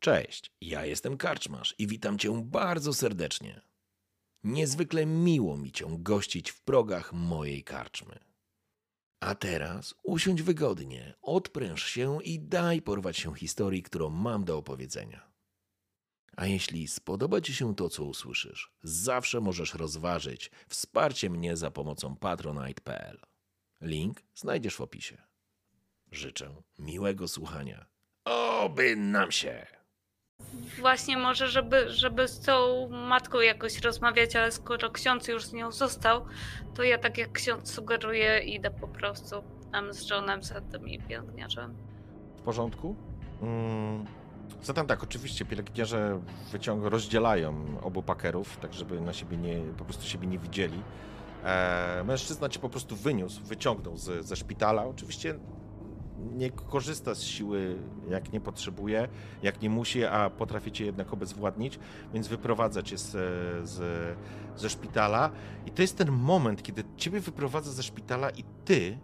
Cześć, ja jestem karczmarz i witam cię bardzo serdecznie. Niezwykle miło mi cię gościć w progach mojej karczmy. A teraz usiądź wygodnie, odpręż się i daj porwać się historii, którą mam do opowiedzenia. A jeśli spodoba ci się to, co usłyszysz, zawsze możesz rozważyć wsparcie mnie za pomocą patronite.pl. Link znajdziesz w opisie. Życzę miłego słuchania. Oby nam się! Właśnie może, żeby z tą matką jakoś rozmawiać, ale skoro ksiądz już z nią został, to ja tak jak ksiądz sugeruje, idę po prostu tam z Johnem, za tymi pielęgniarzem. W porządku? Zatem tak, oczywiście pielęgniarze rozdzielają obu pakerów, tak żeby na siebie po prostu siebie nie widzieli. Mężczyzna cię po prostu wyciągnął ze szpitala. Oczywiście nie korzysta z siły, jak nie potrzebuje, jak nie musi, a potrafi cię jednak obezwładnić, więc wyprowadza cię ze szpitala. I to jest ten moment, kiedy ciebie wyprowadza ze szpitala i ty,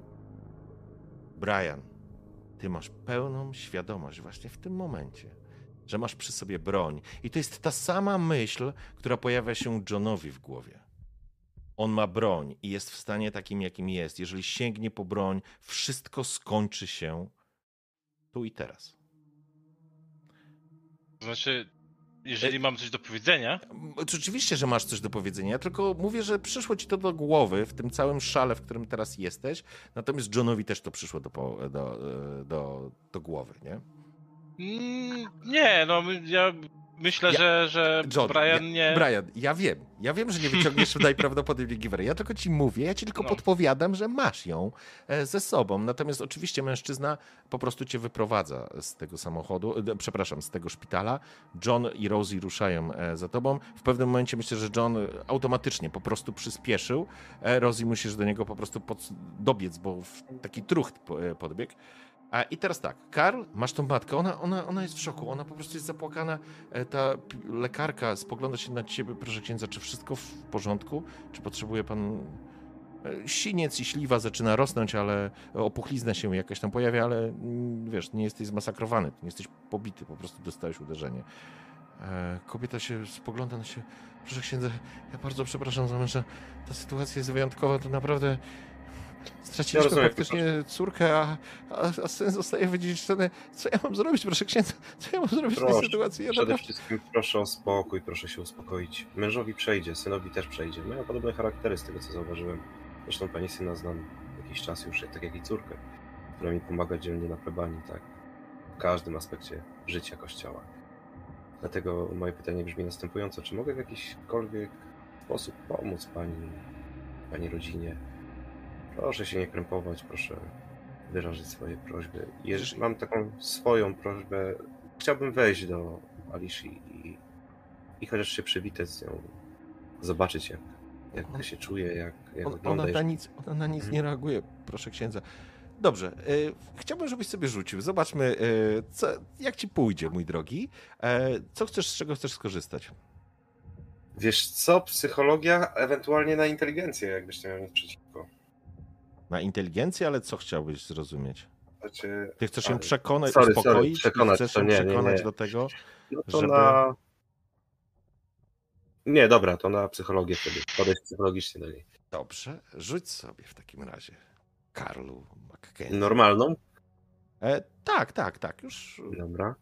Brian, ty masz pełną świadomość właśnie w tym momencie, że masz przy sobie broń. I to jest ta sama myśl, która pojawia się Johnowi w głowie. On ma broń i jest w stanie takim, jakim jest. Jeżeli sięgnie po broń, wszystko skończy się tu i teraz. To znaczy, jeżeli mam coś do powiedzenia... Oczywiście, że masz coś do powiedzenia. Ja tylko mówię, że przyszło ci to do głowy w tym całym szale, w którym teraz jesteś. Natomiast Johnowi też to przyszło do głowy, nie? Nie, no ja myślę, że John, Brian nie... Brian, ja wiem, że nie wyciągniesz najprawdopodobniej giwery. Ja tylko ci mówię, ja ci tylko podpowiadam, że masz ją ze sobą. Natomiast oczywiście mężczyzna po prostu cię wyprowadza z tego samochodu, z tego szpitala. John i Rosie ruszają za tobą. W pewnym momencie myślę, że John automatycznie po prostu przyspieszył. Rosie musisz do niego po prostu dobiec, bo w taki trucht podbiegł. I teraz tak, Karl, masz tą matkę, ona jest w szoku, ona po prostu jest zapłakana. Ta lekarka spogląda się na ciebie, proszę księdza, czy wszystko w porządku? Czy potrzebuje pan... Siniec i śliwa zaczyna rosnąć, ale opuchlizna się jakaś tam pojawia, ale wiesz, nie jesteś zmasakrowany, nie jesteś pobity, po prostu dostałeś uderzenie. Kobieta się spogląda na siebie, proszę księdza, ja bardzo przepraszam za męża, ta sytuacja jest wyjątkowa, to naprawdę... Straciliśmy praktycznie córkę, a syn zostaje wydziedziczony. Co ja mam zrobić, proszę księdza? Co ja mam zrobić w tej sytuacji? Przede wszystkim proszę o spokój, proszę się uspokoić. Mężowi przejdzie, synowi też przejdzie. Mają podobne charaktery z tego, co zauważyłem. Zresztą pani syna znam jakiś czas już, tak jak i córkę, która mi pomaga dzielnie na plebanii, tak? W każdym aspekcie życia Kościoła. Dlatego moje pytanie brzmi następująco. Czy mogę w jakikolwiek sposób pomóc pani rodzinie? Proszę się nie krępować, proszę wyrazić swoje prośby. Jeżeli mam taką swoją prośbę, chciałbym wejść do Alicji i chociaż się przywitać z nią, zobaczyć jak się czuje, jak wygląda. Ona na nic nie reaguje, proszę księdza. Dobrze, chciałbym, żebyś sobie rzucił. Zobaczmy, jak ci pójdzie, mój drogi. Z czego chcesz skorzystać? Wiesz co, psychologia, ewentualnie na inteligencję, jakbyś nie miał nic przeciwko. Na inteligencję, ale co chciałbyś zrozumieć? Znaczy, ty chcesz ją przekonać, uspokoić? Chcesz ją przekonać do tego, no to żeby... Nie, dobra, to na psychologię wtedy. Podejść psychologicznie do niej. Dobrze, rzuć sobie w takim razie. Karlu McKenzie. Normalną? Tak, już. Dobra.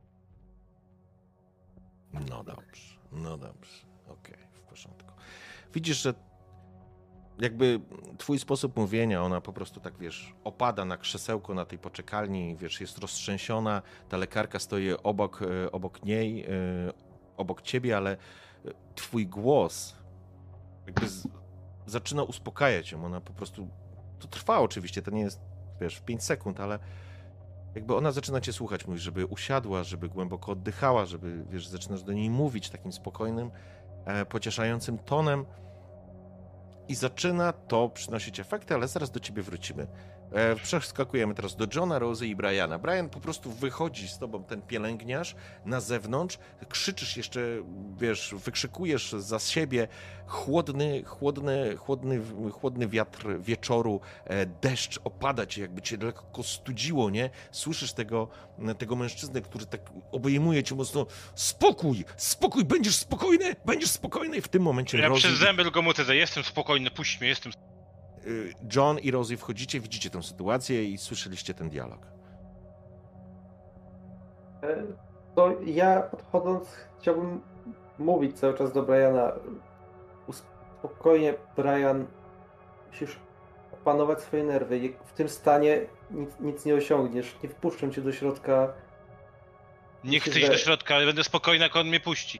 No dobrze. Okej, w porządku. Widzisz, że jakby twój sposób mówienia, ona po prostu tak, wiesz, opada na krzesełko na tej poczekalni, wiesz, jest roztrzęsiona, ta lekarka stoi obok niej, obok ciebie, ale twój głos jakby zaczyna uspokajać ją, ona po prostu, to trwa oczywiście, to nie jest, wiesz, w 5 sekund, ale jakby ona zaczyna cię słuchać, mówisz, żeby usiadła, żeby głęboko oddychała, żeby, wiesz, zaczynasz do niej mówić takim spokojnym, pocieszającym tonem, i zaczyna to przynosić efekty, ale zaraz do ciebie wrócimy. Przeskakujemy teraz do Johna, Rosy i Briana. Brian, po prostu wychodzi z tobą ten pielęgniarz na zewnątrz, krzyczysz jeszcze, wiesz, wykrzykujesz za siebie chłodny wiatr wieczoru, deszcz opada cię, jakby cię lekko studziło, nie? Słyszysz tego mężczyznę, który tak obejmuje cię mocno. Spokój, będziesz spokojny. I w tym momencie Ja Rosy... przez zęby tylko mu tezę, jestem spokojny, puść mnie, jestem... John i Rosy wchodzicie, widzicie tę sytuację i słyszeliście ten dialog. To ja podchodząc chciałbym mówić cały czas do Briana. Spokojnie, Brian, musisz opanować swoje nerwy. W tym stanie nic nie osiągniesz. Nie wpuszczę cię do środka. Nie chcę iść do środka, ale będę spokojny, jak on mnie puści.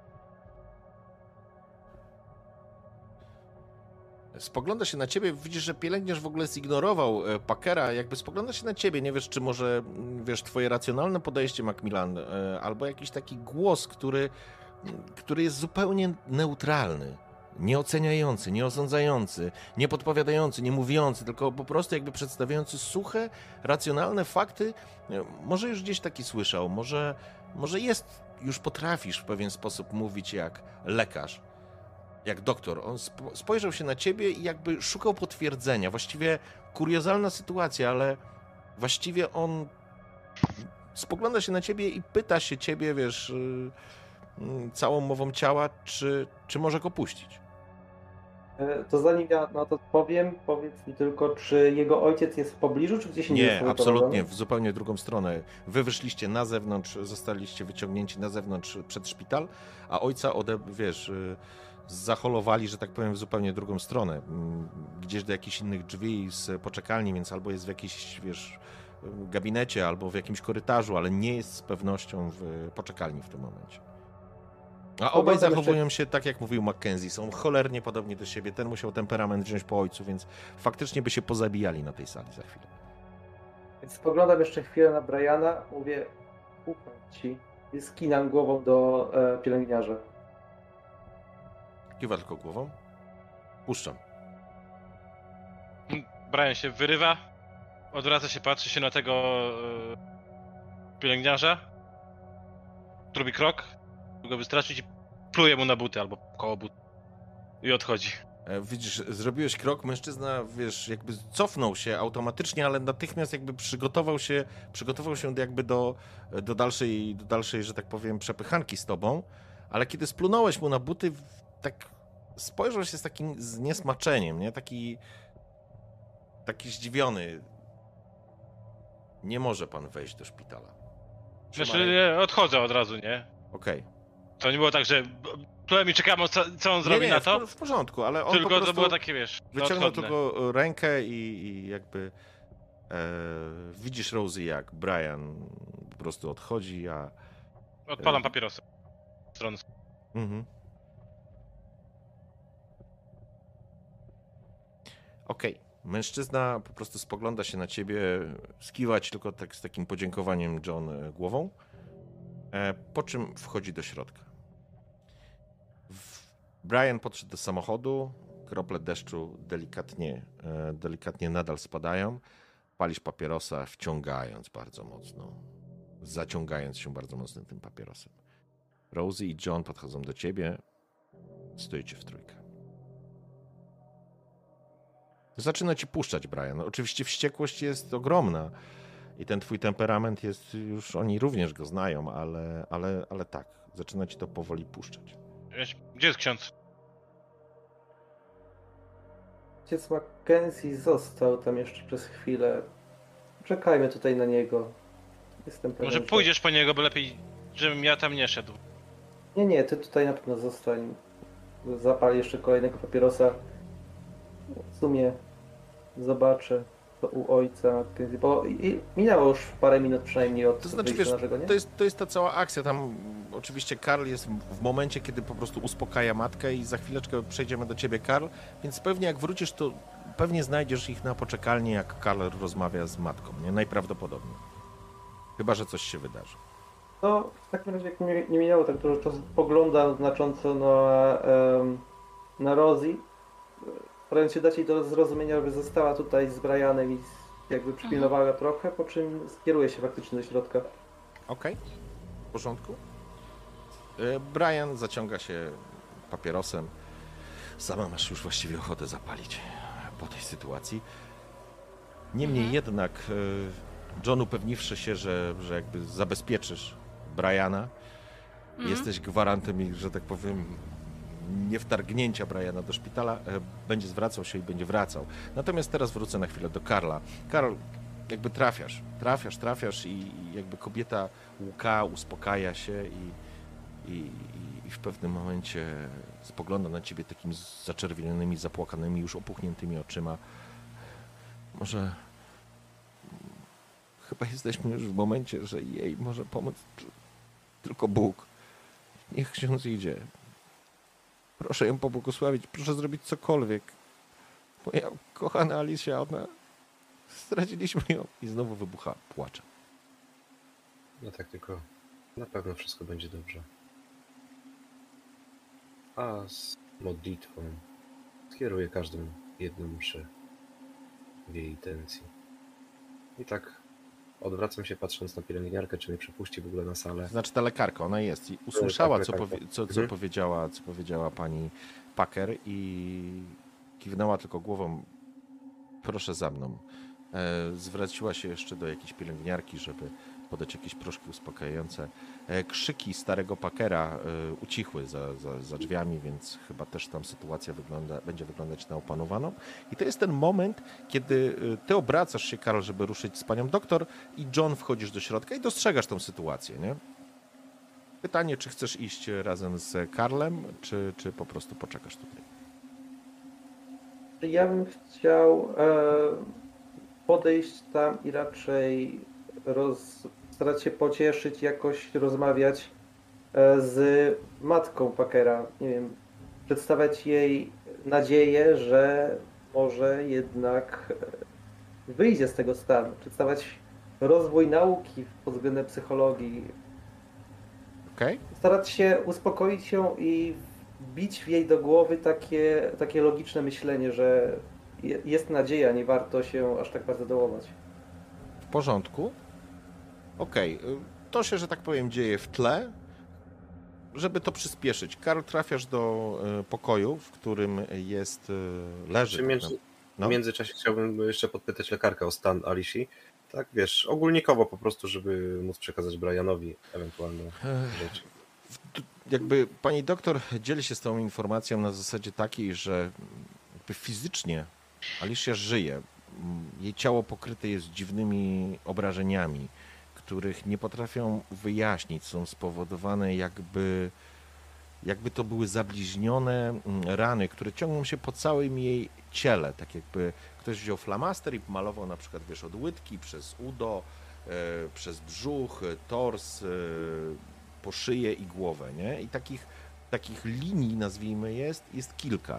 Spogląda się na ciebie, widzisz, że pielęgniarz w ogóle zignorował Packera, jakby spogląda się na ciebie, nie wiesz, czy może, wiesz, twoje racjonalne podejście, Macmillan, albo jakiś taki głos, który jest zupełnie neutralny, nieoceniający, nieosądzający, nie podpowiadający, nie mówiący, tylko po prostu jakby przedstawiający suche, racjonalne fakty. Może już gdzieś taki słyszał, może już potrafisz w pewien sposób mówić jak lekarz, jak doktor. On spojrzał się na ciebie i jakby szukał potwierdzenia. Właściwie kuriozalna sytuacja, ale właściwie on spogląda się na ciebie i pyta się ciebie, wiesz, całą mową ciała, czy może go puścić. To zanim ja na to powiem, powiedz mi tylko, czy jego ojciec jest w pobliżu, czy gdzieś indziej? Nie, absolutnie, w zupełnie drugą stronę. Wy wyszliście na zewnątrz, zostaliście wyciągnięci na zewnątrz przed szpital, a ojca zaholowali, że tak powiem, w zupełnie drugą stronę. Gdzieś do jakichś innych drzwi z poczekalni, więc albo jest w jakimś, wiesz, gabinecie, albo w jakimś korytarzu, ale nie jest z pewnością w poczekalni w tym momencie. A obaj zachowują się tak, jak mówił Mackenzie. Są cholernie podobni do siebie. Ten musiał temperament wziąć po ojcu, więc faktycznie by się pozabijali na tej sali za chwilę. Więc spoglądam jeszcze chwilę na Briana, mówię, ufam ci i skinam głową do pielęgniarza. Kiwa tylko głową. Puszczam. Brian się wyrywa, odwraca się, patrzy się na tego pielęgniarza, robi krok, go wystraszyć i pluje mu na buty albo koło but i odchodzi. Widzisz, zrobiłeś krok, mężczyzna, wiesz, jakby cofnął się automatycznie, ale natychmiast jakby przygotował się jakby do dalszej, że tak powiem, przepychanki z tobą, ale kiedy splunąłeś mu na buty, tak spojrzał się z takim zniesmaczeniem, nie? Taki zdziwiony. Nie może pan wejść do szpitala. Znaczy, odchodzę od razu, nie? Okej. To nie było tak, że pluje mi, czekamy, co on zrobi na to. W porządku, ale on tylko po prostu to było takie, wiesz, wyciągnął odchodne. tylko rękę i jakby widzisz, Rosy, jak Brian po prostu odchodzi, a... Odpalam papierosy. Mhm. Okej. Mężczyzna po prostu spogląda się na ciebie, skiwać tylko tak z takim podziękowaniem John głową, po czym wchodzi do środka. Brian podszedł do samochodu, krople deszczu delikatnie nadal spadają, palisz papierosa, wciągając bardzo mocno, zaciągając się bardzo mocno tym papierosem. Rosy i John podchodzą do ciebie, stoicie w trójkę. Zaczyna ci puszczać, Brian. Oczywiście wściekłość jest ogromna i ten twój temperament jest, już oni również go znają, ale tak, zaczyna ci to powoli puszczać. Gdzie jest ksiądz? Ojciec Mackenzie został tam jeszcze przez chwilę. Czekajmy tutaj na niego. Jestem pewien, Może pójdziesz po niego, bo lepiej, żebym ja tam nie szedł. Nie, ty tutaj na pewno zostań. Zapal jeszcze kolejnego papierosa. W sumie zobaczę to u ojca, bo minęło już parę minut przynajmniej od To znaczy, wiesz, naszego, nie? to jest ta cała akcja. Tam oczywiście Karl jest w momencie, kiedy po prostu uspokaja matkę i za chwileczkę przejdziemy do ciebie, Karl, więc pewnie jak wrócisz, to pewnie znajdziesz ich na poczekalni, jak Karl rozmawia z matką, nie? Najprawdopodobniej. Chyba że coś się wydarzy. No, w takim razie jak nie minęło tak dużo czasu, poglądam znacząco na Rosy, starając się dać jej do zrozumienia, żeby została tutaj z Brianem i z jakby przypilnowała trochę, po czym skieruje się faktycznie do środka. Okej, w porządku. Brian zaciąga się papierosem. Sama masz już właściwie ochotę zapalić po tej sytuacji. Niemniej jednak John, upewniwszy się, że jakby zabezpieczysz Briana, jesteś gwarantem, że tak powiem, niewtargnięcia Briana do szpitala, będzie zwracał się i będzie wracał. Natomiast teraz wrócę na chwilę do Karla. Karl, jakby trafiasz i jakby kobieta łka, uspokaja się i w pewnym momencie spogląda na ciebie takimi zaczerwienionymi, zapłakanymi, już opuchniętymi oczyma. Może chyba jesteśmy już w momencie, że jej może pomóc tylko Bóg. Niech ksiądz idzie. Proszę ją pobłogosławić, proszę zrobić cokolwiek. Moja kochana Alicja, ona... Straciliśmy ją. I znowu wybucha płaczem. No tak, tylko na pewno wszystko będzie dobrze. A z modlitwą skieruję każdą jedną mszę w jej intencji. I tak odwracam się, patrząc na pielęgniarkę, czy mnie przepuści w ogóle na salę. Znaczy ta lekarka, ona jest i usłyszała, Tak, co powiedziała pani Packer i kiwnęła tylko głową. Proszę za mną. Zwróciła się jeszcze do jakiejś pielęgniarki, żeby podać jakieś proszki uspokajające. Krzyki starego ucichły za drzwiami, więc chyba też tam sytuacja będzie wyglądać na opanowaną. I to jest ten moment, kiedy ty obracasz się, Karol, żeby ruszyć z panią doktor i John wchodzisz do środka i dostrzegasz tą sytuację, nie? Pytanie, czy chcesz iść razem z Karlem, czy po prostu poczekasz tutaj? Ja bym chciał podejść tam i raczej starać się pocieszyć, jakoś rozmawiać z matką Packera. Nie wiem, przedstawiać jej nadzieję, że może jednak wyjdzie z tego stanu. Przedstawiać rozwój nauki pod względem psychologii. Okej? Starać się uspokoić ją i wbić w jej do głowy takie logiczne myślenie, że jest nadzieja, nie warto się aż tak bardzo dołować. W porządku. Okej. To się, że tak powiem, dzieje w tle. Żeby to przyspieszyć, Karl, trafiasz do pokoju, w którym leży. W międzyczasie chciałbym jeszcze podpytać lekarkę o stan Alicji. Tak, wiesz, ogólnikowo po prostu, żeby móc przekazać Brianowi ewentualne rzeczy. Jakby pani doktor dzieli się z tą informacją na zasadzie takiej, że jakby fizycznie Alicja żyje. Jej ciało pokryte jest dziwnymi obrażeniami, których nie potrafią wyjaśnić. Są spowodowane jakby to były zabliźnione rany, które ciągną się po całym jej ciele. Tak jakby ktoś wziął flamaster i malował na przykład, wiesz, od łydki, przez udo, przez brzuch, tors, po szyję i głowę, nie? I takich linii, nazwijmy, jest kilka.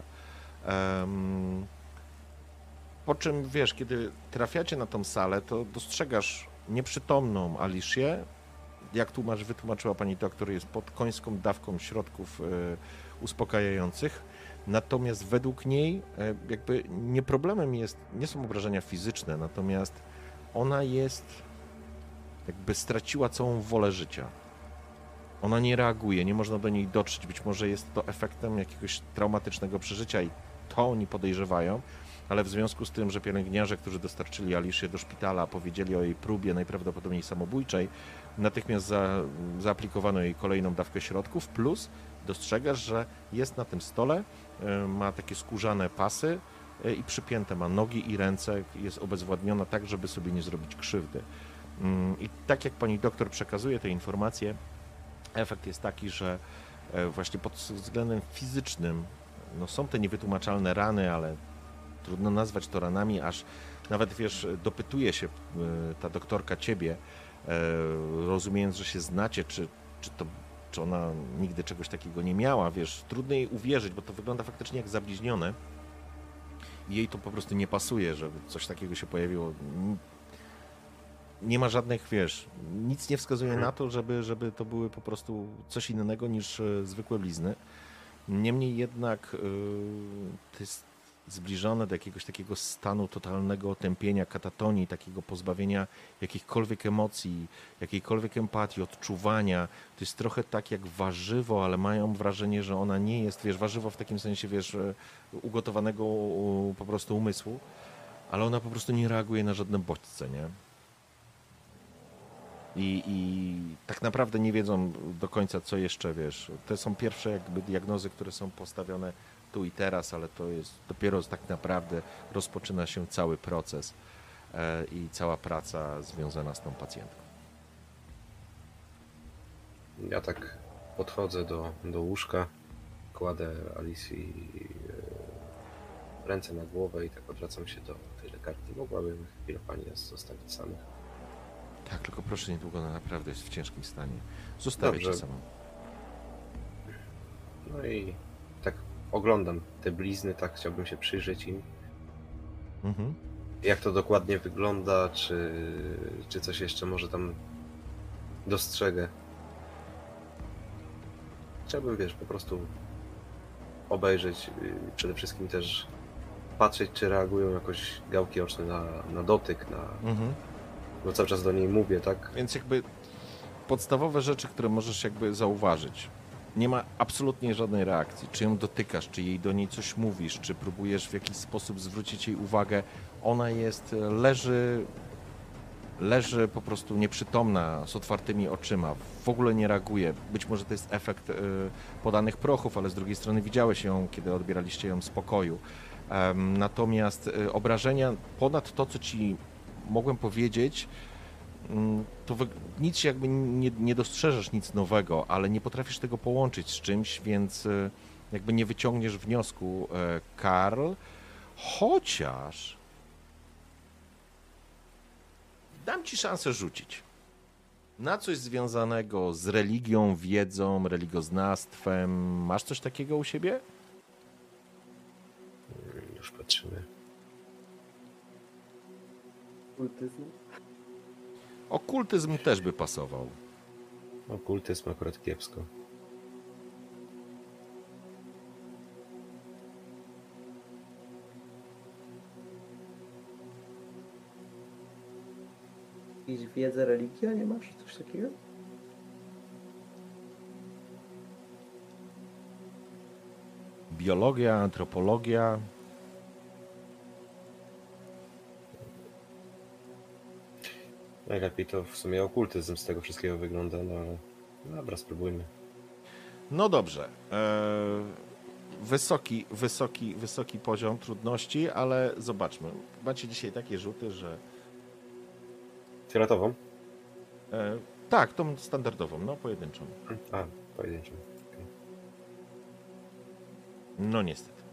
Po czym, wiesz, kiedy trafiacie na tą salę, to dostrzegasz nieprzytomną Alicję. Jak wytłumaczyła pani doktor, jest pod końską dawką środków uspokajających. Natomiast według niej jakby nie są obrażenia fizyczne, natomiast ona jakby straciła całą wolę życia. Ona nie reaguje, nie można do niej dotrzeć. Być może jest to efektem jakiegoś traumatycznego przeżycia i to oni podejrzewają, ale w związku z tym, że pielęgniarze, którzy dostarczyli Alicję do szpitala, powiedzieli o jej próbie najprawdopodobniej samobójczej, natychmiast zaaplikowano jej kolejną dawkę środków, plus dostrzegasz, że jest na tym stole, ma takie skórzane pasy i przypięte ma nogi i ręce, jest obezwładniona tak, żeby sobie nie zrobić krzywdy. I tak jak pani doktor przekazuje te informacje, efekt jest taki, że właśnie pod względem fizycznym są te niewytłumaczalne rany, ale trudno nazwać to ranami, aż nawet, wiesz, dopytuje się ta doktorka ciebie, rozumiejąc, że się znacie, czy ona nigdy czegoś takiego nie miała, wiesz, trudno jej uwierzyć, bo to wygląda faktycznie jak zabliźnione i jej to po prostu nie pasuje, żeby coś takiego się pojawiło. Nie ma żadnych, wiesz, nic nie wskazuje na to, żeby to były po prostu coś innego niż zwykłe blizny. Niemniej jednak zbliżone do jakiegoś takiego stanu totalnego otępienia, katatonii, takiego pozbawienia jakichkolwiek emocji, jakiejkolwiek empatii, odczuwania. To jest trochę tak jak warzywo, ale mają wrażenie, że ona nie jest, wiesz, warzywo w takim sensie, wiesz, ugotowanego po prostu umysłu, ale ona po prostu nie reaguje na żadne bodźce, nie? I tak naprawdę nie wiedzą do końca, co jeszcze, wiesz. To są pierwsze jakby diagnozy, które są postawione tu i teraz, ale to jest dopiero tak naprawdę rozpoczyna się cały proces i cała praca związana z tą pacjentką. Ja tak podchodzę do łóżka, kładę Alicji ręce na głowę i tak odwracam się do tej lekarki. Mogłabym chwilę pani nas zostawić samych. Tak, tylko proszę niedługo, ona naprawdę jest w ciężkim stanie. Zostawię cię Dobrze. samą. No i tak oglądam te blizny, tak chciałbym się przyjrzeć im. Mhm. Jak to dokładnie wygląda, czy coś jeszcze może tam dostrzegę. Chciałbym, wiesz, po prostu obejrzeć, przede wszystkim też patrzeć, czy reagują jakoś gałki oczne na dotyk, Mhm. bo cały czas do niej mówię, tak? Więc jakby podstawowe rzeczy, które możesz jakby zauważyć. Nie ma absolutnie żadnej reakcji. Czy ją dotykasz, czy jej do niej coś mówisz, czy próbujesz w jakiś sposób zwrócić jej uwagę. Ona jest, leży po prostu nieprzytomna, z otwartymi oczyma. W ogóle nie reaguje. Być może to jest efekt podanych prochów, ale z drugiej strony widziałeś ją, kiedy odbieraliście ją z pokoju. Natomiast obrażenia, ponad to, co ci mogłem powiedzieć, to nic jakby nie dostrzeżesz nic nowego, ale nie potrafisz tego połączyć z czymś, więc jakby nie wyciągniesz wniosku, Karl, chociaż dam ci szansę rzucić na coś związanego z religią, wiedzą, religioznawstwem. Masz coś takiego u siebie? Już patrzymy. Kultyzm. Okultyzm też by pasował. Okultyzm akurat kiepsko. Jakąś wiedzę, religia, nie masz? Coś takiego? Biologia, antropologia. Najlepiej to w sumie okultyzm z tego wszystkiego wygląda, no ale dobra, spróbujmy. No dobrze. Wysoki poziom trudności, ale zobaczmy. Macie dzisiaj takie rzuty, że... Fioletową? Tak, tą standardową, no pojedynczą. A, pojedynczą. Okay. No niestety.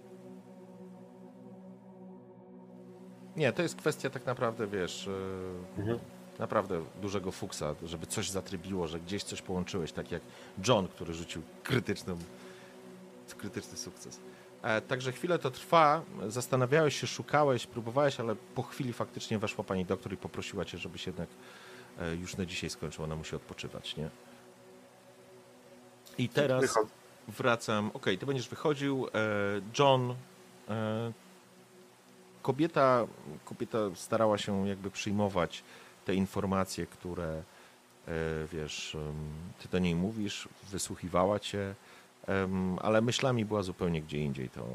Nie, to jest kwestia tak naprawdę, wiesz, naprawdę dużego fuksa, żeby coś zatrybiło, że gdzieś coś połączyłeś, tak jak John, który rzucił krytyczny sukces. Także chwilę to trwa, zastanawiałeś się, szukałeś, próbowałeś, ale po chwili faktycznie weszła pani doktor i poprosiła cię, żebyś jednak już na dzisiaj skończył, ona musi odpoczywać, nie? I teraz wracam, okej, ty będziesz wychodził, John, kobieta starała się jakby przyjmować te informacje, które, wiesz, ty do niej mówisz, wysłuchiwała cię, ale myślami była zupełnie gdzie indziej. To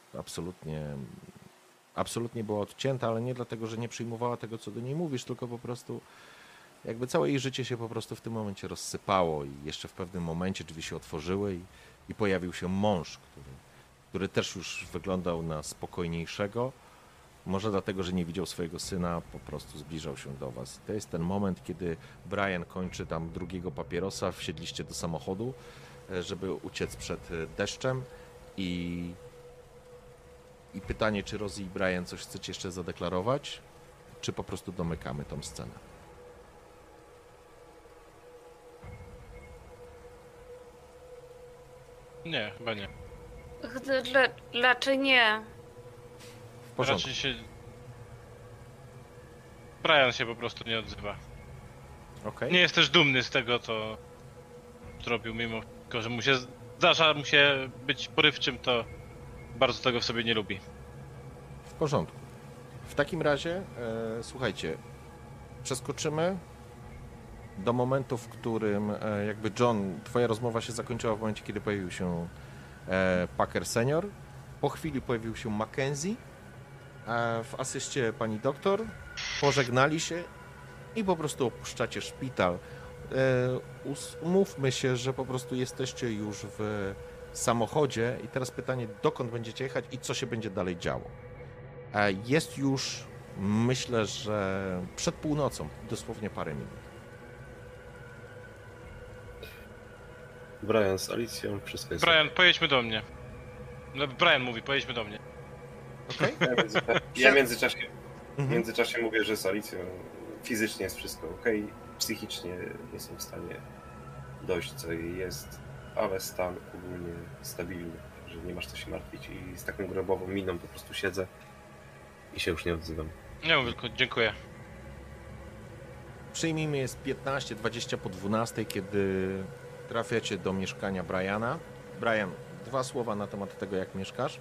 absolutnie była odcięta, ale nie dlatego, że nie przyjmowała tego, co do niej mówisz, tylko po prostu jakby całe jej życie się po prostu w tym momencie rozsypało i jeszcze w pewnym momencie drzwi się otworzyły i pojawił się mąż, który też już wyglądał na spokojniejszego. Może dlatego, że nie widział swojego syna, po prostu zbliżał się do was. To jest ten moment, kiedy Brian kończy tam drugiego papierosa, wsiedliście do samochodu, żeby uciec przed deszczem i pytanie, czy Rosie i Brian coś chcecie jeszcze zadeklarować, czy po prostu domykamy tą scenę. Nie, chyba nie. Raczej nie. W porządku. Raczej się... Brian się po prostu nie odzywa. Okay. Nie jest też dumny z tego, co zrobił, mimo że zdarza mu się być porywczym, to bardzo tego w sobie nie lubi. porządku. W takim razie, słuchajcie, przeskoczymy do momentu, w którym jakby John, twoja rozmowa się zakończyła w momencie, kiedy pojawił się Packer senior. Po chwili pojawił się Mackenzie w asyście pani doktor. Pożegnali się i po prostu opuszczacie szpital. Umówmy się, że po prostu jesteście już w samochodzie i teraz pytanie, dokąd będziecie jechać i co się będzie dalej działo. Jest już, myślę, że przed północą, dosłownie parę minut. Brian z Alicją, wszystko jest... Brian, pojedźmy do mnie. No, Brian mówi, pojedźmy do mnie. Okej? Ja w Mhm. międzyczasie mówię, że z Alicją fizycznie jest wszystko ok, psychicznie jestem w stanie dojść, co jej jest, ale stan ogólnie stabilny, że nie masz co się martwić i z taką grobową miną po prostu siedzę i się już nie odzywam. Nie mówię, tylko dziękuję. Przyjmijmy, jest 15-20 po 12, kiedy trafiacie do mieszkania Briana. Brian, 2 słowa na temat tego, jak mieszkasz.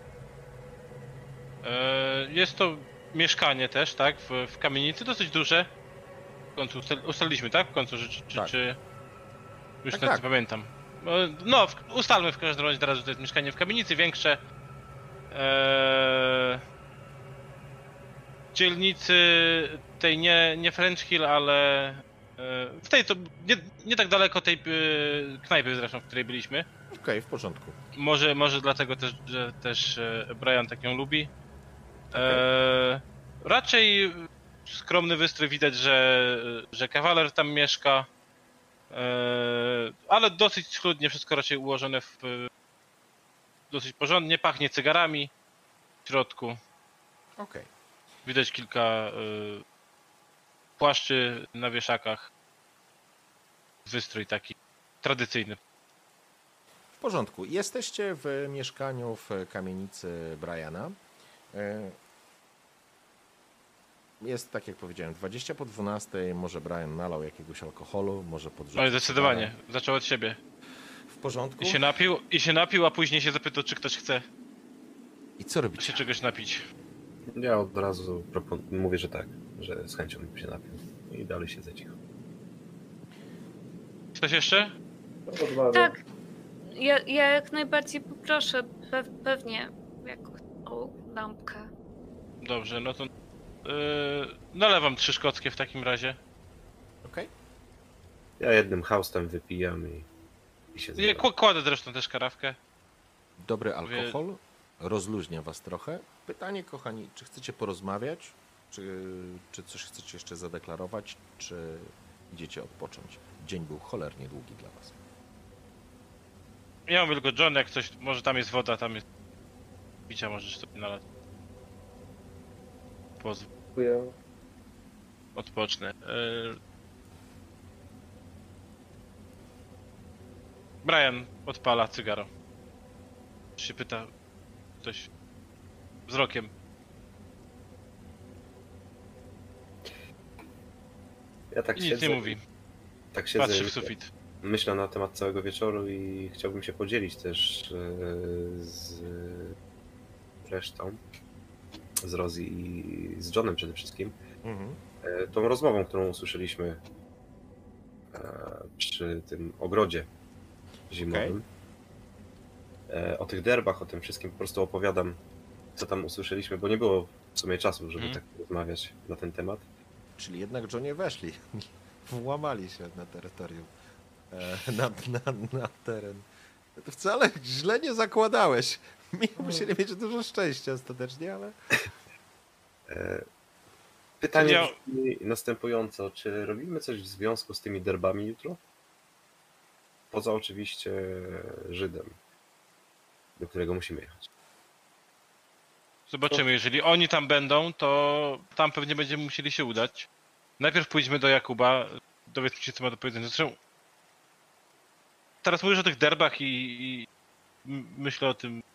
Jest to mieszkanie też, tak? W kamienicy, dosyć duże. W końcu ustaliliśmy, tak? W końcu, Tak. czy... Już Tak, nawet tak. nie pamiętam. No, ustalmy w każdym razie teraz, że to jest mieszkanie w kamienicy, większe. W dzielnicy tej nie French Hill, ale w tej to nie tak daleko tej knajpy zresztą, w której byliśmy. Okej, w porządku. Może dlatego też, że też Brian tak ją lubi. Raczej skromny wystrój, widać, że kawaler tam mieszka. Ale dosyć schludnie, wszystko raczej ułożone dosyć porządnie, pachnie cygarami w środku. Okej. Widać kilka płaszczy na wieszakach. Wystrój taki tradycyjny. W porządku. Jesteście w mieszkaniu w kamienicy Briana. Jest, tak jak powiedziałem, 20 po 12. Może Brian nalał jakiegoś alkoholu, może podrzucił. Ale zdecydowanie, cygarę. zaczął od siebie. W porządku. I się napił, a później się zapytał, czy ktoś chce I co robicie? się czegoś napić. Ja od razu mówię, że tak, że z chęcią bym się napił i dalej siedzę cicho. Ktoś jeszcze? Rozmawiam. Tak, ja jak najbardziej poproszę, pewnie jakąś lampkę. Dobrze, no to nalewam 3 szkockie w takim razie. Okej. Ja jednym haustem wypijam i siedzę. Nie, kładę zresztą też karawkę. Dobry alkohol. Rozluźnia was trochę. Pytanie, kochani, czy chcecie porozmawiać? Czy coś chcecie jeszcze zadeklarować? Czy idziecie odpocząć? Dzień był cholernie długi dla was. Ja mam tylko John, jak coś, może tam jest woda, tam jest picia, możesz sobie nalać. Pozwól, Dziękuję. odpocznę. Brian odpala cygaro. Się pyta ktoś wzrokiem. Ja tak I nic siedzę, nie mówi. tak siedzę, Patrzy w sufit. myślę na temat całego wieczoru i chciałbym się podzielić też z resztą, z Rosie i z Johnem przede wszystkim, Mhm. tą rozmową, którą usłyszeliśmy przy tym ogrodzie zimowym. O tych derbach, o tym wszystkim po prostu opowiadam, co tam usłyszeliśmy, bo nie było w sumie czasu, żeby tak rozmawiać na ten temat. Czyli jednak Johnie weszli. Włamali się na terytorium. Na teren. To wcale źle nie zakładałeś. Musieli mieć dużo szczęścia ostatecznie, ale... Pytanie brzmi następująco, czy robimy coś w związku z tymi derbami jutro? Poza oczywiście Żydem, do którego musimy jechać. Zobaczymy, jeżeli oni tam będą, to tam pewnie będziemy musieli się udać. Najpierw pójdźmy do Jakuba, dowiedzmy się, co ma do powiedzenia. Zresztą teraz mówisz o tych derbach i myślę o tym,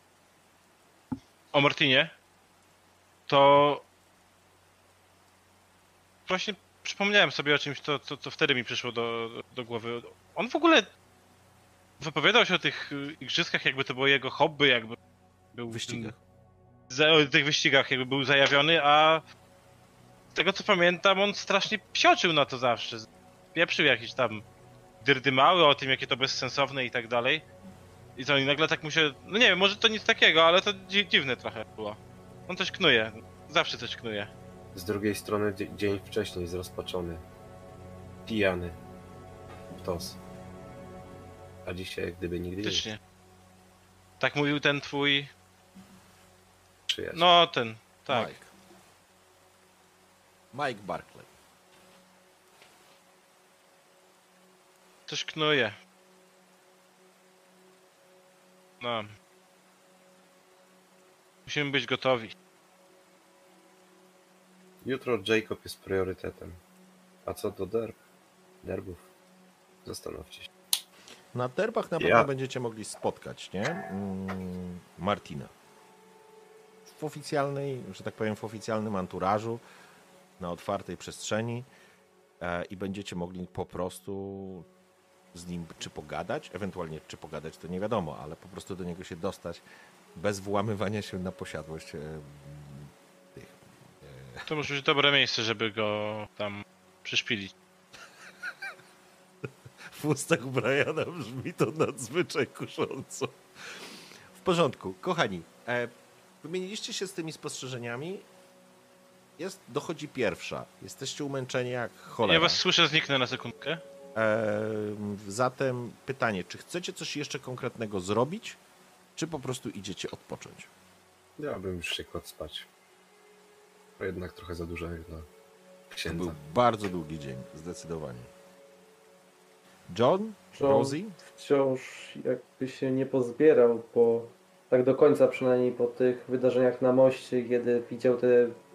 o Martinie, to właśnie przypomniałem sobie o czymś, co wtedy mi przyszło do głowy. On w ogóle wypowiadał się o tych igrzyskach, jakby to było jego hobby, jakby był W wyścigach. o tych wyścigach jakby był zajawiony, a z tego co pamiętam, on strasznie psioczył na to zawsze. Pieprzył jakieś tam dyrdymały o tym, jakie to bezsensowne i tak dalej. I co, i nagle tak mu się... No nie wiem, może to nic takiego, ale to dziwne trochę było. On coś knuje. Zawsze coś knuje. Z drugiej strony dzień wcześniej zrozpaczony. Pijany. Ptos. A dzisiaj jak gdyby nigdy Faktycznie. Tak mówił ten twój... przyjaciół. No ten, tak. Mike Barclay. Coś knuje. No. Musimy być gotowi. Jutro Jacob jest priorytetem. A co do derbów? Zastanówcie się. Na derbach na pewno będziecie mogli spotkać, nie? Martina. W oficjalnej, że tak powiem, w oficjalnym anturażu, na otwartej przestrzeni i będziecie mogli po prostu z nim czy pogadać, ewentualnie czy pogadać to nie wiadomo, ale po prostu do niego się dostać bez włamywania się na posiadłość tych. To może być dobre miejsce, żeby go tam przyszpilić. W ustach Briana brzmi to nadzwyczaj kusząco. W porządku. Kochani, wymieniliście się z tymi spostrzeżeniami. Dochodzi pierwsza. Jesteście umęczeni jak cholera. Ja was słyszę, zniknę na sekundkę. Zatem pytanie, czy chcecie coś jeszcze konkretnego zrobić, czy po prostu idziecie odpocząć? Ja bym już się kładł spać. To jednak trochę za dużo jak dla To księdza. był bardzo długi dzień, zdecydowanie. John? Rosie? Wciąż jakby się nie pozbierał tak do końca przynajmniej po tych wydarzeniach na moście, kiedy widział te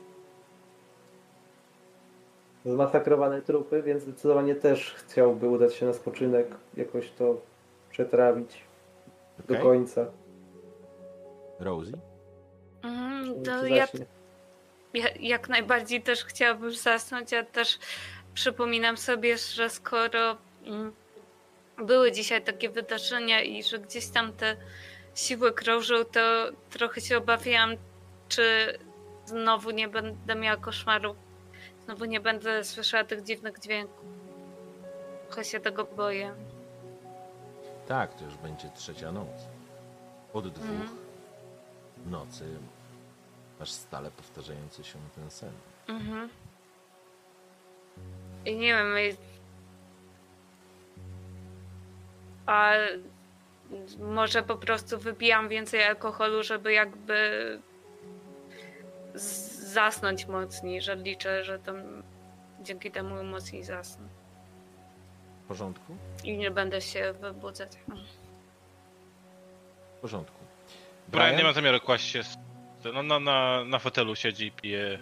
zmasakrowane trupy, więc zdecydowanie też chciałby udać się na spoczynek, jakoś to przetrawić do Okej. końca. Rosie? To Czy ja zaśnie? jak najbardziej też chciałabym zasnąć, ja też przypominam sobie, że skoro były dzisiaj takie wydarzenia i że gdzieś tam te siły krążą, to trochę się obawiałam, czy znowu nie będę miała koszmaru. Znowu nie będę słyszała tych dziwnych dźwięków. Trochę się tego boję. Tak, to już będzie trzecia noc. Od 2 nocy masz stale powtarzający się ten sen. I nie wiem, a może po prostu wypijam więcej alkoholu, żeby jakby zasnąć mocniej, że liczę, że to dzięki temu mocniej zasnę. W porządku? I nie będę się wybudzać. W porządku. Brian nie ma zamiaru kłaść się. Na fotelu siedzi i pije.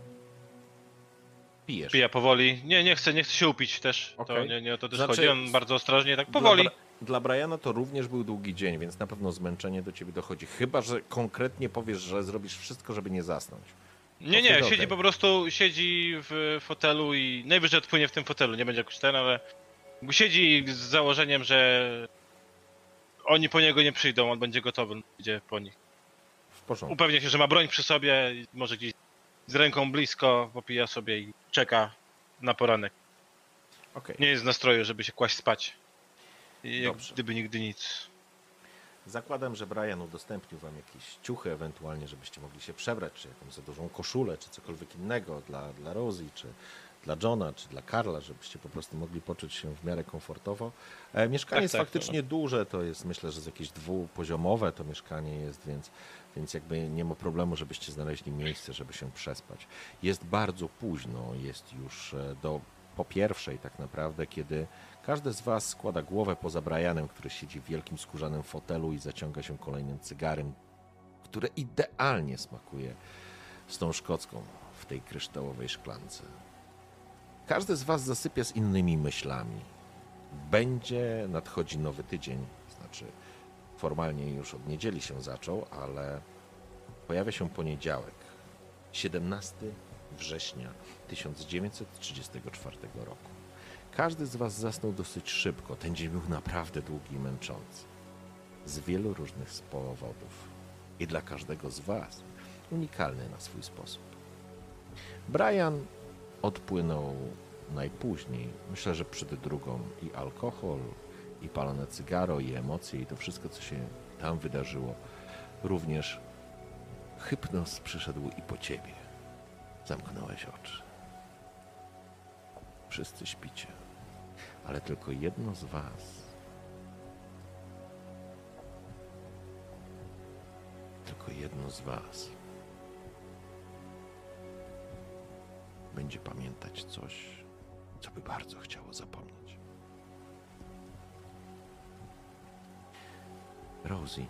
Pijesz. Pija powoli. Nie chcę się upić też. To Okej. nie o to też Znaczy, chodzi. On bardzo ostrożnie, tak powoli. Dla Briana to również był długi dzień, więc na pewno zmęczenie do ciebie dochodzi. Chyba że konkretnie powiesz, że zrobisz wszystko, żeby nie zasnąć. Nie, Wtedy siedzi okej. po prostu, siedzi w fotelu i najwyżej odpłynie w tym fotelu, nie będzie jakoś ten, ale siedzi z założeniem, że oni po niego nie przyjdą, on będzie gotowy, idzie po nich. W porządku. Upewnia się, że ma broń przy sobie, może gdzieś z ręką blisko, popija sobie i czeka na poranek. Okej. Nie jest w nastroju, żeby się kłaść spać. I jak Dobrze. gdyby nigdy nic. Zakładam, że Brian udostępnił wam jakieś ciuchy ewentualnie, żebyście mogli się przebrać, czy jakąś za dużą koszulę, czy cokolwiek innego dla Rosie, czy dla Johna, czy dla Karla, żebyście po prostu mogli poczuć się w miarę komfortowo. Mieszkanie jest faktycznie duże, to jest myślę, że z jakieś dwupoziomowe to mieszkanie jest, więc jakby nie ma problemu, żebyście znaleźli miejsce, żeby się przespać. Jest bardzo późno, jest już po pierwszej tak naprawdę, kiedy każdy z was składa głowę poza Brianem, który siedzi w wielkim skórzanym fotelu i zaciąga się kolejnym cygarem, które idealnie smakuje z tą szkocką w tej kryształowej szklance. Każdy z was zasypia z innymi myślami. Nadchodzi nowy tydzień, znaczy formalnie już od niedzieli się zaczął, ale pojawia się poniedziałek, 17 września 1934 roku. Każdy z was zasnął dosyć szybko. Ten dzień był naprawdę długi i męczący. Z wielu różnych powodów. I dla każdego z was unikalny na swój sposób. Brian odpłynął najpóźniej. Myślę, że przed drugą i alkohol, i palone cygaro, i emocje, i to wszystko, co się tam wydarzyło. Również hypnoz przyszedł i po ciebie. Zamknąłeś oczy. Wszyscy śpicie, ale tylko jedno z was, będzie pamiętać coś, co by bardzo chciało zapomnieć. Rosie,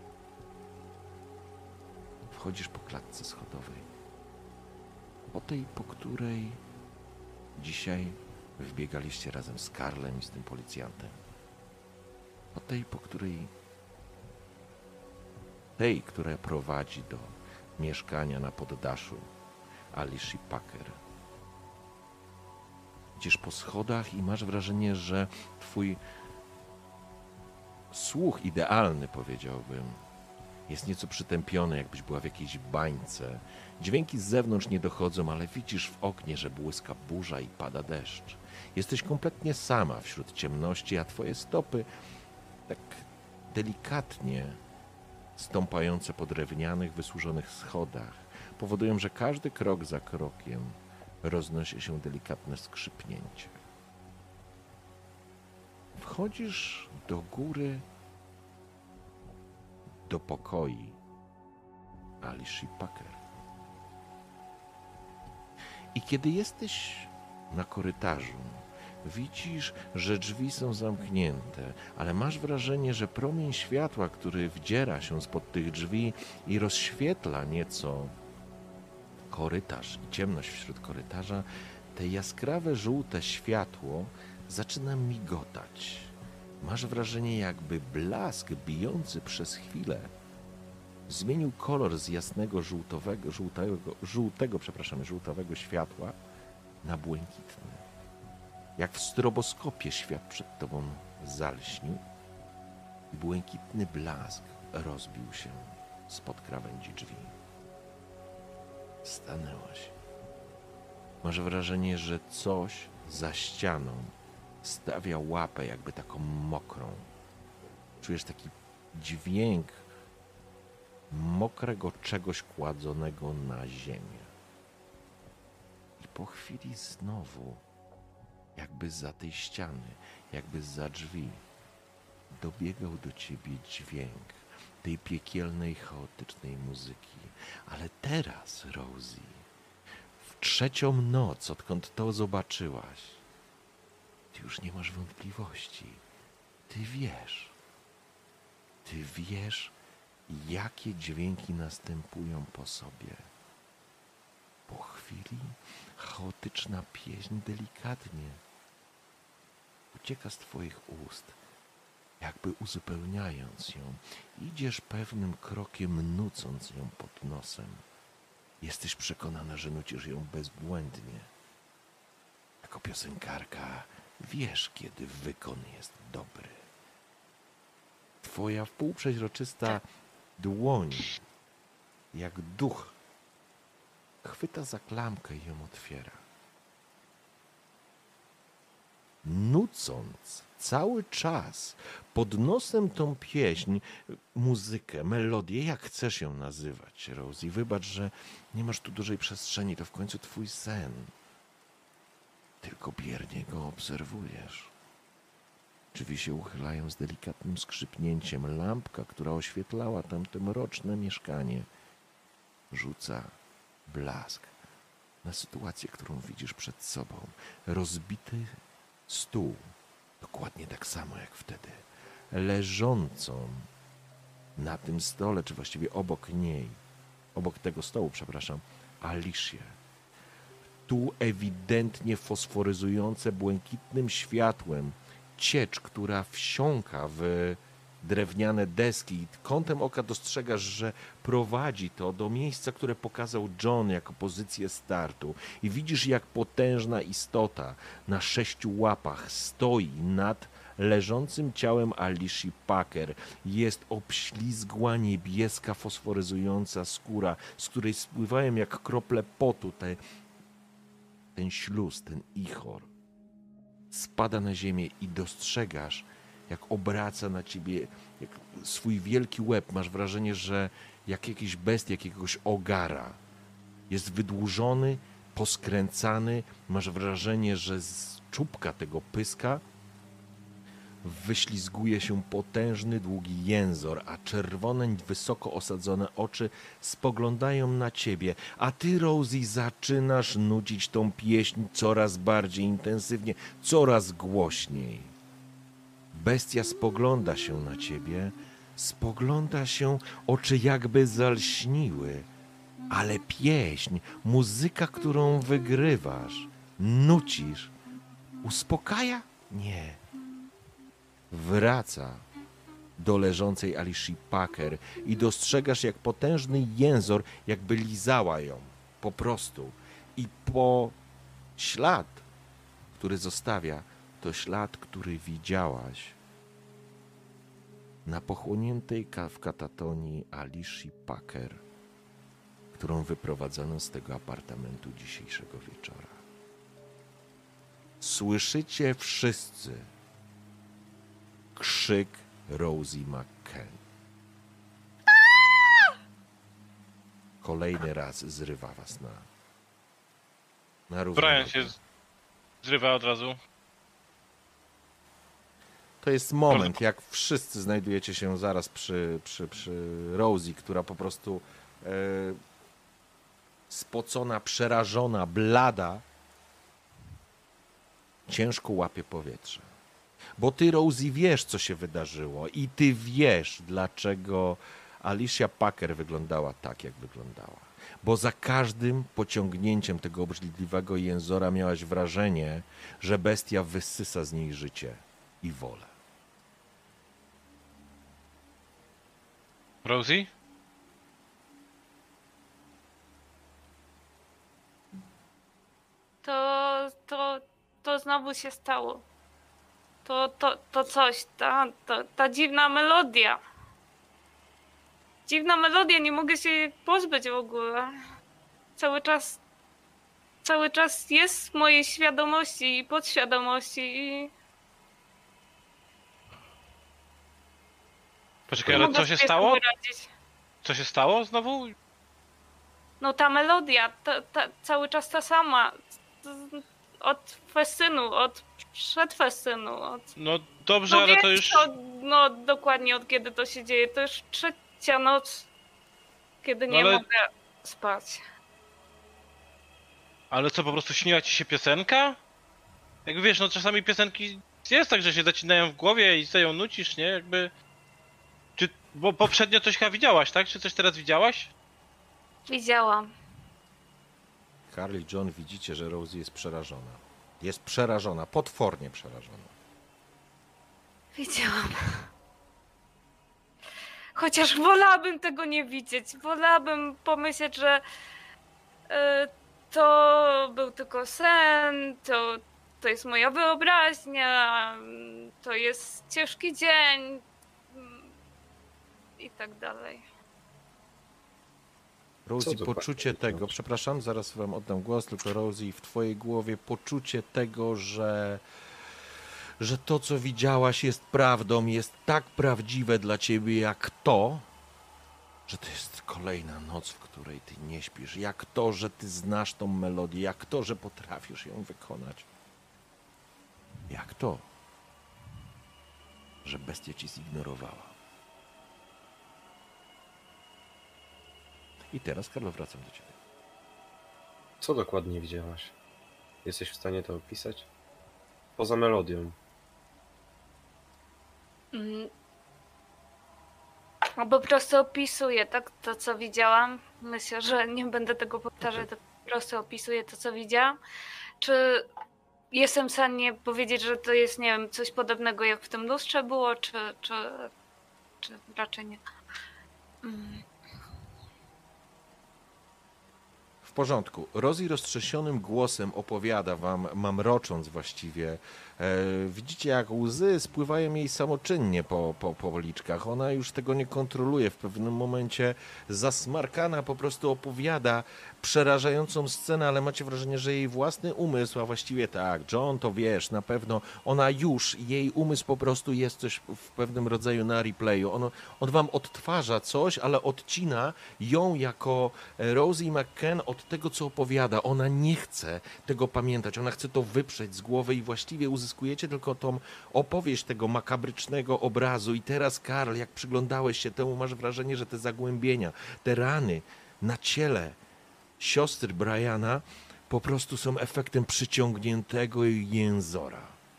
wchodzisz po klatce schodowej, po tej, po której dzisiaj wbiegaliście razem z Karlem i z tym policjantem. Po tej, po której... Tej, która prowadzi do mieszkania na poddaszu Alicia Packer. Idziesz po schodach i masz wrażenie, że twój słuch idealny, powiedziałbym, jest nieco przytępiony, jakbyś była w jakiejś bańce. Dźwięki z zewnątrz nie dochodzą, ale widzisz w oknie, że błyska burza i pada deszcz. Jesteś kompletnie sama wśród ciemności, a twoje stopy tak delikatnie stąpające po drewnianych, wysłużonych schodach powodują, że każdy krok za krokiem roznosi się delikatne skrzypnięcie. Wchodzisz do góry, do pokoi Alicia Packer. I kiedy jesteś na korytarzu, widzisz, że drzwi są zamknięte, ale masz wrażenie, że promień światła, który wdziera się spod tych drzwi i rozświetla nieco korytarz i ciemność wśród korytarza, te jaskrawe, żółte światło zaczyna migotać. Masz wrażenie, jakby blask bijący przez chwilę zmienił kolor z jasnego żółtowego światła na błękitny. Jak w stroboskopie świat przed tobą zalśnił i błękitny blask rozbił się spod krawędzi drzwi. Stanęłaś. Masz wrażenie, że coś za ścianą stawia łapę jakby taką mokrą. Czujesz taki dźwięk mokrego czegoś kładzonego na ziemię. I po chwili znowu, jakby zza tej ściany, jakby zza drzwi, dobiegał do ciebie dźwięk tej piekielnej, chaotycznej muzyki. Ale teraz, Rosie, w trzecią noc, odkąd to zobaczyłaś, ty już nie masz wątpliwości. Ty wiesz, jakie dźwięki następują po sobie. Po chwili chaotyczna pieśń delikatnie ucieka z twoich ust, jakby uzupełniając ją. Idziesz pewnym krokiem, nucąc ją pod nosem. Jesteś przekonana, że nucisz ją bezbłędnie. Jako piosenkarka wiesz, kiedy wykon jest dobry. Twoja półprzeźroczysta dłoń, jak duch, chwyta za klamkę i ją otwiera. Nucąc cały czas pod nosem tą pieśń, muzykę, melodię, jak chcesz ją nazywać, Rosie. Wybacz, że nie masz tu dużej przestrzeni, to w końcu twój sen. Tylko biernie go obserwujesz. Drzwi się uchylają z delikatnym skrzypnięciem. Lampka, która oświetlała tamte mroczne mieszkanie, rzuca blask na sytuację, którą widzisz przed sobą. Rozbity stół, dokładnie tak samo jak wtedy. Leżącą na tym stole, czy właściwie obok tego stołu, Alicię. Tu ewidentnie fosforyzujące błękitnym światłem ciecz, która wsiąka w drewniane deski i kątem oka dostrzegasz, że prowadzi to do miejsca, które pokazał John jako pozycję startu. I widzisz, jak potężna istota na 6 łapach stoi nad leżącym ciałem Alicji Packer. Jest obślizgła, niebieska, fosforyzująca skóra, z której spływają jak krople potu ten śluz, ten ichor. Spada na ziemię i dostrzegasz, jak obraca na ciebie jak swój wielki łeb. Masz wrażenie, że jak jakiś bestia, jakiegoś ogara. Jest wydłużony, poskręcany. Masz wrażenie, że z czubka tego pyska wyślizguje się potężny, długi jęzor, a czerwone, wysoko osadzone oczy spoglądają na ciebie, a ty, Rosie, zaczynasz nucić tą pieśń coraz bardziej intensywnie, coraz głośniej. Bestia spogląda się na ciebie, spogląda się, oczy jakby zalśniły, ale pieśń, muzyka, którą wygrywasz, nucisz, uspokaja? Nie. Wraca do leżącej Alicji Packer i dostrzegasz, jak potężny jęzor jakby lizała ją po prostu. I po ślad, który zostawia, to ślad, który widziałaś na pochłoniętej w katatonii Alicji Packer, którą wyprowadzono z tego apartamentu dzisiejszego wieczora. Słyszycie wszyscy krzyk Rosie McKen. Kolejny raz zrywa was na równi. Brian się zrywa od razu. To jest moment, jak wszyscy znajdujecie się zaraz przy Rosie, która po prostu spocona, przerażona, blada, ciężko łapie powietrze. Bo ty, Rosie, wiesz, co się wydarzyło i ty wiesz, dlaczego Alicja Packer wyglądała tak, jak wyglądała. Bo za każdym pociągnięciem tego obrzydliwego jęzora miałaś wrażenie, że bestia wysysa z niej życie i wolę. Rosie? To znowu się stało. To coś, ta dziwna melodia. Dziwna melodia, nie mogę się jej pozbyć w ogóle. Cały czas jest w mojej świadomości i podświadomości i... Poczekaj, ale co się stało? Poradzić. Co się stało znowu? No ta melodia, cały czas ta sama. Od festynu, od przedfestynu. No dobrze, ale to już... No dokładnie od kiedy to się dzieje. To już trzecia noc, kiedy nie mogę spać. Ale co, po prostu śniła ci się piosenka? Jak wiesz, no czasami piosenki jest tak, że się zacinają w głowie i sobie ją nucisz, nie? Jakby... Bo poprzednio coś chyba widziałaś, tak? Czy coś teraz widziałaś? Widziałam. Carl i John, widzicie, że Rosie jest przerażona. Jest przerażona, potwornie przerażona. Widziałam. Chociaż wolałabym tego nie widzieć. Wolałabym pomyśleć, że to był tylko sen, to jest moja wyobraźnia, to jest ciężki dzień i tak dalej. Rosie, poczucie tego, przepraszam, zaraz wam oddam głos, tylko Rosie, w twojej głowie poczucie tego, że to, co widziałaś, jest prawdą, jest tak prawdziwe dla ciebie, jak to, że to jest kolejna noc, w której ty nie śpisz, jak to, że ty znasz tą melodię, jak to, że potrafisz ją wykonać, jak to, że bestia ci zignorowała. I teraz, Karlo, wracam do ciebie. Co dokładnie widziałaś? Jesteś w stanie to opisać? Poza melodią. Po prostu opisuję tak to, co widziałam. Myślę, że nie będę tego powtarzać, to po prostu opisuję to, co widziałam. Czy jestem w stanie powiedzieć, że to jest, nie wiem, coś podobnego jak w tym lustrze było, czy raczej nie? W porządku. Rosie roztrzesionym głosem opowiada wam, mamrocząc właściwie, Widzicie, jak łzy spływają jej samoczynnie po policzkach. Ona już tego nie kontroluje. W pewnym momencie zasmarkana po prostu opowiada przerażającą scenę, ale macie wrażenie, że jej własny umysł, a właściwie tak, John, to wiesz, na pewno ona już, jej umysł po prostu jest coś w pewnym rodzaju na replayu. On wam odtwarza coś, ale odcina ją jako Rosie McCann od tego, co opowiada. Ona nie chce tego pamiętać, ona chce to wyprzeć z głowy i właściwie uzyskujecie tylko tą opowieść tego makabrycznego obrazu. I teraz, Karl, jak przyglądałeś się temu, masz wrażenie, że te zagłębienia, te rany na ciele siostry Briana po prostu są efektem przyciągniętego jęzora.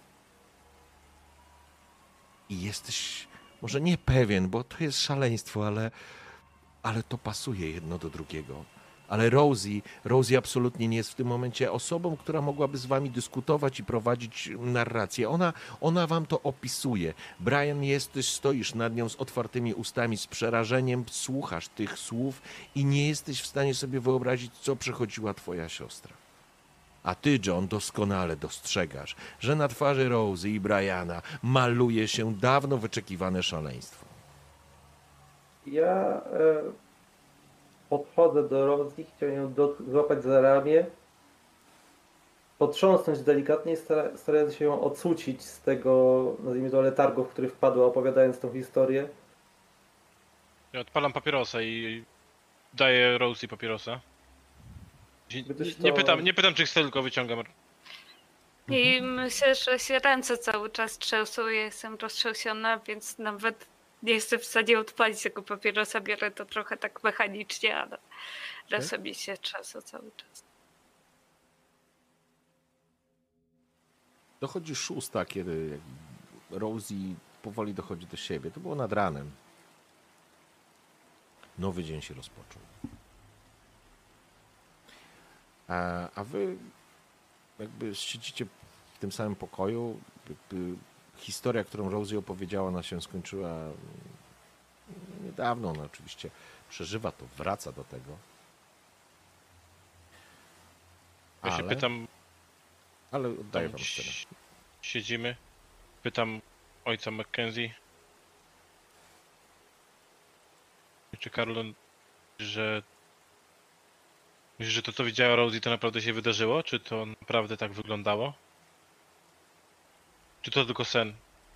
I jesteś może nie pewien, bo to jest szaleństwo, ale to pasuje jedno do drugiego. Ale Rosie absolutnie nie jest w tym momencie osobą, która mogłaby z wami dyskutować i prowadzić narrację. Ona wam to opisuje. Brian, stoisz nad nią z otwartymi ustami, z przerażeniem, słuchasz tych słów i nie jesteś w stanie sobie wyobrazić, co przechodziła twoja siostra. A ty, John, doskonale dostrzegasz, że na twarzy Rosie i Briana maluje się dawno wyczekiwane szaleństwo. Ja podchodzę do Rosie, chciałem ją złapać za ramię, potrząsnąć delikatnie, starając się ją ocucić z tego, nazwijmy to, letargu, w który wpadła, opowiadając tą historię. Ja odpalam papierosa i daję Rosie papierosa. Nie pytam, czy chcę, tylko wyciągam. I myślę, że się ręce cały czas trzęsą, ja jestem roztrzęsiona, więc nawet nie jestem w stanie odpalić tego papierosa, biorę to trochę tak mechanicznie, ale ręce mi się trzęsą cały czas. Dochodzi 6, kiedy Rosie powoli dochodzi do siebie. To było nad ranem. Nowy dzień się rozpoczął. A wy jakby siedzicie w tym samym pokoju. Historia, którą Rosie opowiedziała, ona się skończyła niedawno. Ona oczywiście przeżywa to, wraca do tego. Ja się pytam... Ale oddaję wam scenę. Siedzimy. Pytam ojca Mackenzie. Czy Karlon, że... Myślisz, że to, co widziała Rosie, to naprawdę się wydarzyło? Czy to naprawdę tak wyglądało? Czy to tylko sen?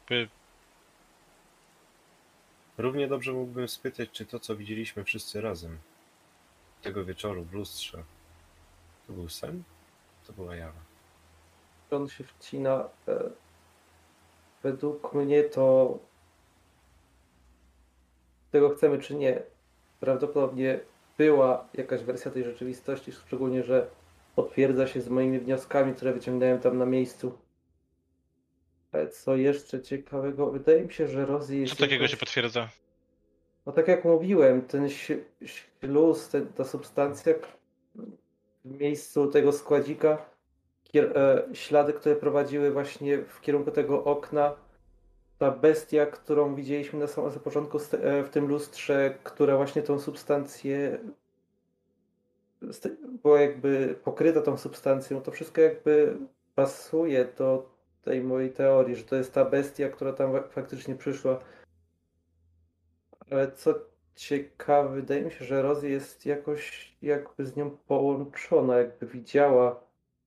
Równie dobrze mógłbym spytać, czy to, co widzieliśmy wszyscy razem tego wieczoru w lustrze, to był sen? To była jawa. On się wcina. Według mnie to tego chcemy czy nie, prawdopodobnie była jakaś wersja tej rzeczywistości, szczególnie, że potwierdza się z moimi wnioskami, które wyciągnąłem tam na miejscu. Ale co jeszcze ciekawego, wydaje mi się, że Rosie jest... Co takiego się potwierdza? No tak jak mówiłem, ten śluz, ta substancja w miejscu tego składzika, ślady, które prowadziły właśnie w kierunku tego okna, ta bestia, którą widzieliśmy na samym początku w tym lustrze, która właśnie tą substancję była jakby pokryta tą substancją, to wszystko jakby pasuje do tej mojej teorii, że to jest ta bestia, która tam faktycznie przyszła. Ale co ciekawe, wydaje mi się, że Rosie jest jakoś jakby z nią połączona, jakby widziała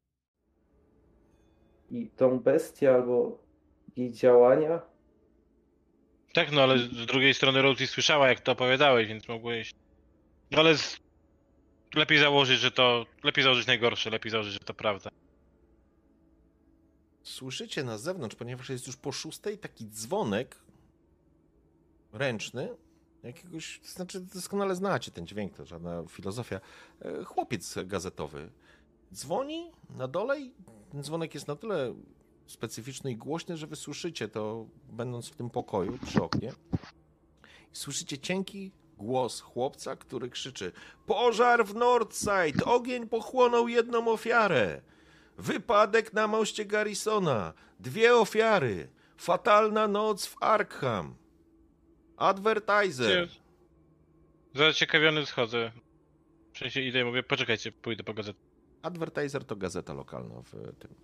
i tą bestię albo jej działania. Tak, no ale z drugiej strony Rosie słyszała, jak to opowiadałeś, więc mogłeś... No ale lepiej założyć, że to... Lepiej założyć najgorsze, lepiej założyć, że to prawda. Słyszycie na zewnątrz, ponieważ jest już po 6, taki dzwonek ręczny, jakiegoś, to znaczy doskonale znacie ten dźwięk, to żadna filozofia. Chłopiec gazetowy dzwoni na dole i ten dzwonek jest na tyle specyficzny i głośny, że wy słyszycie to, będąc w tym pokoju przy oknie. I słyszycie cienki głos chłopca, który krzyczy: pożar w Northside! Ogień pochłonął 1 ofiarę! Wypadek na moście Garrisona! 2 ofiary! Fatalna noc w Arkham! Advertiser! Zaciekawiony schodzę. W sensie idę i mówię, poczekajcie, pójdę po gazetę. Advertiser to gazeta lokalna w tym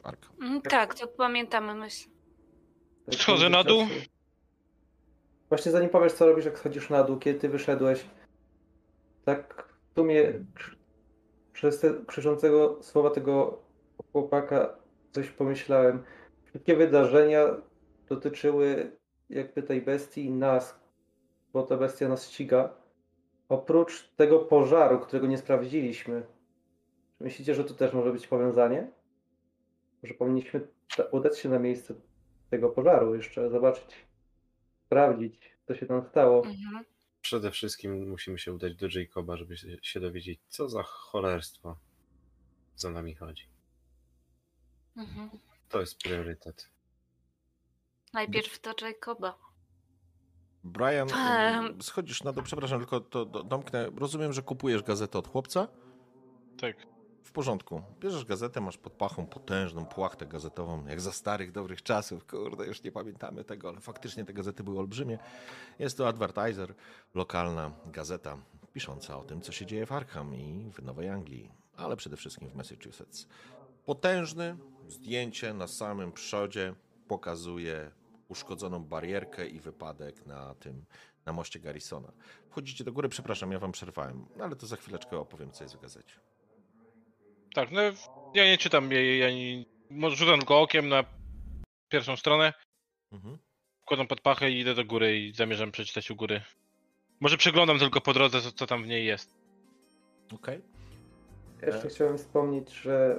Arkham. Tak, to pamiętamy, myślę. Tak, Schodzę na dół. Właśnie zanim powiesz, co robisz, jak schodzisz na dół, kiedy ty wyszedłeś, tak w sumie przez te krzyczącego słowa tego chłopaka coś pomyślałem. Wszystkie wydarzenia dotyczyły jakby tej bestii i nas, bo ta bestia nas ściga. Oprócz tego pożaru, którego nie sprawdziliśmy. Czy myślicie, że to też może być powiązanie? Że powinniśmy udać się na miejsce tego pożaru jeszcze, zobaczyć, sprawdzić, co się tam stało. Mhm. Przede wszystkim musimy się udać do Jacoba, żeby się dowiedzieć, co za cholerstwo za nami chodzi. Mhm. To jest priorytet. Najpierw do Jacoba. Brian, schodzisz na dół, przepraszam, tylko to domknę. Rozumiem, że kupujesz gazetę od chłopca? Tak. W porządku. Bierzesz gazetę, masz pod pachą potężną płachtę gazetową, jak za starych, dobrych czasów. Kurde, już nie pamiętamy tego, ale faktycznie te gazety były olbrzymie. Jest to Advertiser, lokalna gazeta pisząca o tym, co się dzieje w Arkham i w Nowej Anglii, ale przede wszystkim w Massachusetts. Potężne zdjęcie na samym przodzie pokazuje uszkodzoną barierkę i wypadek na moście Garrisona. Wchodzicie do góry, przepraszam, ja wam przerwałem, ale to za chwileczkę opowiem, co jest w gazecie. Tak, no ja nie czytam jej ani... Może rzucam tylko okiem na pierwszą stronę, wkładam pod pachę i idę do góry i zamierzam przeczytać u góry. Może przeglądam tylko po drodze, co tam w niej jest. Okej. Jeszcze chciałem wspomnieć, że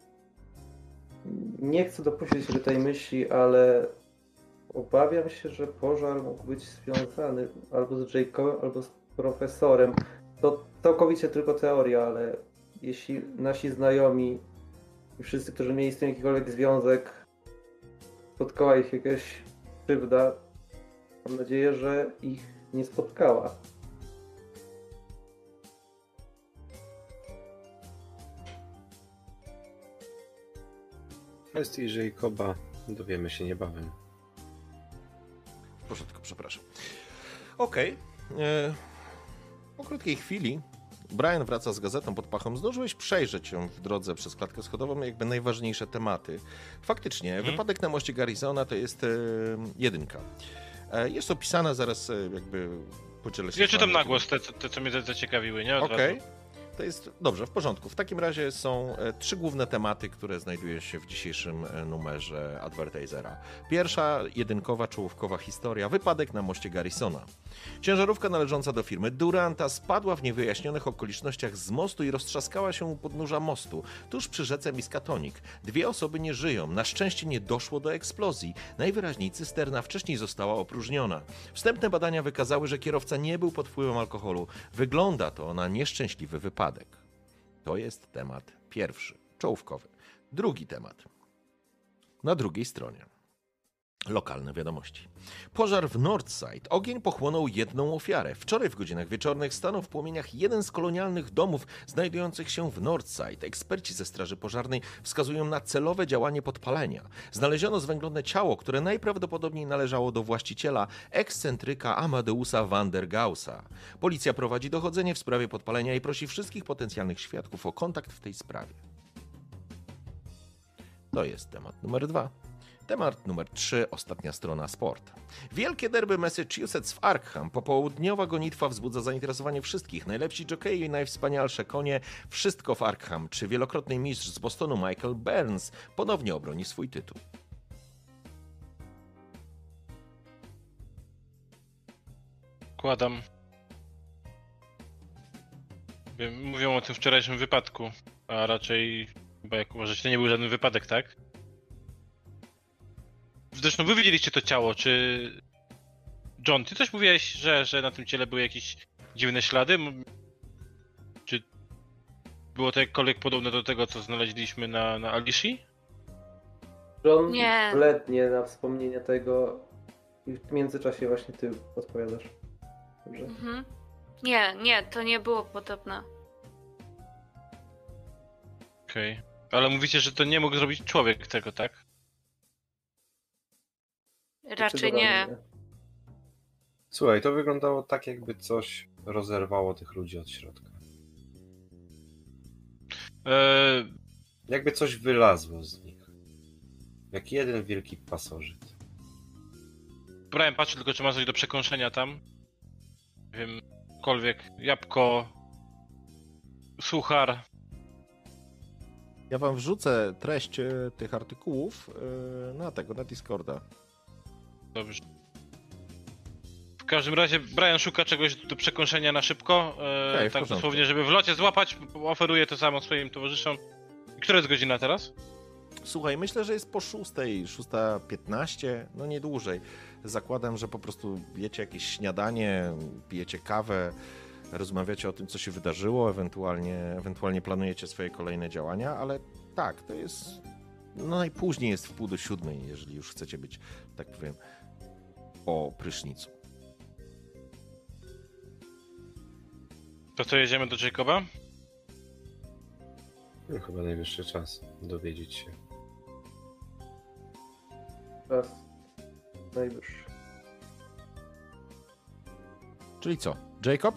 nie chcę dopuścić się do tej myśli, ale obawiam się, że pożar mógł być związany albo z Jacobem, albo z profesorem. To całkowicie tylko teoria, ale jeśli nasi znajomi i wszyscy, którzy mieli z tym jakikolwiek związek, spotkała ich jakaś krzywda, mam nadzieję, że ich nie spotkała. W kwestii Jacoba dowiemy się niebawem. W porządku, przepraszam. Okej. Po krótkiej chwili Brian wraca z gazetą pod pachą. Zdążyłeś przejrzeć ją w drodze przez klatkę schodową, jakby najważniejsze tematy. Faktycznie, wypadek na moście Garrisona to jest jedynka. Jest opisana, zaraz jakby podzielę się. Ja czytam na głos te co mnie zaciekawiły, nie? Okej. To jest dobrze, w porządku. W takim razie są 3 główne tematy, które znajdują się w dzisiejszym numerze Advertisera. Pierwsza, jedynkowa, czołówkowa historia. Wypadek na moście Garrisona. Ciężarówka należąca do firmy Duranta spadła w niewyjaśnionych okolicznościach z mostu i roztrzaskała się u podnóża mostu, tuż przy rzece Miskatonic. 2 osoby nie żyją. Na szczęście nie doszło do eksplozji. Najwyraźniej cysterna wcześniej została opróżniona. Wstępne badania wykazały, że kierowca nie był pod wpływem alkoholu. Wygląda to na nieszczęśliwy wypadek. To jest temat pierwszy, czołówkowy. Drugi temat. Na drugiej stronie. Lokalne wiadomości. Pożar w Northside. Ogień pochłonął 1 ofiarę. Wczoraj w godzinach wieczornych stanął w płomieniach jeden z kolonialnych domów znajdujących się w Northside. Eksperci ze straży pożarnej wskazują na celowe działanie podpalenia. Znaleziono zwęglone ciało, które najprawdopodobniej należało do właściciela, ekscentryka Amadeusa van der Gaussa. Policja prowadzi dochodzenie w sprawie podpalenia i prosi wszystkich potencjalnych świadków o kontakt w tej sprawie. To jest temat numer 2. Temat numer 3, ostatnia strona, sport. Wielkie derby Massachusetts w Arkham. Popołudniowa gonitwa wzbudza zainteresowanie wszystkich. Najlepsi jokeje i najwspanialsze konie. Wszystko w Arkham. Czy wielokrotny mistrz z Bostonu Michael Burns ponownie obroni swój tytuł? Kładam. Mówią o tym wczorajszym wypadku, a raczej, chyba jak uważacie, to nie był żaden wypadek, tak? Zresztą wy widzieliście to ciało, czy... John, ty też mówiłeś, że na tym ciele były jakieś dziwne ślady? Czy było to jakkolwiek podobne do tego, co znaleźliśmy na Alicji? John Nie. blednie na wspomnienie tego i w międzyczasie właśnie ty odpowiadasz. Dobrze. Mhm. Nie, to nie było podobne. Okej. Ale mówicie, że to nie mógł zrobić człowiek tego, tak? Raczej nie. Słuchaj, to wyglądało tak, jakby coś rozerwało tych ludzi od środka. Eee, Jakby coś wylazło z nich. Jak jeden wielki pasożyt. Brian patrzy tylko, czy ma coś do przekąszenia tam. Nie wiem, cokolwiek. Jabłko, suchar. Ja wam wrzucę treść tych artykułów na Discorda. Dobrze. W każdym razie Brian szuka czegoś do przekąszenia na szybko. Okej, w Tak porządku. dosłownie, żeby w locie złapać. Oferuje to samo swoim towarzyszom. I która jest godzina teraz? Słuchaj, myślę, że jest po 6:15, no nie dłużej. Zakładam, że po prostu jecie jakieś śniadanie, pijecie kawę, rozmawiacie o tym, co się wydarzyło, ewentualnie planujecie swoje kolejne działania, ale tak, to jest, no najpóźniej jest 6:45, jeżeli już chcecie być, tak powiem, po prysznicu. To co, jedziemy do Jacoba? No, chyba najwyższy czas dowiedzieć się. Czas najwyższy. Czyli co, Jacob?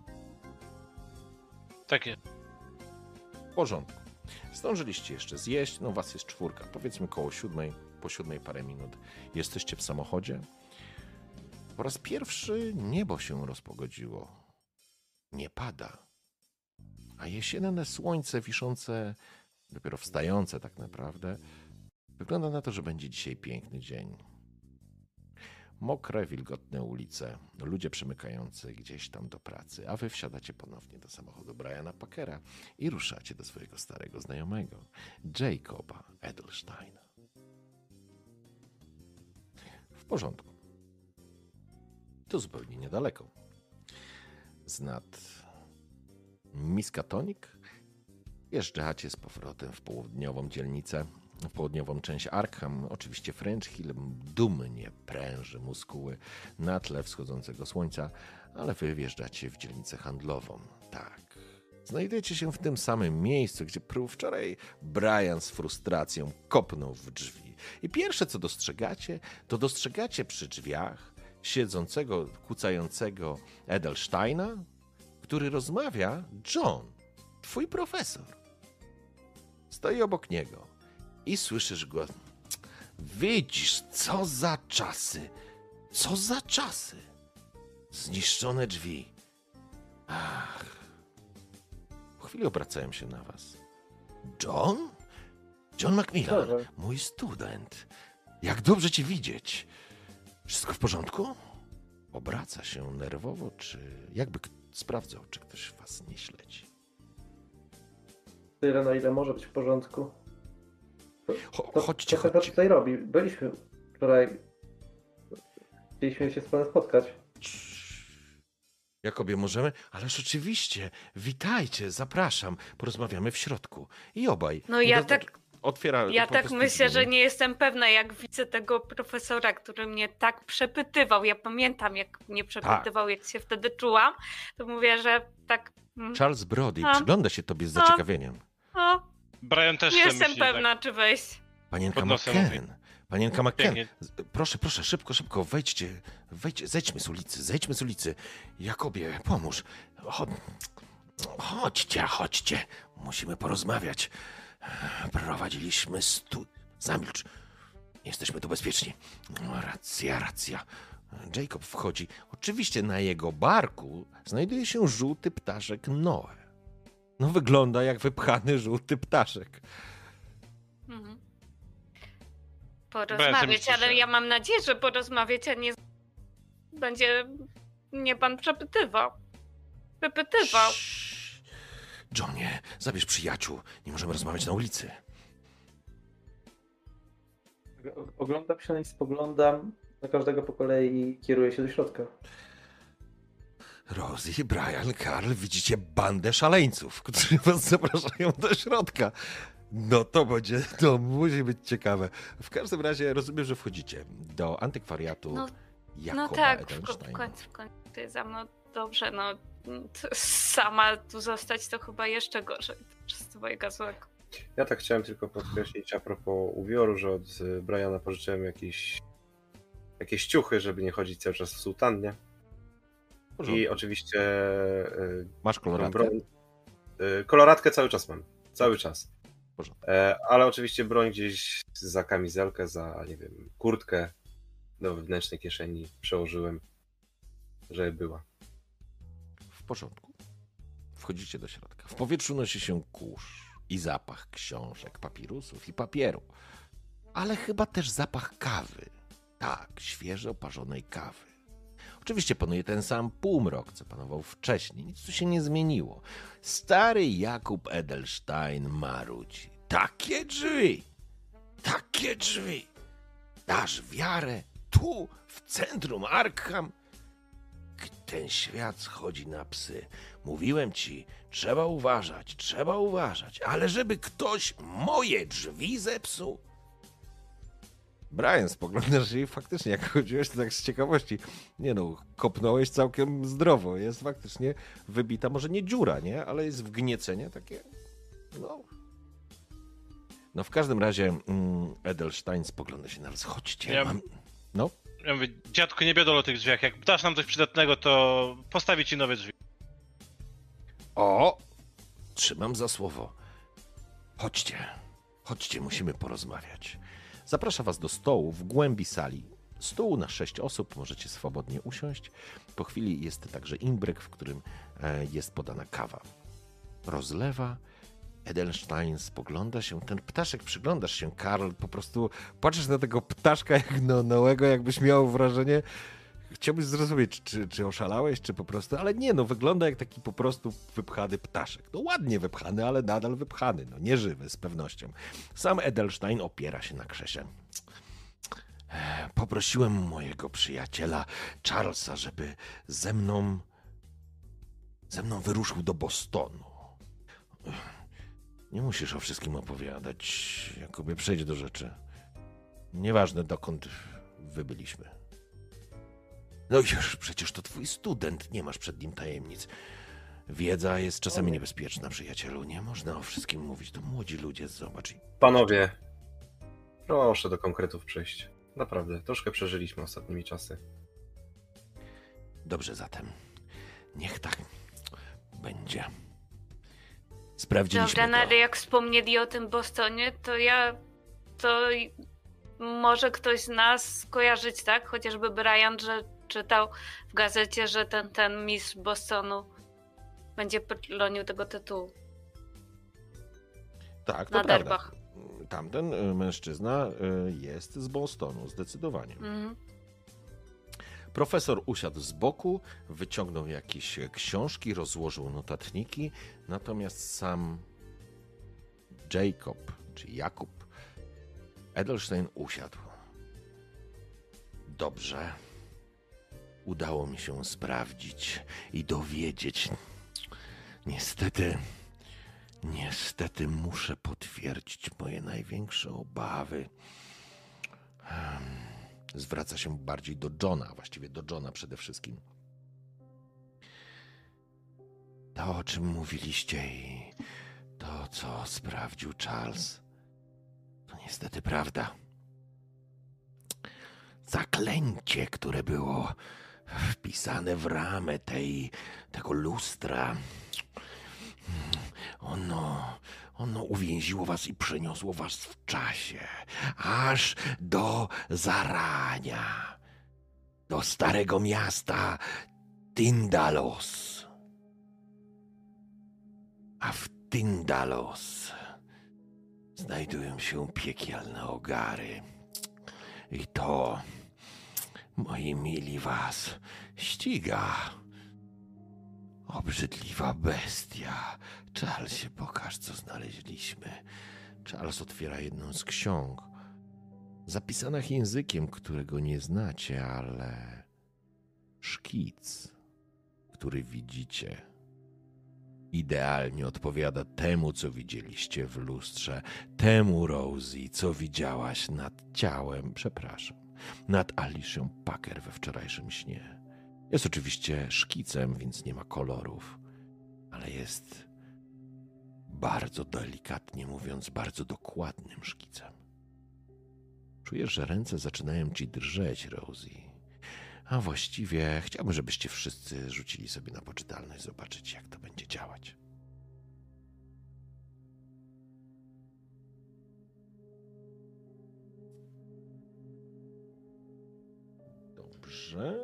Tak jest. W porządku. Zdążyliście jeszcze zjeść, no was jest 4, powiedzmy koło 7, po 7 parę minut. Jesteście w samochodzie. Po raz pierwszy niebo się rozpogodziło. Nie pada. A jesienne słońce wiszące, dopiero wstające tak naprawdę, wygląda na to, że będzie dzisiaj piękny dzień. Mokre, wilgotne ulice, ludzie przemykający gdzieś tam do pracy, a wy wsiadacie ponownie do samochodu Briana Packera i ruszacie do swojego starego znajomego, Jacoba Edelsteina. W porządku. To zupełnie niedaleko. Z nad Miskatonic wjeżdżacie z powrotem w południową dzielnicę, w południową część Arkham. Oczywiście French Hill dumnie pręży muskuły na tle wschodzącego słońca, ale wy wjeżdżacie w dzielnicę handlową. Tak. Znajdujecie się w tym samym miejscu, gdzie wczoraj Brian z frustracją kopnął w drzwi. I pierwsze, co dostrzegacie, to dostrzegacie przy drzwiach siedzącego, kucającego Edelsteina, który rozmawia John, twój profesor. Stoi obok niego i słyszysz go. Widzisz, co za czasy, co za czasy. Zniszczone drzwi. Ach. Po chwili obracają się na was. John? John Macmillan, Dobrze. mój student. Jak dobrze cię widzieć. Wszystko w porządku? Obraca się nerwowo, czy jakby sprawdzał, czy ktoś was nie śledzi. Tyle, na ile może być w porządku. Chodźcie, Co chodźcie. tutaj robi? Byliśmy wczoraj. Chcieliśmy się z panem spotkać. Jakobie, możemy? Ależ oczywiście. Witajcie, zapraszam. Porozmawiamy w środku. I obaj. No ja Do- tak, Otwiera. ja po tak prostu myślę, drzwi. że nie jestem pewna, jak widzę tego profesora, który mnie tak przepytywał. Ja pamiętam, jak mnie przepytywał, jak się wtedy czułam. To mówię, że tak. Charles Brody A. przygląda się tobie z A. zaciekawieniem. O, Brian też nie sobie jestem myśli, pewna, czy wejść. Panienka Pod nosem McKen. Panienka McKen. Pięknie. Proszę, proszę, szybko, szybko, wejdźcie. Zejdźmy z ulicy. Jakobie, pomóż. Chodźcie. Musimy porozmawiać. Prowadziliśmy Zamilcz. Jesteśmy tu bezpieczni. No, racja. Jacob wchodzi. Oczywiście na jego barku znajduje się żółty ptaszek Noe. No wygląda jak wypchany żółty ptaszek. Mhm. Brian, Porozmawiać, myślisz, ale że- ja mam nadzieję, że porozmawiać, a nie będzie mnie pan przepytywał. Wypytywał. Johnie, zabierz przyjaciół. Nie możemy rozmawiać na ulicy. Oglądam się i spoglądam na każdego po kolei i kieruję się do środka. Rosie, Brian, Karl, widzicie bandę szaleńców, którzy was zapraszają do środka. No to musi być ciekawe. W każdym razie rozumiem, że wchodzicie do antykwariatu No, Jakoba No tak, w Edelsteina. końcu jest za mną dobrze, no sama tu zostać to chyba jeszcze gorzej przez twojego złego. Ja tak chciałem tylko podkreślić a propos ubioru, że od Briana pożyczyłem jakieś ciuchy, żeby nie chodzić cały czas w sutannie. W porządku. I oczywiście Masz koloratkę? koloratkę cały czas mam. Cały czas. W Ale oczywiście broń gdzieś za kamizelkę, za, nie wiem, kurtkę do wewnętrznej kieszeni przełożyłem, żeby była. W porządku. Wchodzicie do środka. W powietrzu nosi się kurz i zapach książek, papirusów i papieru. Ale chyba też zapach kawy. Tak, świeżo oparzonej kawy. Oczywiście panuje ten sam półmrok, co panował wcześniej. Nic tu się nie zmieniło. Stary Jakub Edelstein marudzi. Takie drzwi! Takie drzwi! Dasz wiarę tu, w centrum Arkham? Ten świat schodzi na psy. Mówiłem ci, trzeba uważać, ale żeby ktoś moje drzwi zepsuł? Brian, spoglądasz się i faktycznie, jak chodziłeś, to tak z ciekawości. Nie no, kopnąłeś całkiem zdrowo. Jest faktycznie wybita, może nie dziura, nie? Ale jest wgniecenie takie, No w każdym razie Edelstein spogląda się na nas. Chodźcie. No? Ja mówię, dziadku, nie biadol o tych drzwiach. Jak dasz nam coś przydatnego, to postawię ci nowe drzwi. O! Trzymam za słowo. Chodźcie, musimy porozmawiać. Zaprasza was do stołu w głębi sali. Stół na 6 osób, możecie swobodnie usiąść. Po chwili jest także imbryk, w którym jest podana kawa. Rozlewa. Edelstein spogląda się, ten ptaszek, przyglądasz się, Karl, po prostu patrzysz na tego ptaszka jak nowego, jakbyś miał wrażenie, chciałbyś zrozumieć, czy oszalałeś, czy po prostu, ale nie, wygląda jak taki po prostu wypchany ptaszek. Ładnie wypchany, ale nadal wypchany, nieżywy z pewnością. Sam Edelstein opiera się na krześle. Poprosiłem mojego przyjaciela Charlesa, żeby ze mną wyruszył do Bostonu. Nie musisz o wszystkim opowiadać, Jakubie, przejdź do rzeczy. Nieważne, dokąd wy byliśmy. Już, przecież to twój student, nie masz przed nim tajemnic. Wiedza jest czasami niebezpieczna, przyjacielu. Nie można o wszystkim mówić, to młodzi ludzie, zobacz. Panowie, proszę do konkretów przejść. Naprawdę, troszkę przeżyliśmy ostatnimi czasy. Dobrze zatem, niech tak będzie. Sprawdziliśmy Dobra, to. ale jak wspomnieli o tym Bostonie, to może ktoś z nas kojarzyć, tak? Chociażby Brian, że czytał w gazecie, że ten mistrz Bostonu będzie bronił tego tytułu. Tak, to na prawda. derbach. Tamten mężczyzna jest z Bostonu, zdecydowanie. Profesor usiadł z boku, wyciągnął jakieś książki, rozłożył notatniki, natomiast sam Jacob, czy Jakub Edelstein usiadł. Dobrze. Udało mi się sprawdzić i dowiedzieć. Niestety muszę potwierdzić moje największe obawy. Zwraca się bardziej do Johna, właściwie do Johna przede wszystkim. To, o czym mówiliście i to, co sprawdził Charles, to niestety prawda. Zaklęcie, które było wpisane w ramę tego lustra, ono uwięziło was i przeniosło was w czasie, aż do zarania, do starego miasta Tyndalos. A w Tyndalos znajdują się piekielne ogary. I to, moi mili, was ściga. Obrzydliwa bestia. Charlesie, pokaż, co znaleźliśmy. Charles otwiera jedną z ksiąg. Zapisanych językiem, którego nie znacie, ale szkic, który widzicie, idealnie odpowiada temu, co widzieliście w lustrze. Temu, Rosie, co widziałaś nad Alicią Packer we wczorajszym śnie. Jest oczywiście szkicem, więc nie ma kolorów, ale jest, bardzo delikatnie mówiąc, bardzo dokładnym szkicem. Czujesz, że ręce zaczynają ci drżeć, Rosie. A właściwie chciałbym, żebyście wszyscy rzucili sobie na poczytalność, zobaczyć, jak to będzie działać. Dobrze.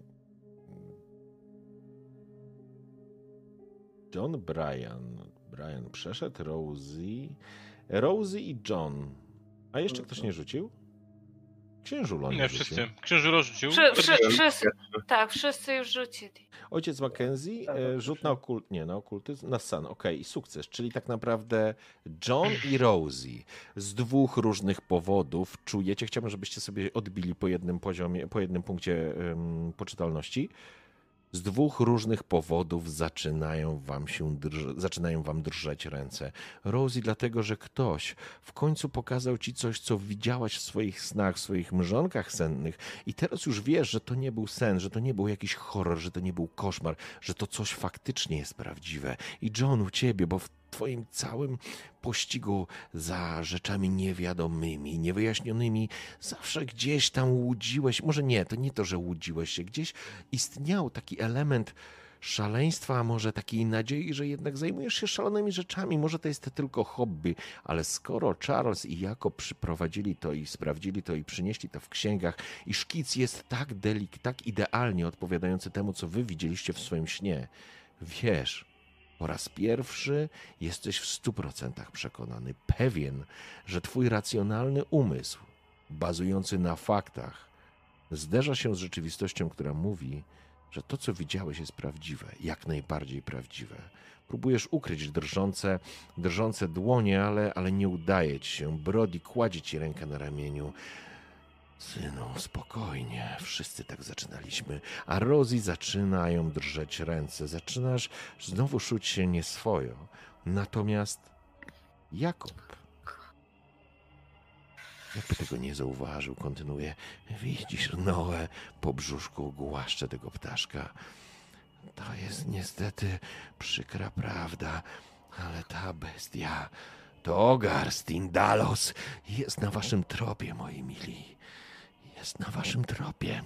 John, Brian przeszedł, Rosie i John. A jeszcze ktoś nie rzucił? Księżulo nie rzucił. wszyscy. Księżulo rzucił. Wszyscy już rzucili. Ojciec Mackenzie, rzut na okultyzm, na san, okej, sukces. Czyli tak naprawdę John i Rosie z dwóch różnych powodów czujecie, chciałbym, żebyście sobie odbili po jednym poziomie, po jednym punkcie poczytalności. Z dwóch różnych powodów zaczynają wam drżeć ręce. Rosie dlatego, że ktoś w końcu pokazał ci coś, co widziałaś w swoich snach, w swoich mrzonkach sennych i teraz już wiesz, że to nie był sen, że to nie był jakiś horror, że to nie był koszmar, że to coś faktycznie jest prawdziwe. I John, u ciebie, bo w twoim całym pościgu za rzeczami niewiadomymi, niewyjaśnionymi, zawsze gdzieś tam łudziłeś, może nie, to nie to, że łudziłeś się, gdzieś istniał taki element szaleństwa, a może takiej nadziei, że jednak zajmujesz się szalonymi rzeczami, może to jest tylko hobby, ale skoro Charles i Jakob przyprowadzili to i sprawdzili to i przynieśli to w księgach i szkic jest tak idealnie odpowiadający temu, co wy widzieliście w swoim śnie, wiesz, po raz pierwszy jesteś w 100% przekonany, pewien, że twój racjonalny umysł, bazujący na faktach, zderza się z rzeczywistością, która mówi, że to, co widziałeś, jest prawdziwe, jak najbardziej prawdziwe. Próbujesz ukryć drżące dłonie, ale nie udaje ci się. Brody kładzie ci rękę na ramieniu. Synu, spokojnie, wszyscy tak zaczynaliśmy, a Rosie zaczynają drżeć ręce, zaczynasz znowu czuć się nieswojo. Natomiast Jakob, jakby tego nie zauważył, kontynuuje. Widzisz, Noe, po brzuszku głaszcze tego ptaszka. To jest niestety przykra prawda, ale ta bestia, to Ogar z Tindalos, jest na waszym tropie, moi mili. Jest na waszym tropie.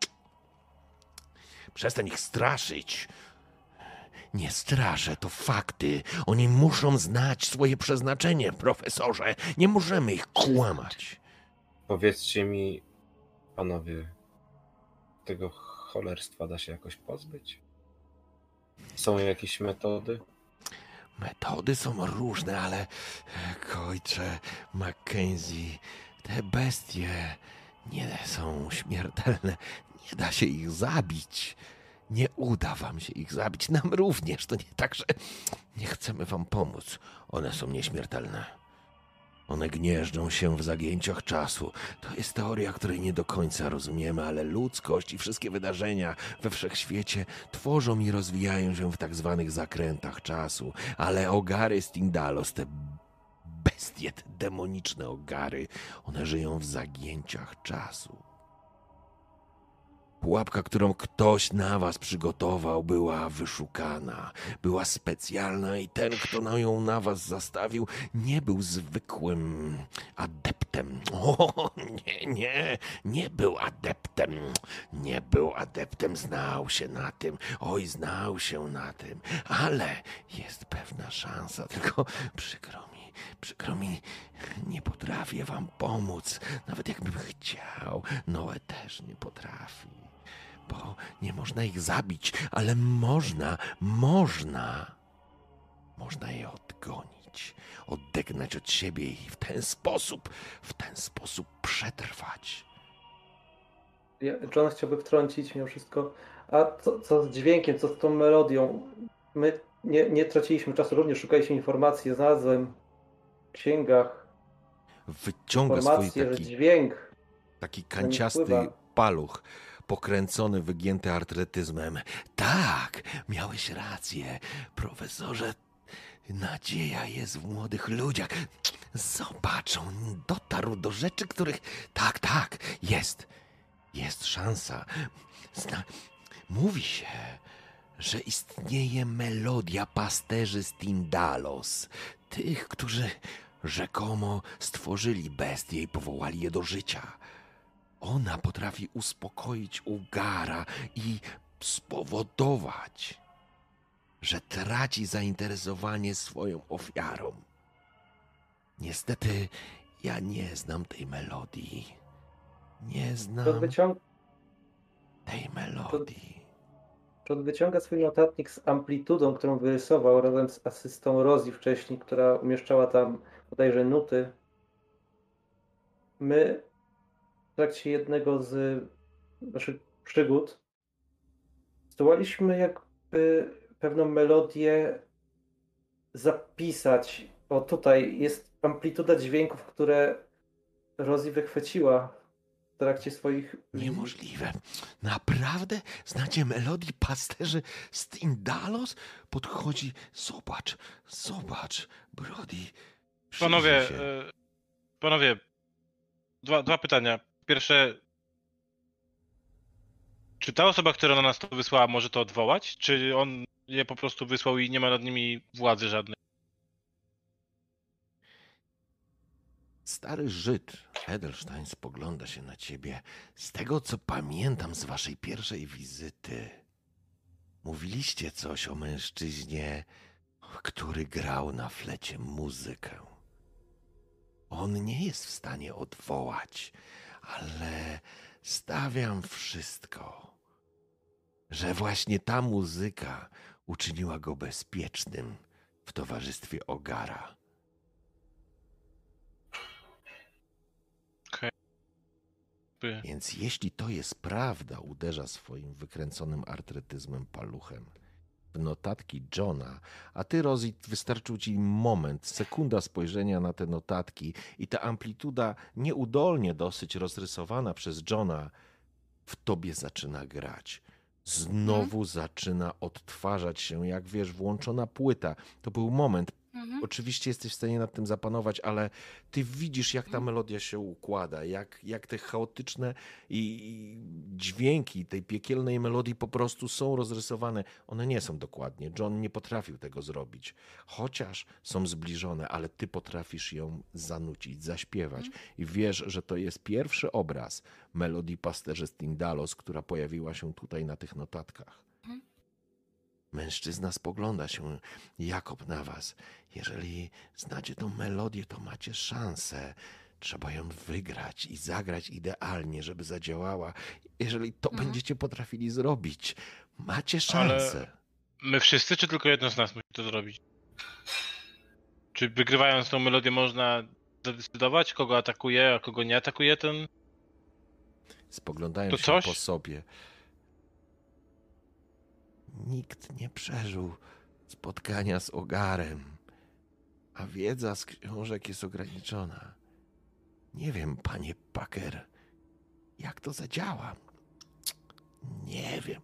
Przestań ich straszyć. Nie straszę, to fakty. Oni muszą znać swoje przeznaczenie, profesorze. Nie możemy ich kłamać. Powiedzcie mi, panowie, tego cholerstwa da się jakoś pozbyć? Są jakieś metody? Metody są różne, ale ojcze Mackenzie, te bestie nie są śmiertelne. Nie da się ich zabić. Nie uda wam się ich zabić. Nam również. To nie tak, że nie chcemy wam pomóc. One są nieśmiertelne. One gnieżdżą się w zagięciach czasu. To jest teoria, której nie do końca rozumiemy, ale ludzkość i wszystkie wydarzenia we wszechświecie tworzą i rozwijają się w tak zwanych zakrętach czasu. Ale ogary z Tindalos, te bestie, te demoniczne ogary, one żyją w zagięciach czasu. Pułapka, którą ktoś na was przygotował, była wyszukana, była specjalna i ten, kto ją na was zastawił, nie był zwykłym adeptem. O, nie był adeptem. Nie był adeptem, znał się na tym, ale jest pewna szansa, tylko przykro mi, nie potrafię wam pomóc, nawet jakbym chciał. Noe też nie potrafi. Bo nie można ich zabić, ale można je odgonić, odegnać od siebie i w ten sposób przetrwać. John chciałby wtrącić mimo wszystko. A co z dźwiękiem, co z tą melodią? My nie traciliśmy czasu, również szukaliśmy informacji, znalazłem w księgach Wyciąga swój taki kanciasty paluch, pokręcony, wygięty artretyzmem. Tak, miałeś rację, profesorze. Nadzieja jest w młodych ludziach. Zobacz, on dotarł do rzeczy, których... Tak, jest szansa. Mówi się, że istnieje melodia pasterzy z Tindalos. Tych, którzy rzekomo stworzyli bestie i powołali je do życia. Ona potrafi uspokoić Ugara i spowodować, że traci zainteresowanie swoją ofiarą. Niestety, ja nie znam tej melodii. Nie znam. tej melodii. John wyciąga swój notatnik z amplitudą, którą wyrysował razem z asystą Rosie wcześniej, która umieszczała tam bodajże nuty. My w trakcie jednego z naszych przygód zdołaliśmy jakby pewną melodię zapisać. O, tutaj jest amplituda dźwięków, które Rosie wychwyciła w trakcie swoich wizji. Niemożliwe. Naprawdę? Znacie melodii pasterzy z Tindalos? Podchodzi. Zobacz, Brody. Panowie, przyjrzyj się. panowie, dwa pytania. Pierwsze, czy ta osoba, która na nas to wysłała, może to odwołać? Czy on je po prostu wysłał i nie ma nad nimi władzy żadnej? Stary Żyd, Edelstein, spogląda się na ciebie. Z tego, co pamiętam z waszej pierwszej wizyty, mówiliście coś o mężczyźnie, który grał na flecie muzykę. On nie jest w stanie odwołać, ale stawiam wszystko, że właśnie ta muzyka uczyniła go bezpiecznym w towarzystwie Ogara. Więc jeśli to jest prawda, uderza swoim wykręconym artretyzmem paluchem w notatki Johna, a ty, Rosie, wystarczył ci moment, sekunda spojrzenia na te notatki i ta amplituda nieudolnie dosyć rozrysowana przez Johna w tobie zaczyna grać. Znowu zaczyna odtwarzać się, jak wiesz, włączona płyta. To był moment. Oczywiście jesteś w stanie nad tym zapanować, ale ty widzisz, jak ta melodia się układa, jak te chaotyczne i dźwięki tej piekielnej melodii po prostu są rozrysowane. One nie są dokładnie. John nie potrafił tego zrobić, chociaż są zbliżone, ale ty potrafisz ją zanucić, zaśpiewać i wiesz, że to jest pierwszy obraz melodii pasterzy z Tindalos, która pojawiła się tutaj na tych notatkach. Mężczyzna spogląda się, Jakob, na was. Jeżeli znacie tą melodię, to macie szansę. Trzeba ją wygrać i zagrać idealnie, żeby zadziałała. Jeżeli to będziecie potrafili zrobić, macie szansę. Ale my wszyscy, czy tylko jedno z nas musi to zrobić? Czy wygrywając tą melodię można zadecydować, kogo atakuje, a kogo nie atakuje ten? Spoglądają To się coś? po sobie. Nikt nie przeżył spotkania z Ogarem, a wiedza z książek jest ograniczona. Nie wiem, panie Packer, jak to zadziała. Nie wiem.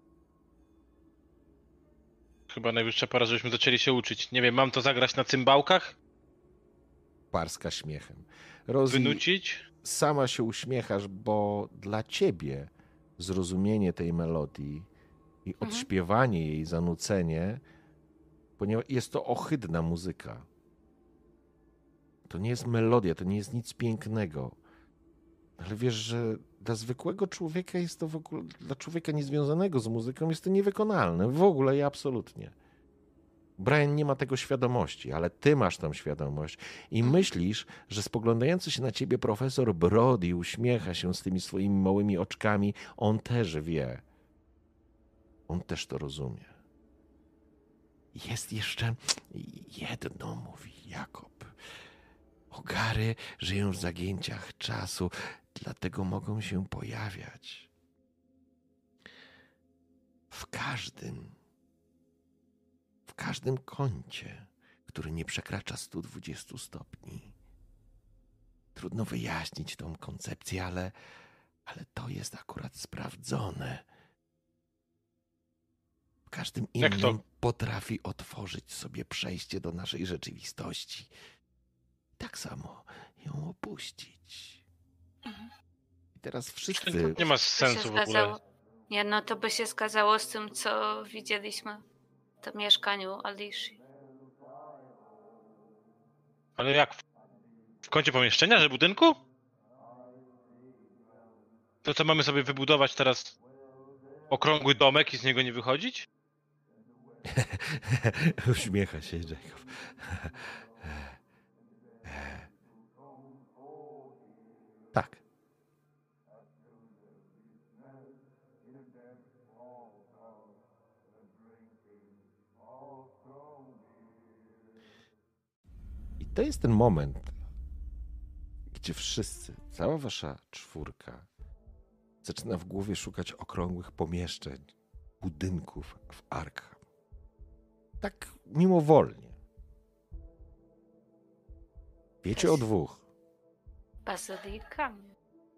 Chyba najwyższa pora, żebyśmy zaczęli się uczyć. Nie wiem, mam to zagrać na cymbałkach? Parska śmiechem. Rosie, Wynucić? sama się uśmiechasz, bo dla ciebie zrozumienie tej melodii i odśpiewanie jej, zanucenie, ponieważ jest to ohydna muzyka. To nie jest melodia, to nie jest nic pięknego. Ale wiesz, że dla zwykłego człowieka jest to w ogóle, dla człowieka niezwiązanego z muzyką jest to niewykonalne. W ogóle i absolutnie. Brian nie ma tego świadomości, ale ty masz tą świadomość i myślisz, że spoglądający się na ciebie profesor Brody uśmiecha się z tymi swoimi małymi oczkami. On też wie. On też to rozumie. Jest jeszcze jedno, mówi Jakob. Ogary żyją w zagięciach czasu, dlatego mogą się pojawiać. W każdym kącie, który nie przekracza 120 stopni. Trudno wyjaśnić tą koncepcję, ale to jest akurat sprawdzone. W każdym innym potrafi otworzyć sobie przejście do naszej rzeczywistości. Tak samo ją opuścić. I teraz wszyscy... Nie ma sensu w ogóle. Nie, no to by się zgadzało z tym, co widzieliśmy w tym mieszkaniu Alicji. Ale jak? W kącie pomieszczenia, że budynku? To co, mamy sobie wybudować teraz okrągły domek i z niego nie wychodzić? Uśmiecha się Jacob. Tak. to jest ten moment, gdzie wszyscy, cała wasza czwórka zaczyna w głowie szukać okrągłych pomieszczeń, budynków w Arkham. Tak mimowolnie. Wiecie o dwóch. Bazylikami.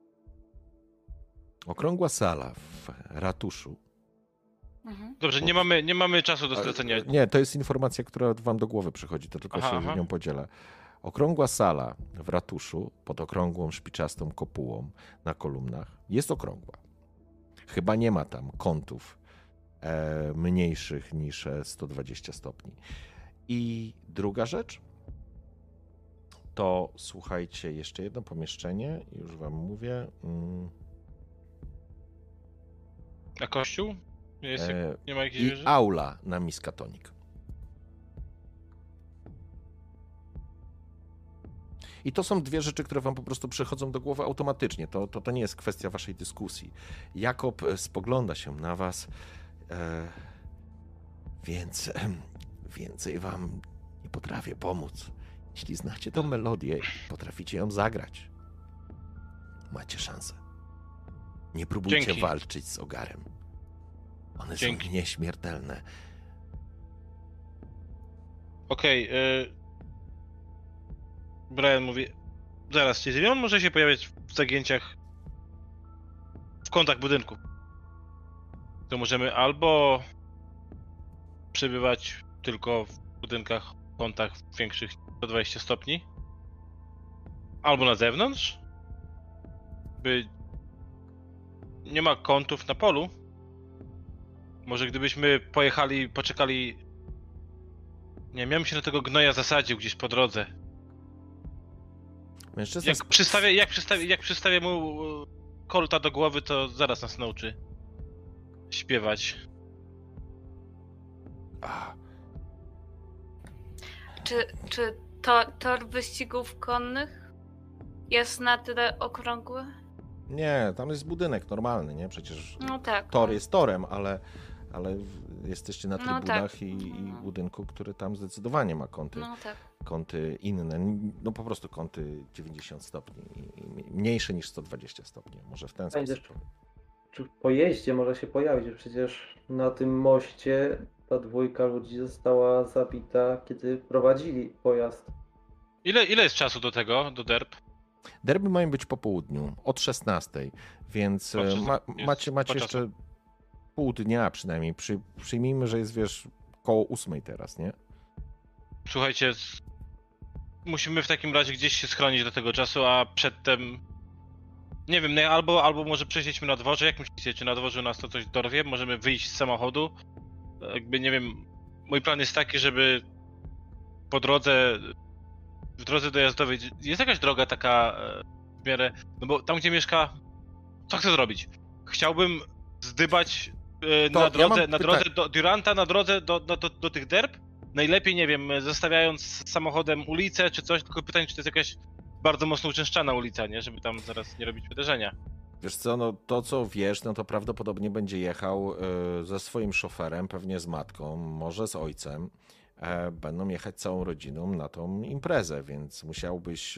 Okrągła sala w ratuszu. Dobrze, nie mamy czasu do stracenia. Nie, to jest informacja, która wam do głowy przychodzi, to tylko się nią podzielę. Okrągła sala w ratuszu pod okrągłą, szpiczastą kopułą na kolumnach jest okrągła. Chyba nie ma tam kątów mniejszych niż 120 stopni. I druga rzecz to, słuchajcie, jeszcze jedno pomieszczenie, już wam mówię. A kościół? Nie ma jakiejś I wieży? aula na Miskatonic. I to są dwie rzeczy, które wam po prostu przychodzą do głowy automatycznie. To nie jest kwestia waszej dyskusji. Jakob spogląda się na was, więc więcej wam nie potrafię pomóc. Jeśli znacie tę melodię i potraficie ją zagrać, macie szansę. Nie próbujcie Dzięki. walczyć z ogarem. One są nieśmiertelne. Okej, Brian mówi, zaraz, czyli on może się pojawiać w zagięciach w kątach budynku. To możemy albo przebywać tylko w budynkach, w kątach większych 120 stopni, albo na zewnątrz, by nie ma kątów na polu. Może gdybyśmy poczekali, nie wiem, ja bym się do tego gnoja zasadził gdzieś po drodze. Mężczyzna Jak przystawię mu kolta do głowy, to zaraz nas nauczy śpiewać. Czy tor wyścigów konnych jest na tyle okrągły? Nie, tam jest budynek normalny, nie? Przecież No tak. tor jest torem, ale jesteście na trybunach tak. i budynku, który tam zdecydowanie ma kąty, No tak. kąty inne. No po prostu kąty 90 stopni, mniejsze niż 120 stopni. Może w ten sposób. Czy w pojeździe może się pojawić? Że przecież na tym moście ta dwójka ludzi została zabita, kiedy prowadzili pojazd. Ile jest czasu do tego, do derb? Derby mają być po południu, od 16, więc macie jeszcze pół dnia przynajmniej. Przyjmijmy, że jest, wiesz, koło 8 teraz, nie? Słuchajcie, musimy w takim razie gdzieś się schronić do tego czasu, a przedtem... Nie wiem, albo może przejdziemy na dworze, jak myślicie, czy na dworze nas to coś dorwie? Możemy wyjść z samochodu? Jakby, nie wiem, mój plan jest taki, żeby w drodze dojazdowej, jest jakaś droga taka w miarę, no bo tam gdzie mieszka, co chcę zrobić? Chciałbym zdybać na drodze do Duranta, na drodze do tych derb? Najlepiej, nie wiem, zostawiając samochodem ulicę czy coś, tylko pytanie, czy to jest jakaś bardzo mocno uczęszczana ulica, nie? Żeby tam zaraz nie robić wydarzenia. Wiesz co, no to co wiesz, no to prawdopodobnie będzie jechał ze swoim szoferem, pewnie z matką, może z ojcem. Będą jechać całą rodziną na tą imprezę, więc musiałbyś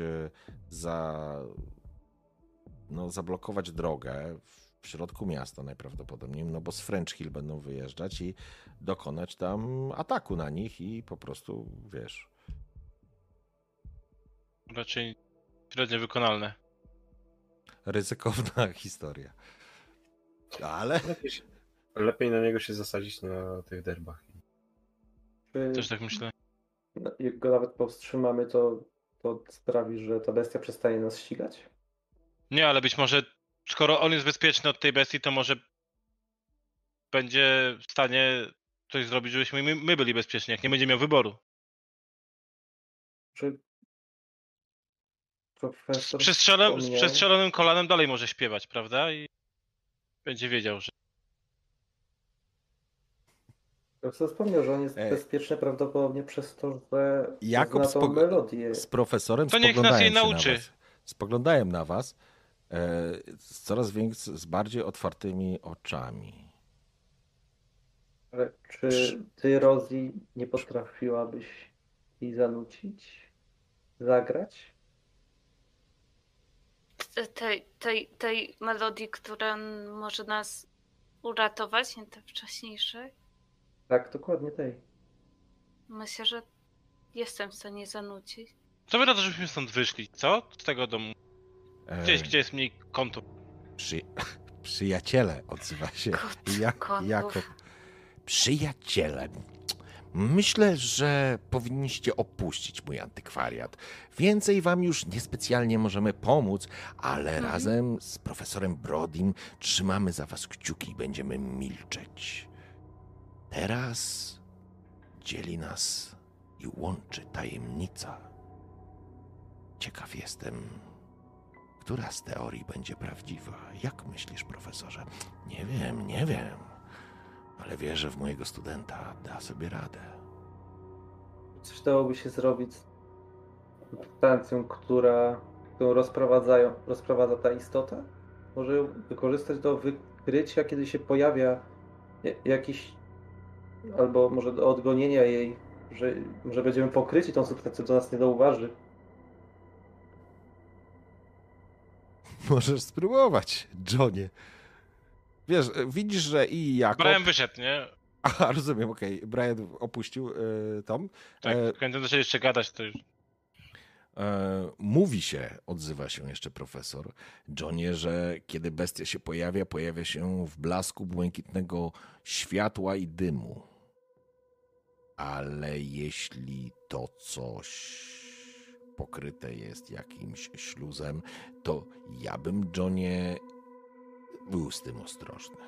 zablokować drogę w środku miasta najprawdopodobniej, no bo z French Hill będą wyjeżdżać i dokonać tam ataku na nich i po prostu, wiesz... Raczej średnio wykonalne. Ryzykowna historia. Ale... Lepiej na niego się zasadzić na tych derbach. Też tak myślę. Jak go nawet powstrzymamy, to sprawi, że ta bestia przestanie nas ścigać? Nie, ale być może, skoro on jest bezpieczny od tej bestii, to może będzie w stanie coś zrobić, żebyśmy my byli bezpieczni, jak nie będzie miał wyboru. Czy profesor Z przestrzelonym kolanem dalej może śpiewać, prawda? I będzie wiedział, że... Profesor wspomniał, że on jest bezpieczny prawdopodobnie przez to, że Jakob zna tą melodię. z profesorem to niech nas jej nauczy. Spoglądają na was z coraz z bardziej otwartymi oczami. Ale czy ty, Rosie, nie potrafiłabyś jej zanucić? zagrać? Tej melodii, która może nas uratować, nie tej wcześniejszej. Tak, dokładnie tej. Myślę, że jestem w stanie zanucić. Co by na to, żebyśmy stąd wyszli, co? Z tego domu. Gdzie jest mniej kątów. Przyjaciele, odzywa się Kotów. Jakob. Przyjaciele. Myślę, że powinniście opuścić mój antykwariat. Więcej wam już niespecjalnie możemy pomóc, ale razem z profesorem Brodim trzymamy za was kciuki i będziemy milczeć. Teraz dzieli nas i łączy tajemnica. Ciekaw jestem, która z teorii będzie prawdziwa. Jak myślisz, profesorze? Nie wiem. Ale wierzę w mojego studenta, da sobie radę. Coś dałoby się zrobić z substancją, którą rozprowadza ta istota? Może ją wykorzystać do wykrycia, kiedy się pojawia jakiś, albo może do odgonienia jej, że będziemy pokryci tą substancją, do nas nie zauważy. Możesz spróbować, Johnie. Wiesz, widzisz, że i Jakob... Brian wyszedł, nie? Aha, rozumiem, okej. Brian opuścił Tom. Tak, będą zaczęli jeszcze gadać, to już... Mówi się, odzywa się jeszcze profesor Johnie, że kiedy bestia się pojawia się w blasku błękitnego światła i dymu. Ale jeśli to coś pokryte jest jakimś śluzem, to ja bym, Johnie, był z tym ostrożny.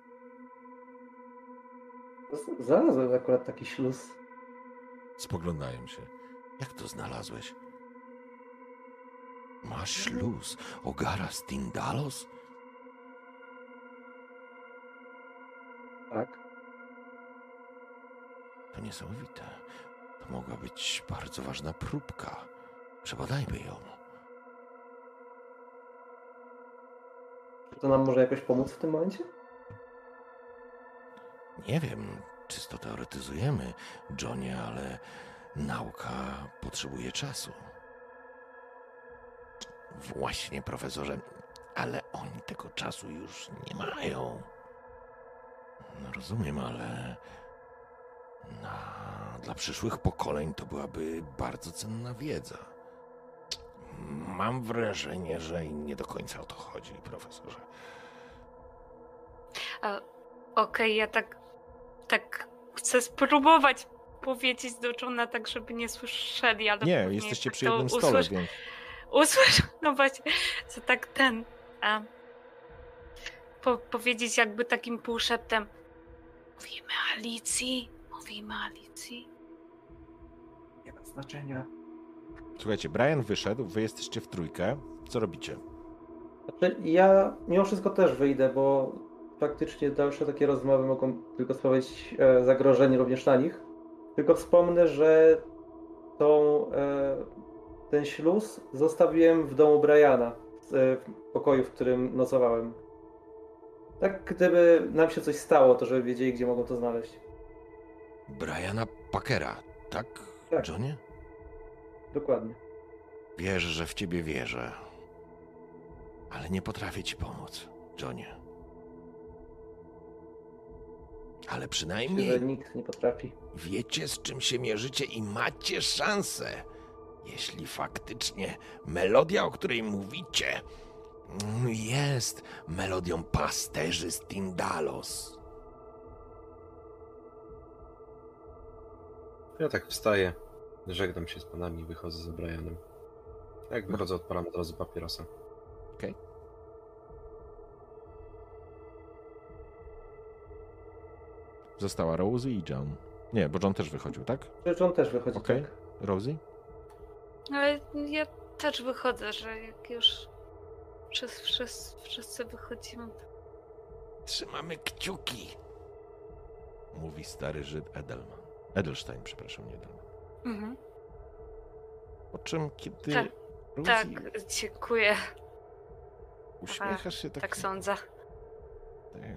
Znalazłem akurat taki śluz. Spoglądają się. Jak to znalazłeś? Masz śluz Ogara Stindalos? Tak. To niesamowite. To mogła być bardzo ważna próbka. Przebadajmy ją. Czy to nam może jakoś pomóc w tym momencie? Nie wiem, czysto teoretyzujemy, Johnie, ale nauka potrzebuje czasu. Właśnie, profesorze, ale oni tego czasu już nie mają. No rozumiem, ale dla przyszłych pokoleń to byłaby bardzo cenna wiedza. Mam wrażenie, że nie do końca o to chodzi, profesorze. Okej, ja tak chcę spróbować powiedzieć do Johna tak, żeby nie słyszeli, ale Nie, później jesteście tak przy to jednym stole, więc... Usłyszę, no właśnie, co tak powiedzieć jakby takim półszeptem. Mówimy Alicji. Nie ma znaczenia. Słuchajcie, Brian wyszedł, wy jesteście w trójkę. Co robicie? Znaczy, ja mimo wszystko też wyjdę, bo faktycznie dalsze takie rozmowy mogą tylko sprawiać zagrożenie również na nich. Tylko wspomnę, że ten śluz zostawiłem w domu Briana, w pokoju, w którym nocowałem. Tak, gdyby nam się coś stało, to żeby wiedzieli, gdzie mogą to znaleźć. Briana Packera, tak, Tak. Johnie? Dokładnie. Wierzę, że w ciebie wierzę. Ale nie potrafię ci pomóc, Johnie. Ale Myślę, przynajmniej że nikt nie potrafi. wiecie, z czym się mierzycie i macie szansę. Jeśli faktycznie melodia, o której mówicie, jest melodią pasterzy z Tindalos. Ja tak wstaję, żegnam się z panami i wychodzę za Brianem. Jak wychodzę, odpalam od razu papierosa. Okej. Została Rosie i John. Nie, bo John też wychodził, tak? John też wychodzi. Okej. Tak. Rosie? Ale ja też wychodzę, że jak już wszyscy wychodzimy. Trzymamy kciuki, mówi stary Żyd Edelstein, przepraszam, nie Edelman. Mhm. Po czym, kiedy Tak, Rosie tak, dziękuję. uśmiechasz się Tak sądzę.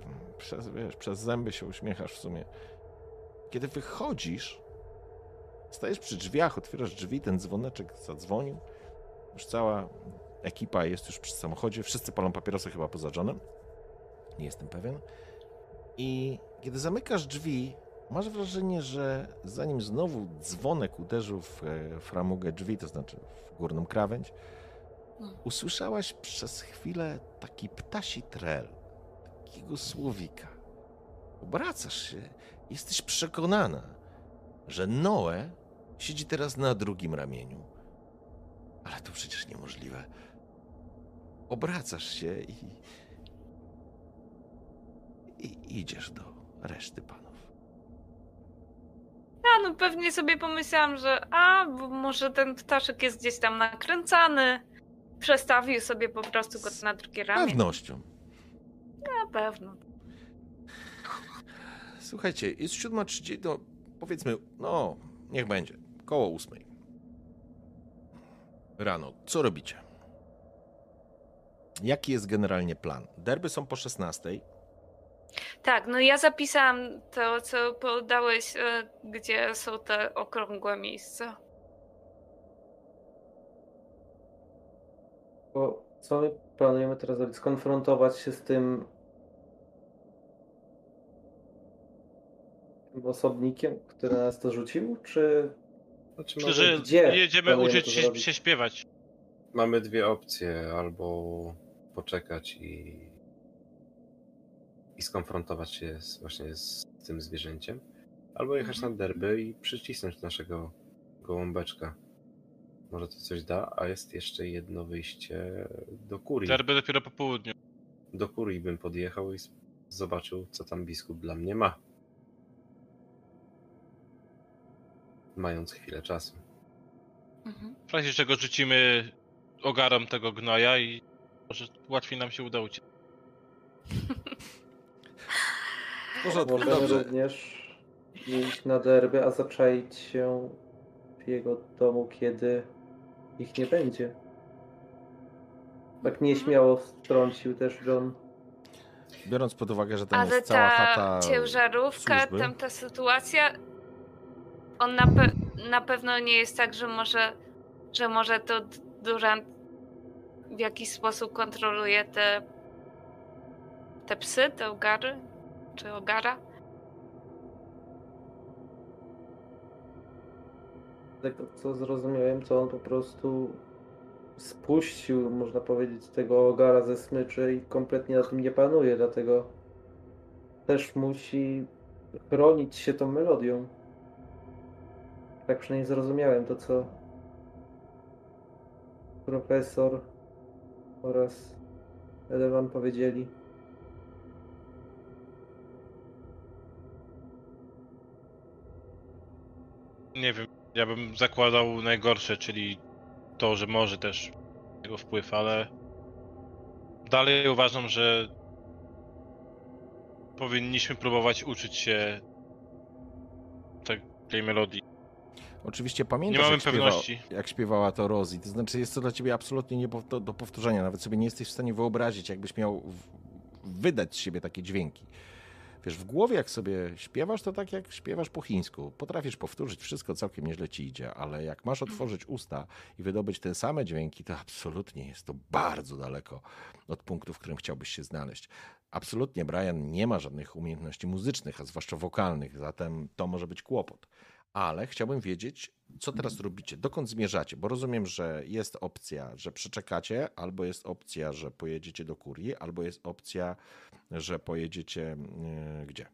przez zęby się uśmiechasz w sumie. Kiedy wychodzisz, Stajesz przy drzwiach, otwierasz drzwi, ten dzwoneczek zadzwonił. Już cała ekipa jest już przy samochodzie. Wszyscy palą papierosy chyba poza Johnem. Nie jestem pewien. I kiedy zamykasz drzwi, masz wrażenie, że zanim znowu dzwonek uderzył w framugę drzwi, to znaczy w górną krawędź, usłyszałaś przez chwilę taki ptasi trel, takiego słowika. Obracasz się, jesteś przekonana, że Noe siedzi teraz na drugim ramieniu. Ale to przecież niemożliwe. Obracasz się i idziesz do reszty panów. Ja no pewnie sobie pomyślałam, że bo może ten ptaszek jest gdzieś tam nakręcany. Przestawił sobie po prostu go na drugie ramię. Z pewnością. Na pewno. Słuchajcie, jest 7:30, no powiedzmy, no niech będzie, koło 8 rano. Co robicie? Jaki jest generalnie plan? Derby są po 16. Tak, no ja zapisałam to, co podałeś, gdzie są te okrągłe miejsca. Bo co my planujemy teraz zrobić? Skonfrontować się z tym osobnikiem, który nas to rzucił, czy Znaczy, Myślę, że gdzie jedziemy planujemy uczyć to się, zrobić? się śpiewać. mamy dwie opcje, albo poczekać i skonfrontować się właśnie z tym zwierzęciem, albo jechać na derby i przycisnąć naszego gołąbeczka. Może to coś da, a jest jeszcze jedno wyjście do kurii. Derby dopiero po południu. Do kurii bym podjechał i zobaczył, co tam biskup dla mnie ma. Mając chwilę czasu. W razie czego rzucimy ogarom tego gnoja i może łatwiej nam się uda uciec. W porządku, możemy dobrze. również iść na derby, a zaczaić się w jego domu, kiedy ich nie będzie. Tak nieśmiało wtrącił też John. Biorąc pod uwagę, że tam Ale jest cała ta chata ciężarówka, służby. tamta sytuacja, on na pewno nie jest tak, że może to Durant w jakiś sposób kontroluje te psy, te ogary, czy ogara. Z tego co zrozumiałem, to on po prostu spuścił, można powiedzieć, tego ogara ze smyczy i kompletnie na tym nie panuje, dlatego też musi chronić się tą melodią. Tak przynajmniej zrozumiałem to, co profesor oraz Edelman powiedzieli. Nie wiem, ja bym zakładał najgorsze, czyli to, że może też jego wpływ, ale dalej uważam, że powinniśmy próbować uczyć się tej melodii. Oczywiście pamiętasz, Nie mamy jak, pewności. jak śpiewała to Rosie. To znaczy, jest to dla ciebie absolutnie nie do powtórzenia. Nawet sobie nie jesteś w stanie wyobrazić, jakbyś miał wydać z siebie takie dźwięki. Wiesz, w głowie jak sobie śpiewasz, to tak jak śpiewasz po chińsku. Potrafisz powtórzyć wszystko, całkiem nieźle ci idzie, ale jak masz otworzyć usta i wydobyć te same dźwięki, to absolutnie jest to bardzo daleko od punktu, w którym chciałbyś się znaleźć. Absolutnie Brian nie ma żadnych umiejętności muzycznych, a zwłaszcza wokalnych, zatem to może być kłopot. Ale chciałbym wiedzieć, co teraz robicie, dokąd zmierzacie, bo rozumiem, że jest opcja, że przeczekacie, albo jest opcja, że pojedziecie do kurii, albo jest opcja, że pojedziecie gdzie?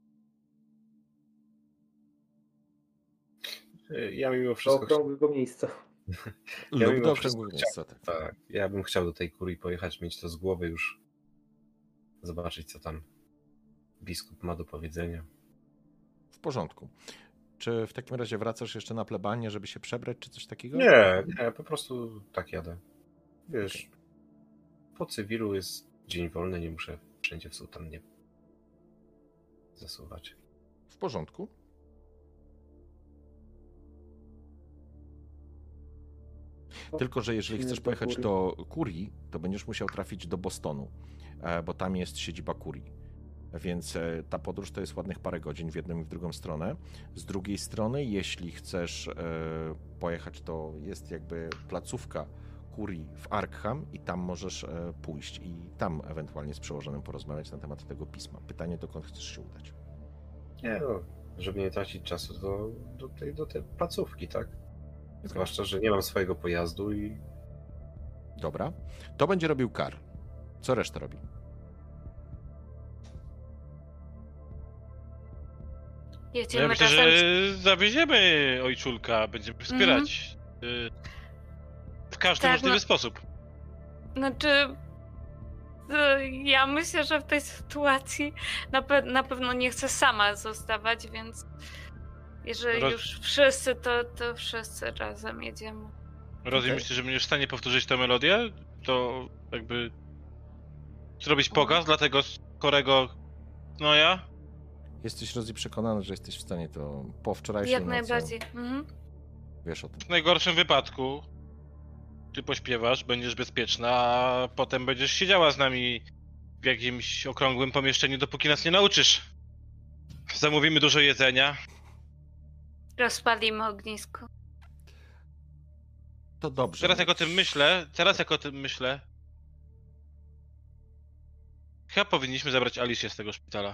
Ja mimo Do wszystko okrągłego miejsca. Ja Lub mimo do wszystko okrągłego miejsca, tak. tak, ja bym chciał do tej kurii pojechać, mieć to z głowy już, zobaczyć, co tam biskup ma do powiedzenia. W porządku. Czy w takim razie wracasz jeszcze na plebanię, żeby się przebrać, czy coś takiego? Nie, po prostu tak jadę. Wiesz, po cywilu jest dzień wolny, nie muszę wszędzie w sutannie zasuwać. W porządku. Tylko że jeżeli chcesz pojechać do kurii, to będziesz musiał trafić do Bostonu, bo tam jest siedziba kurii. Więc ta podróż to jest ładnych parę godzin w jedną i w drugą stronę. Z drugiej strony, jeśli chcesz pojechać, to jest jakby placówka kurii w Arkham i tam możesz pójść i tam ewentualnie z przełożonym porozmawiać na temat tego pisma. Pytanie, dokąd chcesz się udać? Nie no, żeby nie tracić czasu do tej placówki, tak? Zwłaszcza, że nie mam swojego pojazdu i... Dobra. To będzie robił Kar. Co reszta robi? Ja Jedziemy myślę, razem. że zawieziemy ojczulka, będziemy wspierać w każdy Tak, możliwy no. sposób. Znaczy, ja myślę, że w tej sytuacji na pewno nie chcę sama zostawać, więc jeżeli już wszyscy, to wszyscy razem jedziemy. Rozumiem, myślisz, że będziesz w stanie powtórzyć tę melodię? To jakby zrobić pokaz dla tego skorego gnoja? Jesteś przekonany, że jesteś w stanie to po wczorajszej Jak nocy, najbardziej. wiesz o tym. W najgorszym wypadku ty pośpiewasz, będziesz bezpieczna, a potem będziesz siedziała z nami w jakimś okrągłym pomieszczeniu, dopóki nas nie nauczysz. Zamówimy dużo jedzenia. Rozpalimy ognisko. To dobrze. Teraz jak o tym myślę, chyba powinniśmy zabrać Alicję z tego szpitala.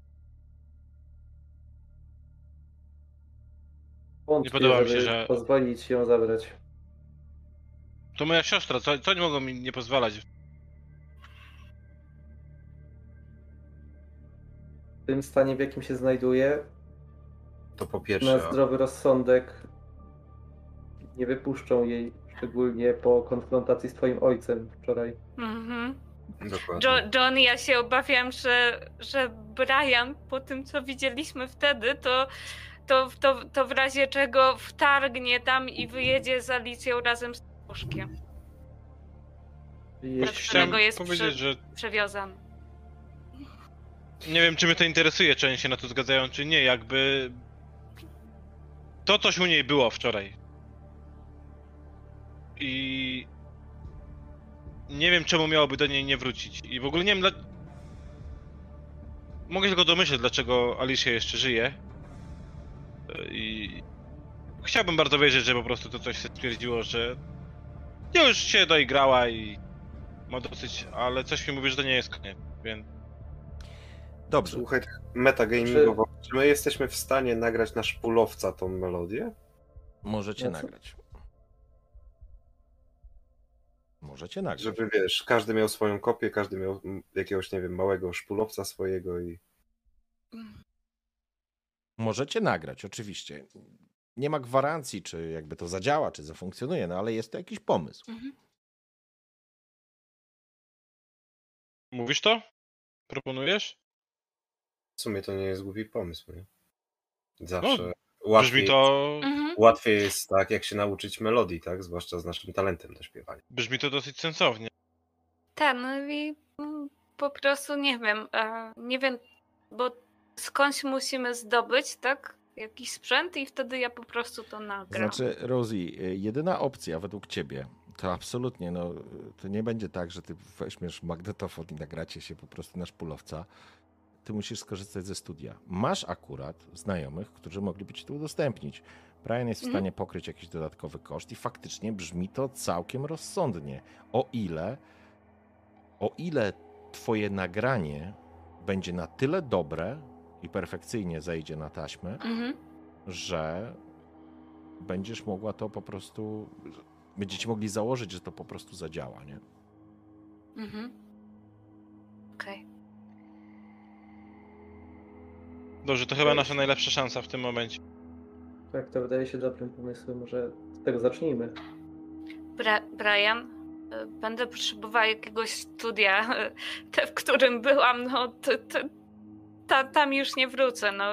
Wątpię, podoba mi się, żeby że- pozwolić ją zabrać. To moja siostra, co oni mogą mi nie pozwalać? W tym stanie, w jakim się znajduje, To po na pierwsze, zdrowy rozsądek nie wypuszczą jej, szczególnie po konfrontacji z twoim ojcem wczoraj. dokładnie. John, ja się obawiam, że Brian, po tym co widzieliśmy wtedy, to w razie czego wtargnie tam i wyjedzie z Alicją razem z łóżkiem. którego jest powiedzieć, że przewiązany. nie wiem, czy mnie to interesuje, czy oni się na to zgadzają, czy nie, jakby... To coś u niej było wczoraj. I... nie wiem, czemu miałoby do niej nie wrócić. I w ogóle nie wiem, mogę tylko domyśleć, dlaczego Alicia jeszcze żyje. I... chciałbym bardzo wierzyć, że po prostu to coś się stwierdziło, że... już się doigrała i... ma dosyć, ale coś mi mówi, że to nie jest koniec, więc... Dobrze. Słuchaj, metagamingowo, czy my jesteśmy w stanie nagrać na szpulowca tą melodię? Możecie No co? nagrać. Możecie nagrać. Żeby, wiesz, każdy miał swoją kopię, każdy miał jakiegoś, nie wiem, małego szpulowca swojego i... Możecie nagrać, oczywiście. Nie ma gwarancji, czy jakby to zadziała, czy zafunkcjonuje, no ale jest to jakiś pomysł. Mówisz to? Proponujesz? W sumie to nie jest głupi pomysł, nie? No, Zawsze Brzmi to... łatwiej jest tak, jak się nauczyć melodii, tak? Zwłaszcza z naszym talentem do śpiewania. brzmi to dosyć sensownie. Tak, no i po prostu nie wiem, bo skądś musimy zdobyć, tak? Jakiś sprzęt i wtedy ja po prostu to nagram. Znaczy, Rosie, jedyna opcja według ciebie, to absolutnie, no, to nie będzie tak, że ty weźmiesz magnetofon i nagracie się po prostu na szpulowca. Ty musisz skorzystać ze studia. Masz akurat znajomych, którzy mogliby ci to udostępnić. Brian jest w stanie pokryć jakiś dodatkowy koszt i faktycznie brzmi to całkiem rozsądnie. O ile twoje nagranie będzie na tyle dobre i perfekcyjnie zejdzie na taśmę, że będziesz mogła to po prostu... Będziecie mogli założyć, że to po prostu zadziała, nie? Okej. Dobrze, to chyba nasza najlepsza szansa w tym momencie. Tak, to wydaje się dobrym pomysłem. Może od tego zacznijmy. Brian, będę potrzebowała jakiegoś studia, te, w którym byłam, no tam już nie wrócę, no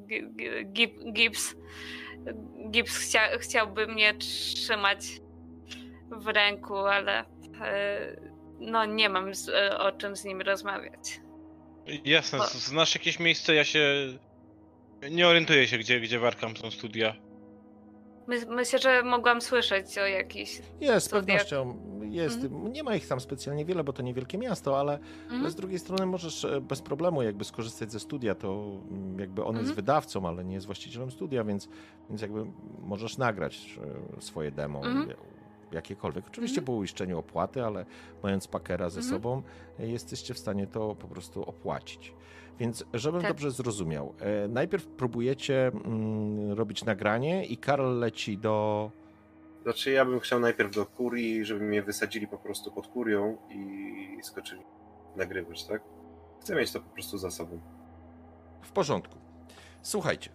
Gibbs chciałby mnie trzymać w ręku, ale no nie mam o czym z nim rozmawiać. Jasne, znasz jakieś miejsce, ja się... nie orientuję się, gdzie w Arkham są studia. Myślę, że mogłam słyszeć o jakichś Jest, z studiach. pewnością. Jest. Nie ma ich tam specjalnie wiele, bo to niewielkie miasto, ale z drugiej strony możesz bez problemu jakby skorzystać ze studia, to jakby on jest wydawcą, ale nie jest właścicielem studia, więc jakby możesz nagrać swoje demo, jakiekolwiek. Oczywiście po uiszczeniu opłaty, ale mając Packera ze sobą, jesteście w stanie to po prostu opłacić. Więc żebym dobrze zrozumiał, najpierw próbujecie robić nagranie i Karl leci do... Znaczy ja bym chciał najpierw do kurii, żeby mnie wysadzili po prostu pod kurią i skoczyli nagrywać, tak? Chcę mieć to po prostu za sobą. W porządku. Słuchajcie,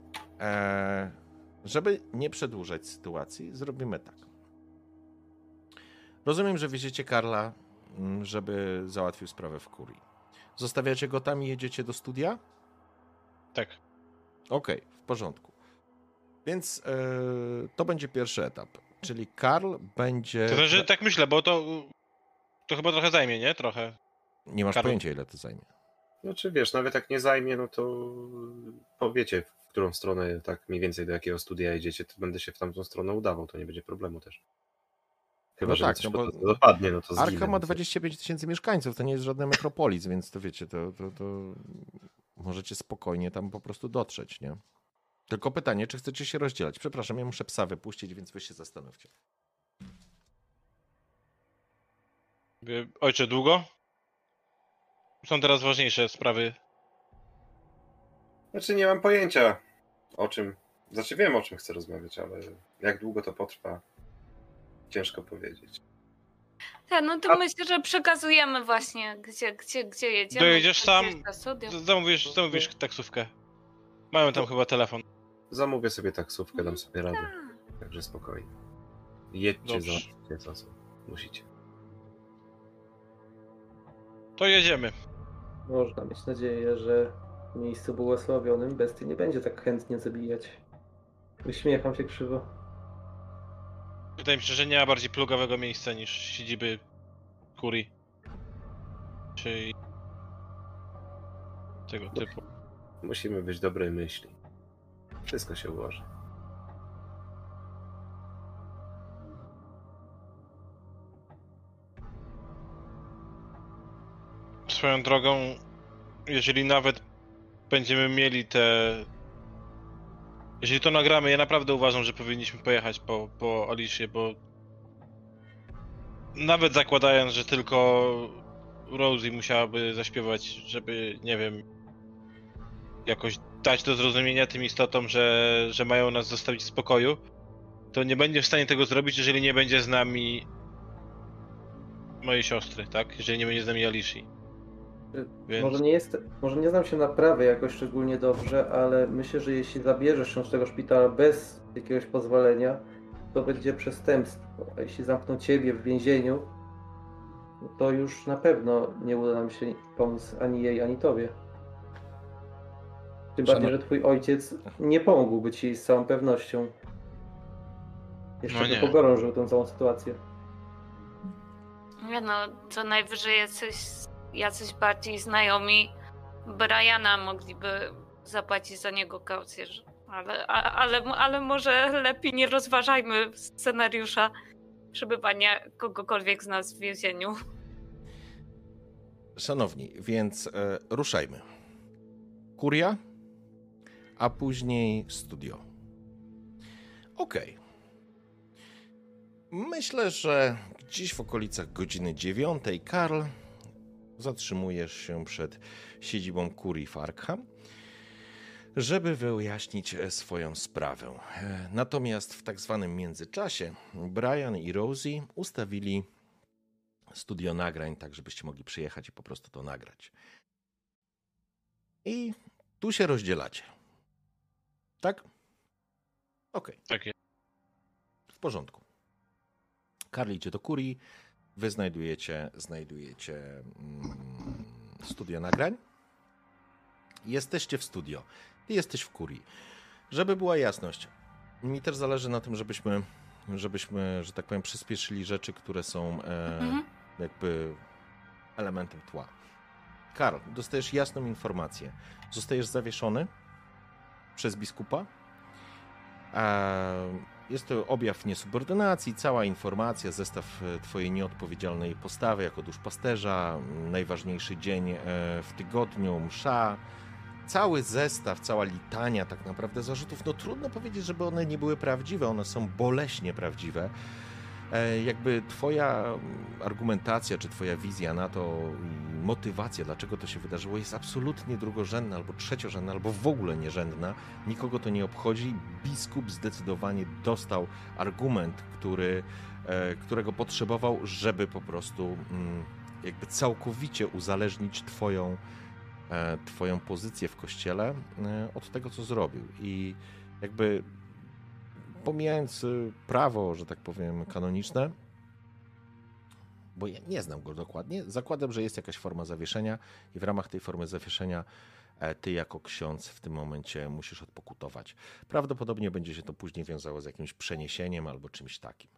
żeby nie przedłużać sytuacji, zrobimy tak. Rozumiem, że wieziecie Karla, żeby załatwił sprawę w kurii. Zostawiacie go tam i jedziecie do studia? Tak. Okej, w porządku. Więc to będzie pierwszy etap. Czyli Karl będzie... To znaczy, tak myślę, bo to chyba trochę zajmie, nie? Trochę. Nie masz pojęcia, ile to zajmie. Znaczy wiesz, nawet jak nie zajmie, no to powiecie, w którą stronę tak mniej więcej do jakiego studia jedziecie, to będę się w tamtą stronę udawał, to nie będzie problemu też. Chyba, że coś bo dopadnie, no to zginę. Arkham ma 25 000 mieszkańców, to nie jest żadny metropolis, więc to wiecie, to możecie spokojnie tam po prostu dotrzeć, nie? Tylko pytanie, czy chcecie się rozdzielać? Przepraszam, ja muszę psa wypuścić, więc wy się zastanówcie. Ojcze, długo? Są teraz ważniejsze sprawy. Znaczy nie mam pojęcia o czym, znaczy wiem o czym chcę rozmawiać, ale jak długo to potrwa, ciężko powiedzieć. Tak, no to myślę, że przekazujemy właśnie, gdzie jedziemy. Dojedziesz sam, zamówisz Tak. taksówkę. Mają tam chyba telefon. Zamówię sobie taksówkę, dam sobie radę, także spokojnie. Jedźcie, załatwcie co musicie. To jedziemy. Można mieć nadzieję, że w miejscu błogosławionym bestii nie będzie tak chętnie zabijać. Uśmiecham się krzywo. Wydaje mi się, że nie ma bardziej plugawego miejsca niż siedziby kurii. Czy tego typu. Musimy być dobrej myśli. Wszystko się ułoży. Swoją drogą, jeżeli nawet będziemy mieli jeżeli to nagramy, ja naprawdę uważam, że powinniśmy pojechać po Alicię, bo nawet zakładając, że tylko Rosie musiałaby zaśpiewać, żeby, nie wiem, jakoś dać do zrozumienia tym istotom, że mają nas zostawić w spokoju, to nie będzie w stanie tego zrobić, jeżeli nie będzie z nami mojej siostry, tak? Jeżeli nie będzie z nami Alicji. Więc... Może nie znam się na prawie jakoś szczególnie dobrze, ale myślę, że jeśli zabierzesz ją z tego szpitala bez jakiegoś pozwolenia, to będzie przestępstwo. A jeśli zamkną ciebie w więzieniu, to już na pewno nie uda nam się pomóc ani jej, ani tobie. Tym bardziej, że twój ojciec nie pomógłby ci z całą pewnością. Jeszcze by pogrążył tę całą sytuację. Nie no, co najwyżej jacyś bardziej znajomi Briana mogliby zapłacić za niego kaucję. Ale może lepiej nie rozważajmy scenariusza przebywania kogokolwiek z nas w więzieniu. Szanowni, więc ruszajmy. Kuria, a później studio. Okej. Myślę, że gdzieś w okolicach godziny 9 Karl zatrzymujesz się przed siedzibą kurii w Arkham, żeby wyjaśnić swoją sprawę. Natomiast w tak zwanym międzyczasie Brian i Rosie ustawili studio nagrań, tak żebyście mogli przyjechać i po prostu to nagrać. I tu się rozdzielacie. Tak? Okej. Tak jest. W porządku. Karl idzie do kurii, wy znajdujecie studio nagrań. Jesteście w studio. Ty jesteś w kurii. Żeby była jasność, mi też zależy na tym, żebyśmy, że tak powiem, przyspieszyli rzeczy, które są jakby elementem tła. Karl, dostajesz jasną informację. Zostajesz zawieszony przez biskupa. jest to objaw niesubordynacji, cała informacja, zestaw twojej nieodpowiedzialnej postawy jako duszpasterza, najważniejszy dzień w tygodniu, msza, cały zestaw, cała litania tak naprawdę zarzutów. No trudno powiedzieć, żeby one nie były prawdziwe, one są boleśnie prawdziwe. Jakby twoja argumentacja, czy twoja wizja na to, motywacja, dlaczego to się wydarzyło, jest absolutnie drugorzędna, albo trzeciorzędna, albo w ogóle nierzędna. Nikogo to nie obchodzi. Biskup zdecydowanie dostał argument, którego potrzebował, żeby po prostu jakby całkowicie uzależnić twoją pozycję w kościele od tego, co zrobił. I jakby pomijając prawo, że tak powiem, kanoniczne, bo ja nie znam go dokładnie, zakładam, że jest jakaś forma zawieszenia i w ramach tej formy zawieszenia ty jako ksiądz w tym momencie musisz odpokutować. Prawdopodobnie będzie się to później wiązało z jakimś przeniesieniem albo czymś takim.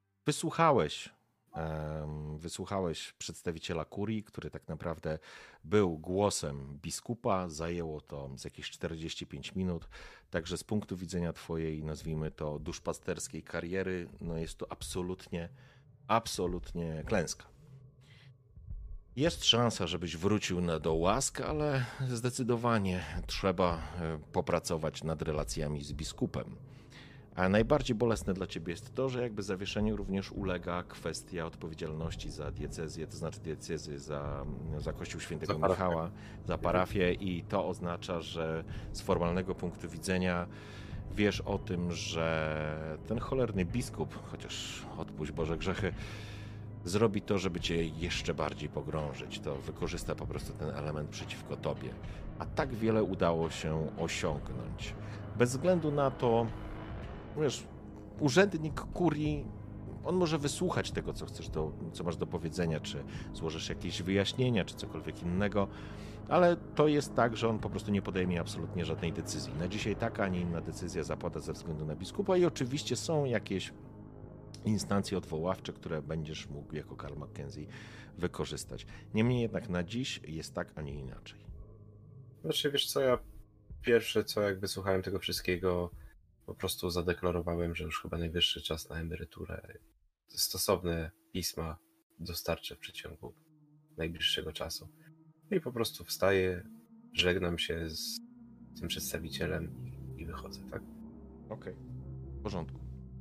Wysłuchałeś przedstawiciela kurii, który tak naprawdę był głosem biskupa. Zajęło to z jakieś 45 minut. Także z punktu widzenia twojej, nazwijmy to, duszpasterskiej kariery, no jest to absolutnie klęska. Jest szansa, żebyś wrócił do łask, ale zdecydowanie trzeba popracować nad relacjami z biskupem. A najbardziej bolesne dla ciebie jest to, że jakby zawieszeniu również ulega kwestia odpowiedzialności za diecezję, to znaczy diecezy za Kościół Świętego Michała, za parafię i to oznacza, że z formalnego punktu widzenia wiesz o tym, że ten cholerny biskup, chociaż odpuść Boże grzechy, zrobi to, żeby cię jeszcze bardziej pogrążyć. To wykorzysta po prostu ten element przeciwko tobie. A tak wiele udało się osiągnąć. Bez względu na to, wiesz, urzędnik kurii, on może wysłuchać tego, co masz do powiedzenia, czy złożysz jakieś wyjaśnienia, czy cokolwiek innego, ale to jest tak, że on po prostu nie podejmie absolutnie żadnej decyzji. Na dzisiaj taka, a nie inna decyzja zapada ze względu na biskupa i oczywiście są jakieś instancje odwoławcze, które będziesz mógł jako Karl Mackenzie wykorzystać. Niemniej jednak na dziś jest tak, a nie inaczej. Znaczy, wiesz co, ja pierwsze co, jak wysłuchałem tego wszystkiego, po prostu zadeklarowałem, że już chyba najwyższy czas na emeryturę. Stosowne pisma dostarczę w przeciągu najbliższego czasu. I po prostu wstaję, żegnam się z tym przedstawicielem i wychodzę, tak? Okej, w porządku.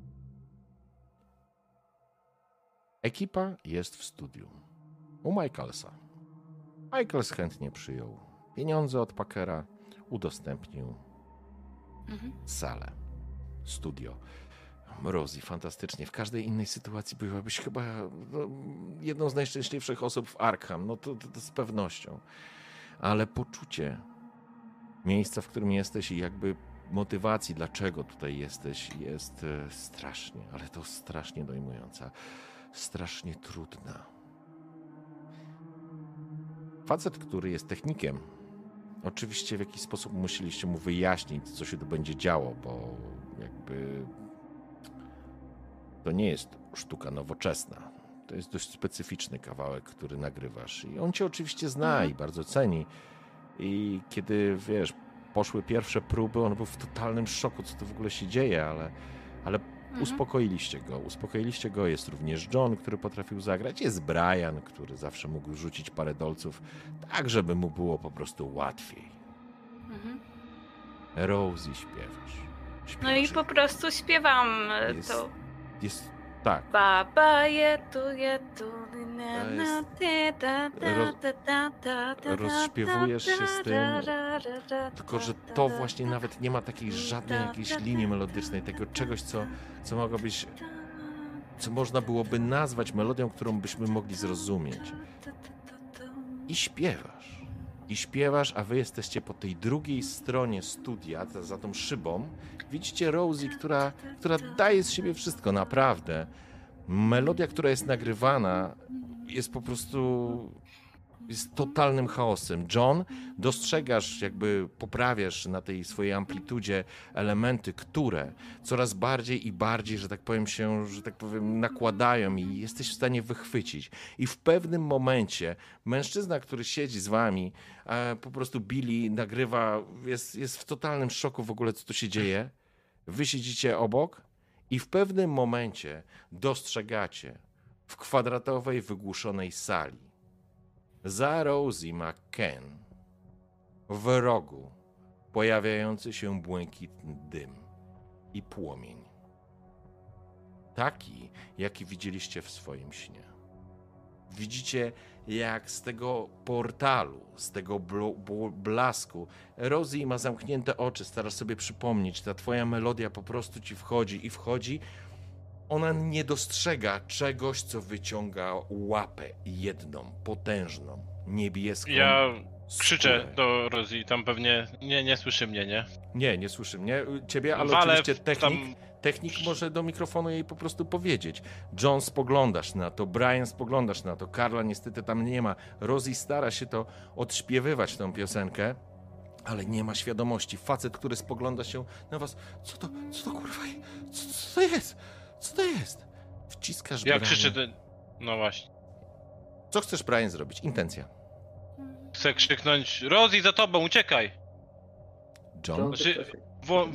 Ekipa jest w studiu. U Michaelsa. Michaels chętnie przyjął pieniądze od Packera, udostępnił salę, studio. Rosie, fantastycznie. W każdej innej sytuacji byłabyś chyba jedną z najszczęśliwszych osób w Arkham. No to z pewnością. Ale poczucie miejsca, w którym jesteś i jakby motywacji, dlaczego tutaj jesteś, jest strasznie, ale to strasznie dojmująca. Strasznie trudna. Facet, który jest technikiem, oczywiście w jakiś sposób musieliście mu wyjaśnić, co się tu będzie działo, bo jakby to nie jest sztuka nowoczesna. To jest dość specyficzny kawałek, który nagrywasz. I on cię oczywiście zna i bardzo ceni. I kiedy, wiesz, poszły pierwsze próby, on był w totalnym szoku, co tu w ogóle się dzieje, ale uspokoiliście go. Jest również John, który potrafił zagrać. Jest Brian, który zawsze mógł rzucić parę dolców, tak żeby mu było po prostu łatwiej. Rosie, śpiewasz. No i po prostu śpiewam to. Jest tak. Baba jetu, rozśpiewujesz się z tym, tylko że to właśnie nawet nie ma takiej żadnej jakiejś linii melodycznej, tego czegoś, co mogłabyś, co można byłoby nazwać melodią, którą byśmy mogli zrozumieć. I śpiewasz, a wy jesteście po tej drugiej stronie studia, za tą szybą. Widzicie Rosie, która daje z siebie wszystko, naprawdę. Melodia, która jest nagrywana, jest po prostu totalnym chaosem. John, dostrzegasz, jakby poprawiasz na tej swojej amplitudzie elementy, które coraz bardziej i bardziej, że tak powiem, nakładają i jesteś w stanie wychwycić. I w pewnym momencie mężczyzna, który siedzi z wami, po prostu Billy nagrywa, jest w totalnym szoku w ogóle, co tu się dzieje. Wy siedzicie obok I w pewnym momencie dostrzegacie w kwadratowej, wygłuszonej sali za Rosie McCann w rogu pojawiający się błękitny dym i płomień. Taki, jaki widzieliście w swoim śnie. Widzicie, jak z tego portalu, z tego blasku, Rosie ma zamknięte oczy, starasz sobie przypomnieć, ta twoja melodia po prostu ci wchodzi i wchodzi. Ona nie dostrzega czegoś, co wyciąga łapę jedną, potężną, niebieską. Ja krzyczę skórę. do Rosie, tam pewnie nie słyszy mnie, nie? Nie słyszy mnie, ciebie, ale Walę oczywiście technik może do mikrofonu jej po prostu powiedzieć. John, spoglądasz na to, Brian, spoglądasz na to, Karla niestety tam nie ma. Rosie stara się to odśpiewywać, tą piosenkę, ale nie ma świadomości. Facet, który spogląda się na was, co to kurwa, co to jest? Co to jest? Wciskasz Ja Brian. krzyczę, no właśnie. Co chcesz, Brian, zrobić? Intencja. Chcę krzyknąć, Rosie, za tobą, uciekaj! John? John, Znaczy, John,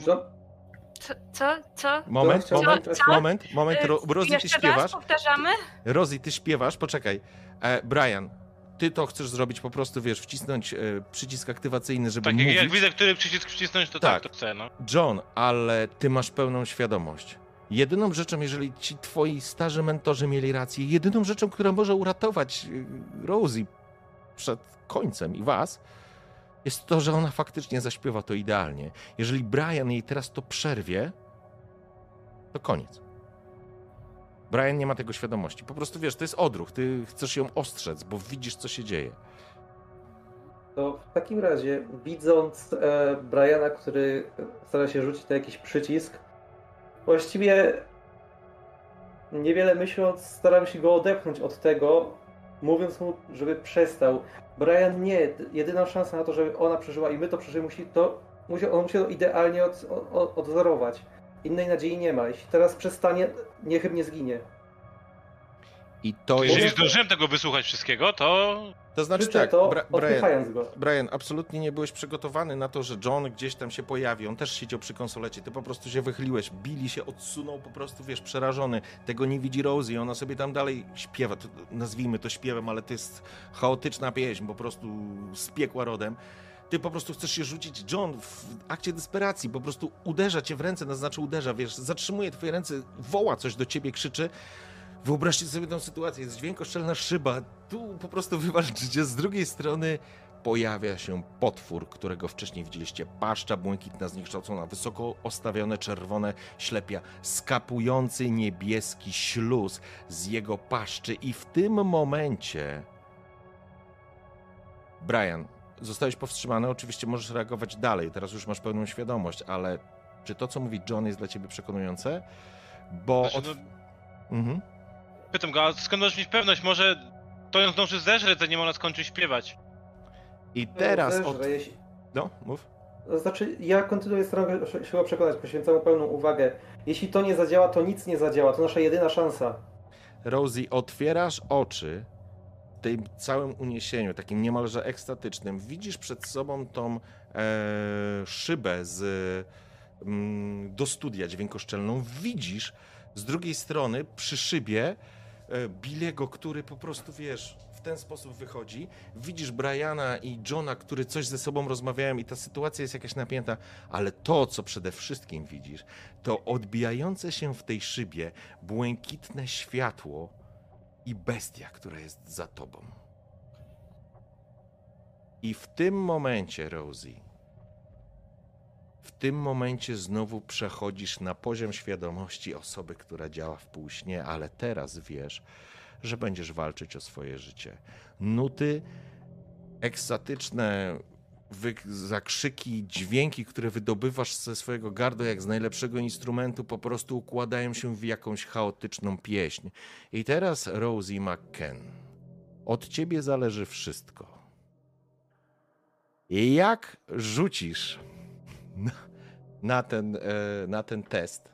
Co? Moment. Rosie, ty Jeszcze śpiewasz. raz powtarzamy? Rosie, ty śpiewasz, poczekaj. Brian, ty to chcesz zrobić, po prostu, wiesz, wcisnąć przycisk aktywacyjny, żeby Tak, mówić. jak widzę, który przycisk wcisnąć, to tak, to chcę, no. John, ale ty masz pełną świadomość. Jedyną rzeczą, jeżeli ci twoi starzy mentorzy mieli rację, jedyną rzeczą, która może uratować Rosie przed końcem i was, jest to, że ona faktycznie zaśpiewa to idealnie. Jeżeli Brian jej teraz to przerwie, to koniec. Brian nie ma tego świadomości. Po prostu, wiesz, to jest odruch. Ty chcesz ją ostrzec, bo widzisz, co się dzieje. To w takim razie, widząc Briana, który stara się rzucić na jakiś przycisk, właściwie niewiele myśląc, staram się go odepchnąć od tego, mówiąc mu, żeby przestał. Brian nie, jedyna szansa na to, żeby ona przeżyła i my to przeżyli, on musi to idealnie odzorować. Innej nadziei nie ma. Jeśli teraz przestanie, niechybnie zginie. I to Jeżeli jest... zdążyłem tego wysłuchać wszystkiego, to... To znaczy Życzę tak, to, odpychając go. Brian, absolutnie nie byłeś przygotowany na to, że John gdzieś tam się pojawi. On też siedział przy konsolecie. Ty po prostu się wychyliłeś. Billy się odsunął po prostu, wiesz, przerażony. Tego nie widzi Rosie. Ona sobie tam dalej śpiewa. To, nazwijmy to śpiewem, ale to jest chaotyczna pieśń, po prostu z piekła rodem. Ty po prostu chcesz się rzucić. John w akcie desperacji po prostu uderza cię w ręce, na znaczy uderza, wiesz, zatrzymuje twoje ręce, woła coś do ciebie, krzyczy. Wyobraźcie sobie tę sytuację, jest dźwiękoszczelna szyba, tu po prostu wywalczycie, z drugiej strony pojawia się potwór, którego wcześniej widzieliście, paszcza błękitna, zniekształcona, wysoko ostawione czerwone ślepia, skapujący niebieski śluz z jego paszczy i w tym momencie... Brian, zostałeś powstrzymany, oczywiście możesz reagować dalej, teraz już masz pełną świadomość, ale czy to, co mówi John, jest dla ciebie przekonujące? Bo... Znaczy, Pytam go, a skąd możesz mieć pewność? Może to ją zdąży zeżreć, zanim ona skończy śpiewać. I teraz... Jeśli... No, mów. To znaczy, ja kontynuuję starą się go przekonać, poświęcam mu pełną uwagę. Jeśli to nie zadziała, to nic nie zadziała. To nasza jedyna szansa. Rosie, otwierasz oczy w tym całym uniesieniu, takim niemalże ekstatycznym. Widzisz przed sobą tą szybę do studia dźwiękoszczelną. Widzisz z drugiej strony przy szybie Billy'ego, który po prostu, wiesz, w ten sposób wychodzi. Widzisz Briana i Johna, którzy coś ze sobą rozmawiają i ta sytuacja jest jakaś napięta, ale to, co przede wszystkim widzisz, to odbijające się w tej szybie błękitne światło i bestia, która jest za tobą. I w tym momencie, Rosie, w tym momencie znowu przechodzisz na poziom świadomości osoby, która działa w półśnie, ale teraz wiesz, że będziesz walczyć o swoje życie. Nuty, ekstatyczne zakrzyki, dźwięki, które wydobywasz ze swojego gardła jak z najlepszego instrumentu, po prostu układają się w jakąś chaotyczną pieśń. I teraz, Rosie McCann, od ciebie zależy wszystko. I jak rzucisz na ten test,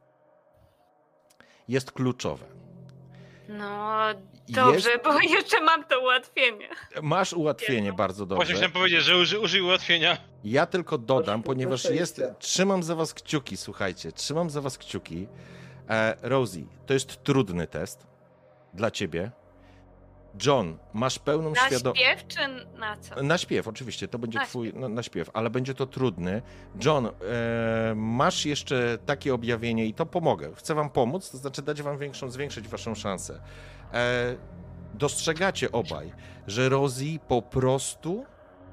jest kluczowe. No dobrze, bo jeszcze mam to ułatwienie. Masz ułatwienie, bardzo dobrze. Właśnie chciałem powiedzieć, że użyj ułatwienia. Ja tylko dodam, ponieważ Proszę, trzymam za was kciuki, słuchajcie, trzymam za was kciuki. Rosie, to jest trudny test dla ciebie. John, masz pełną świadomość... Na śpiew czy na co? Na śpiew, oczywiście, to będzie Na twój... Na śpiew, ale będzie to trudny. John, masz jeszcze takie objawienie i to pomogę. Chcę wam pomóc, to znaczy dać wam zwiększyć waszą szansę. Dostrzegacie obaj, że Rosie po prostu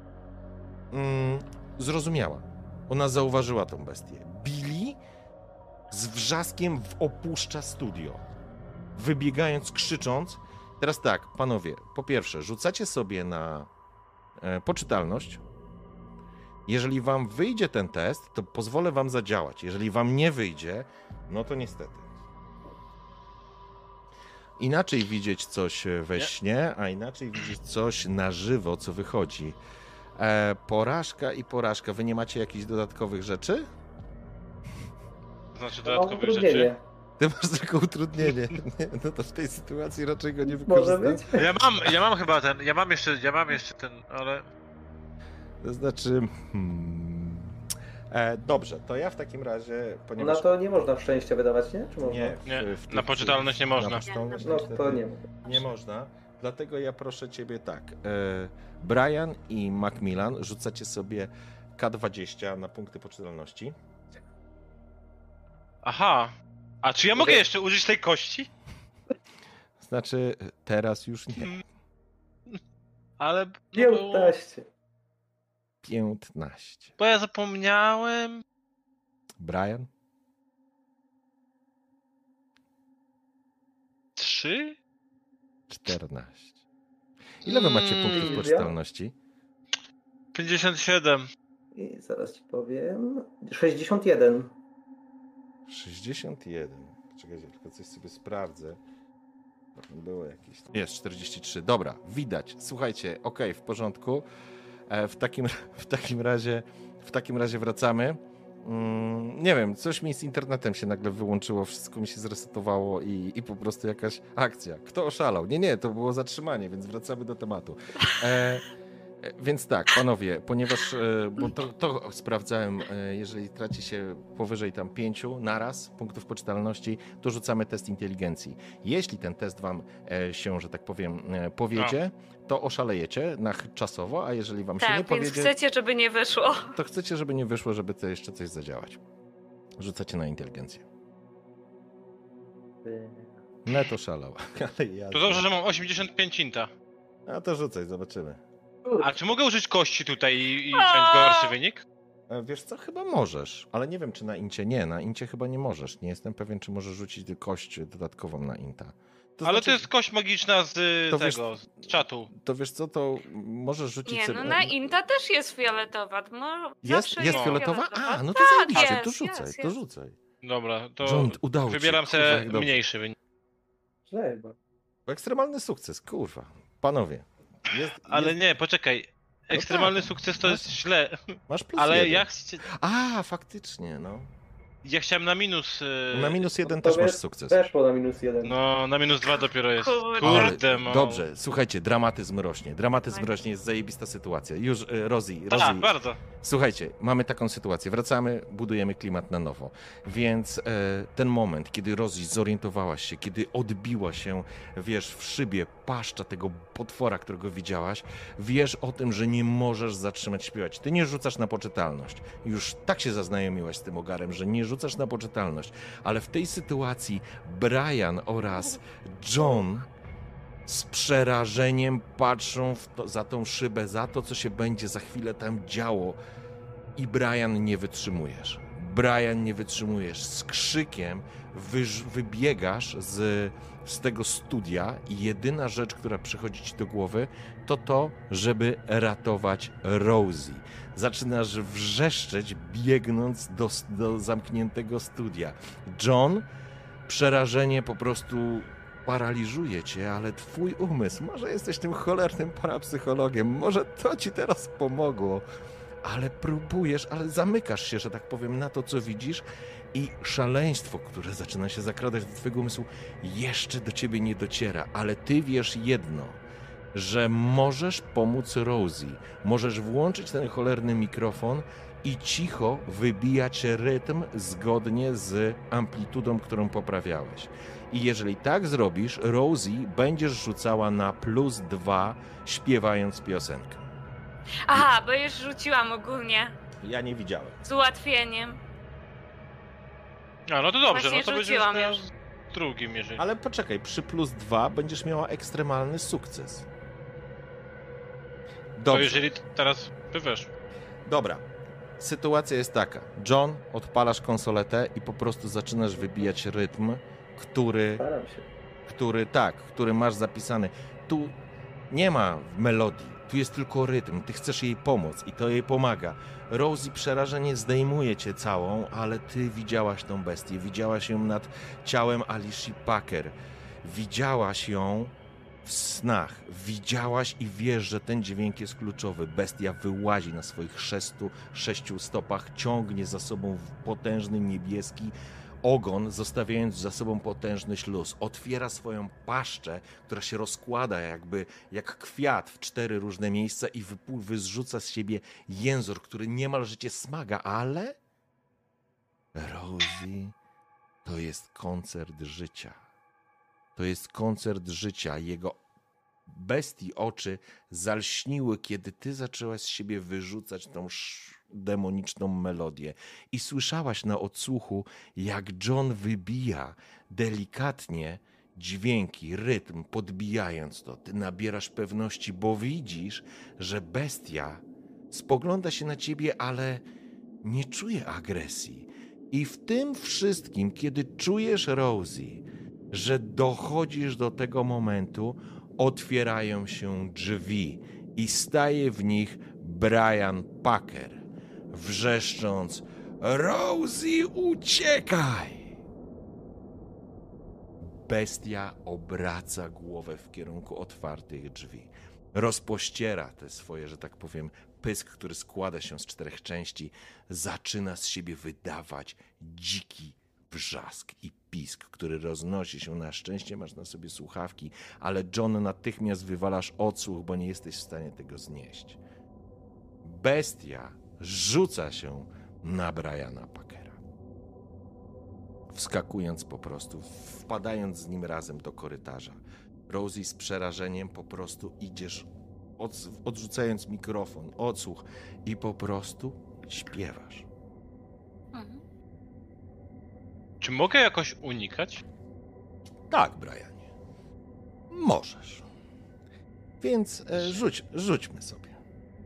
zrozumiała. Ona zauważyła tą bestię. Billy z wrzaskiem opuszcza studio, wybiegając, krzycząc. Teraz tak, panowie, po pierwsze, rzucacie sobie na poczytalność. Jeżeli wam wyjdzie ten test, to pozwolę wam zadziałać. Jeżeli wam nie wyjdzie, no to niestety. Inaczej widzieć coś we śnie, a inaczej widzieć coś na żywo, co wychodzi. Porażka i porażka. Wy nie macie jakichś dodatkowych rzeczy? To znaczy dodatkowych rzeczy? Ty masz tylko utrudnienie. Nie, no to w tej sytuacji raczej go nie Może wykorzystasz. być? Ja mam chyba ten, ja mam jeszcze ten, ale... To znaczy... dobrze, to ja w takim razie, ponieważ... No to nie można w szczęście wydawać, nie? Czy można? Nie, na poczytalność nie można. Na poczytalność No niestety to nie. nie można. Dlatego ja proszę ciebie tak. Brian i Macmillan rzucacie sobie K20 na punkty poczytalności. Aha. A czy ja mogę jeszcze użyć tej kości? Znaczy, teraz już nie. Ale... 15. 15. Bo ja zapomniałem... Brian? 3? 14. Ile wy macie punktów poczytalności? 57. I zaraz ci powiem. 61. 61. Czekajcie, tylko coś sobie sprawdzę. Było jakieś... Jest 43. Dobra, widać. Słuchajcie, okej, w porządku. W takim razie wracamy. Nie wiem, coś mi z internetem się nagle wyłączyło, wszystko mi się zresetowało i po prostu jakaś akcja. Kto oszalał? Nie, to było zatrzymanie, więc wracamy do tematu. Więc tak, panowie, ponieważ, bo to sprawdzałem, jeżeli traci się powyżej tam 5 naraz punktów poczytalności, to rzucamy test inteligencji. Jeśli ten test wam się, że tak powiem, powiedzie, to oszalejecie czasowo, a jeżeli wam się nie powiedzie... Tak, więc chcecie, żeby nie wyszło. To chcecie, żeby nie wyszło, żeby to jeszcze coś zadziałać. Rzucacie na inteligencję. Neto szalał, ale ja... To dobrze, że mam 85 inta. A to rzucaj, zobaczymy. A czy mogę użyć kości tutaj i wziąć gorszy wynik? Wiesz co, chyba możesz, ale nie wiem, czy na incie nie. Na incie chyba nie możesz. Nie jestem pewien, czy możesz rzucić kość dodatkową na inta. Ale to jest kość magiczna z to tego, z czatu. To wiesz co, to możesz rzucić Nie, sobie... no na Inta też jest fioletowa. Jest fioletowa? A, no to tak, zajebiście, jest, to rzucaj, jest, to jest. rzucaj. Dobra, to John, udało ci się, wybieram kurwa, sobie jak dobrze. mniejszy wynik. Ekstremalny sukces, kurwa. Panowie. Ale nie, poczekaj. Ekstremalny sukces to jest źle. Masz plus Ale 1. faktycznie, no. Ja chciałem na minus... Na minus 1 też masz sukces. Weszło na minus 1. No, na minus 2 dopiero jest. Kurde. Dobrze, słuchajcie, dramatyzm rośnie. Dramatyzm rośnie, jest zajebista sytuacja. Już, Rosie, bardzo. Słuchajcie, mamy taką sytuację. Wracamy, budujemy klimat na nowo. Więc ten moment, kiedy Rosie zorientowałaś się, kiedy odbiła się, wiesz, w szybie paszcza tego potwora, którego widziałaś, wiesz o tym, że nie możesz zatrzymać śpiewać. Ty nie rzucasz na poczytalność. Już tak się zaznajomiłaś z tym ogarem, że nie rzucasz na poczytalność. Ale w tej sytuacji Brian oraz John z przerażeniem patrzą za tą szybę, za to, co się będzie za chwilę tam działo. I Brian, nie wytrzymujesz. Z krzykiem wybiegasz z tego studia i jedyna rzecz, która przychodzi ci do głowy, to, żeby ratować Rosie. Zaczynasz wrzeszczeć, biegnąc do zamkniętego studia. John, przerażenie po prostu paraliżuje cię, ale twój umysł, może jesteś tym cholernym parapsychologiem, może to ci teraz pomogło, ale próbujesz, ale zamykasz się, że tak powiem, na to, co widzisz i szaleństwo, które zaczyna się zakradać do twojego umysłu, jeszcze do ciebie nie dociera, ale ty wiesz jedno, że możesz pomóc Rosie, możesz włączyć ten cholerny mikrofon i cicho wybijać rytm zgodnie z amplitudą, którą poprawiałeś. I jeżeli tak zrobisz, Rosie będziesz rzucała na +2, śpiewając piosenkę. Aha, bo już rzuciłam ogólnie. Ja nie widziałem. Z ułatwieniem. A, no to dobrze, Właśnie no to będziesz rzuciłam miał już. drugim, jeżeli... Ale poczekaj, przy +2 będziesz miała ekstremalny sukces. To Dobrze. jeżeli teraz by weszło. Dobra. Sytuacja jest taka. John, odpalasz konsoletę i po prostu zaczynasz wybijać rytm, który Staram się. który masz zapisany. Tu nie ma melodii, tu jest tylko rytm. Ty chcesz jej pomóc i to jej pomaga. Rosie przerażenie zdejmuje cię całą, ale ty widziałaś tą bestię. Widziałaś ją nad ciałem Alicia Packer. Widziałaś ją w snach. Widziałaś i wiesz, że ten dźwięk jest kluczowy. Bestia wyłazi na swoich 6 stopach, ciągnie za sobą potężny niebieski ogon, zostawiając za sobą potężny śluz. Otwiera swoją paszczę, która się rozkłada jak kwiat w 4 różne miejsca i wyzrzuca z siebie język, który niemalże cię smaga, ale... Rosie, to jest koncert życia. To jest koncert życia. Jego bestii oczy zalśniły, kiedy ty zaczęłaś z siebie wyrzucać tą demoniczną melodię. I słyszałaś na odsłuchu, jak John wybija delikatnie dźwięki, rytm, podbijając to. Ty nabierasz pewności, bo widzisz, że bestia spogląda się na ciebie, ale nie czuje agresji. I w tym wszystkim, kiedy czujesz, Rosie, że dochodzisz do tego momentu, otwierają się drzwi i staje w nich Brian Packer, wrzeszcząc: Rosie, uciekaj! Bestia obraca głowę w kierunku otwartych drzwi. Rozpościera te swoje, że tak powiem, pysk, który składa się z 4 części, zaczyna z siebie wydawać dziki wrzask i pisk, który roznosi się. Na szczęście masz na sobie słuchawki, ale John, natychmiast wywalasz odsłuch, bo nie jesteś w stanie tego znieść. Bestia rzuca się na Briana Packera. Wskakując po prostu, wpadając z nim razem do korytarza. Rosie z przerażeniem po prostu idziesz, odrzucając mikrofon, odsłuch i po prostu śpiewasz. Czy mogę jakoś unikać? Tak, Brianie. Możesz. Więc rzućmy sobie.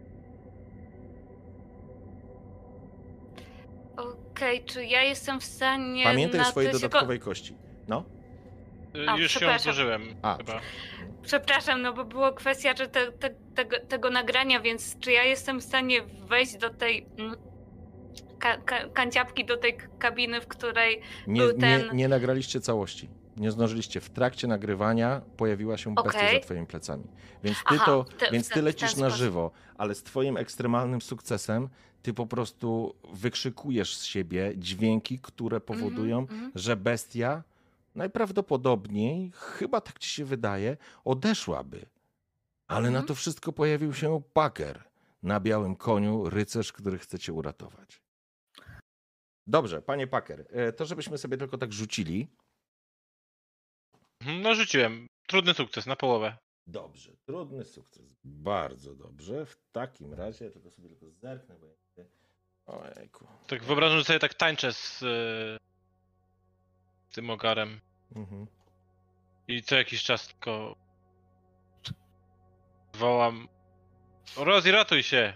Okej, czy ja jestem w stanie... Pamiętaj o swojej natychmiast- dodatkowej kości. No. Już ją przepraszam. zużyłem A. chyba. Przepraszam, no bo była kwestia, że tego nagrania, więc czy ja jestem w stanie wejść do tej kanciapki, do tej kabiny, w której był ten... Nie nagraliście całości. Nie zdążyliście. W trakcie nagrywania pojawiła się bestia Okej. za twoimi plecami. Więc ty, w lecisz ten na sposób. żywo, ale z twoim ekstremalnym sukcesem ty po prostu wykrzykujesz z siebie dźwięki, które powodują, że bestia najprawdopodobniej, chyba tak ci się wydaje, odeszłaby. Ale na to wszystko pojawił się Packer na białym koniu, rycerz, który chce cię uratować. Dobrze, panie Packer, to żebyśmy sobie tylko tak rzucili. No rzuciłem. Trudny sukces, na połowę. Dobrze, trudny sukces. Bardzo dobrze. W takim razie, tylko zerknę, bo ja... Ojejku. Tak wyobrażam, że sobie tak tańczę z tym ogarem. Mhm. I co jakiś czas tylko wołam: Rosie, ratuj się!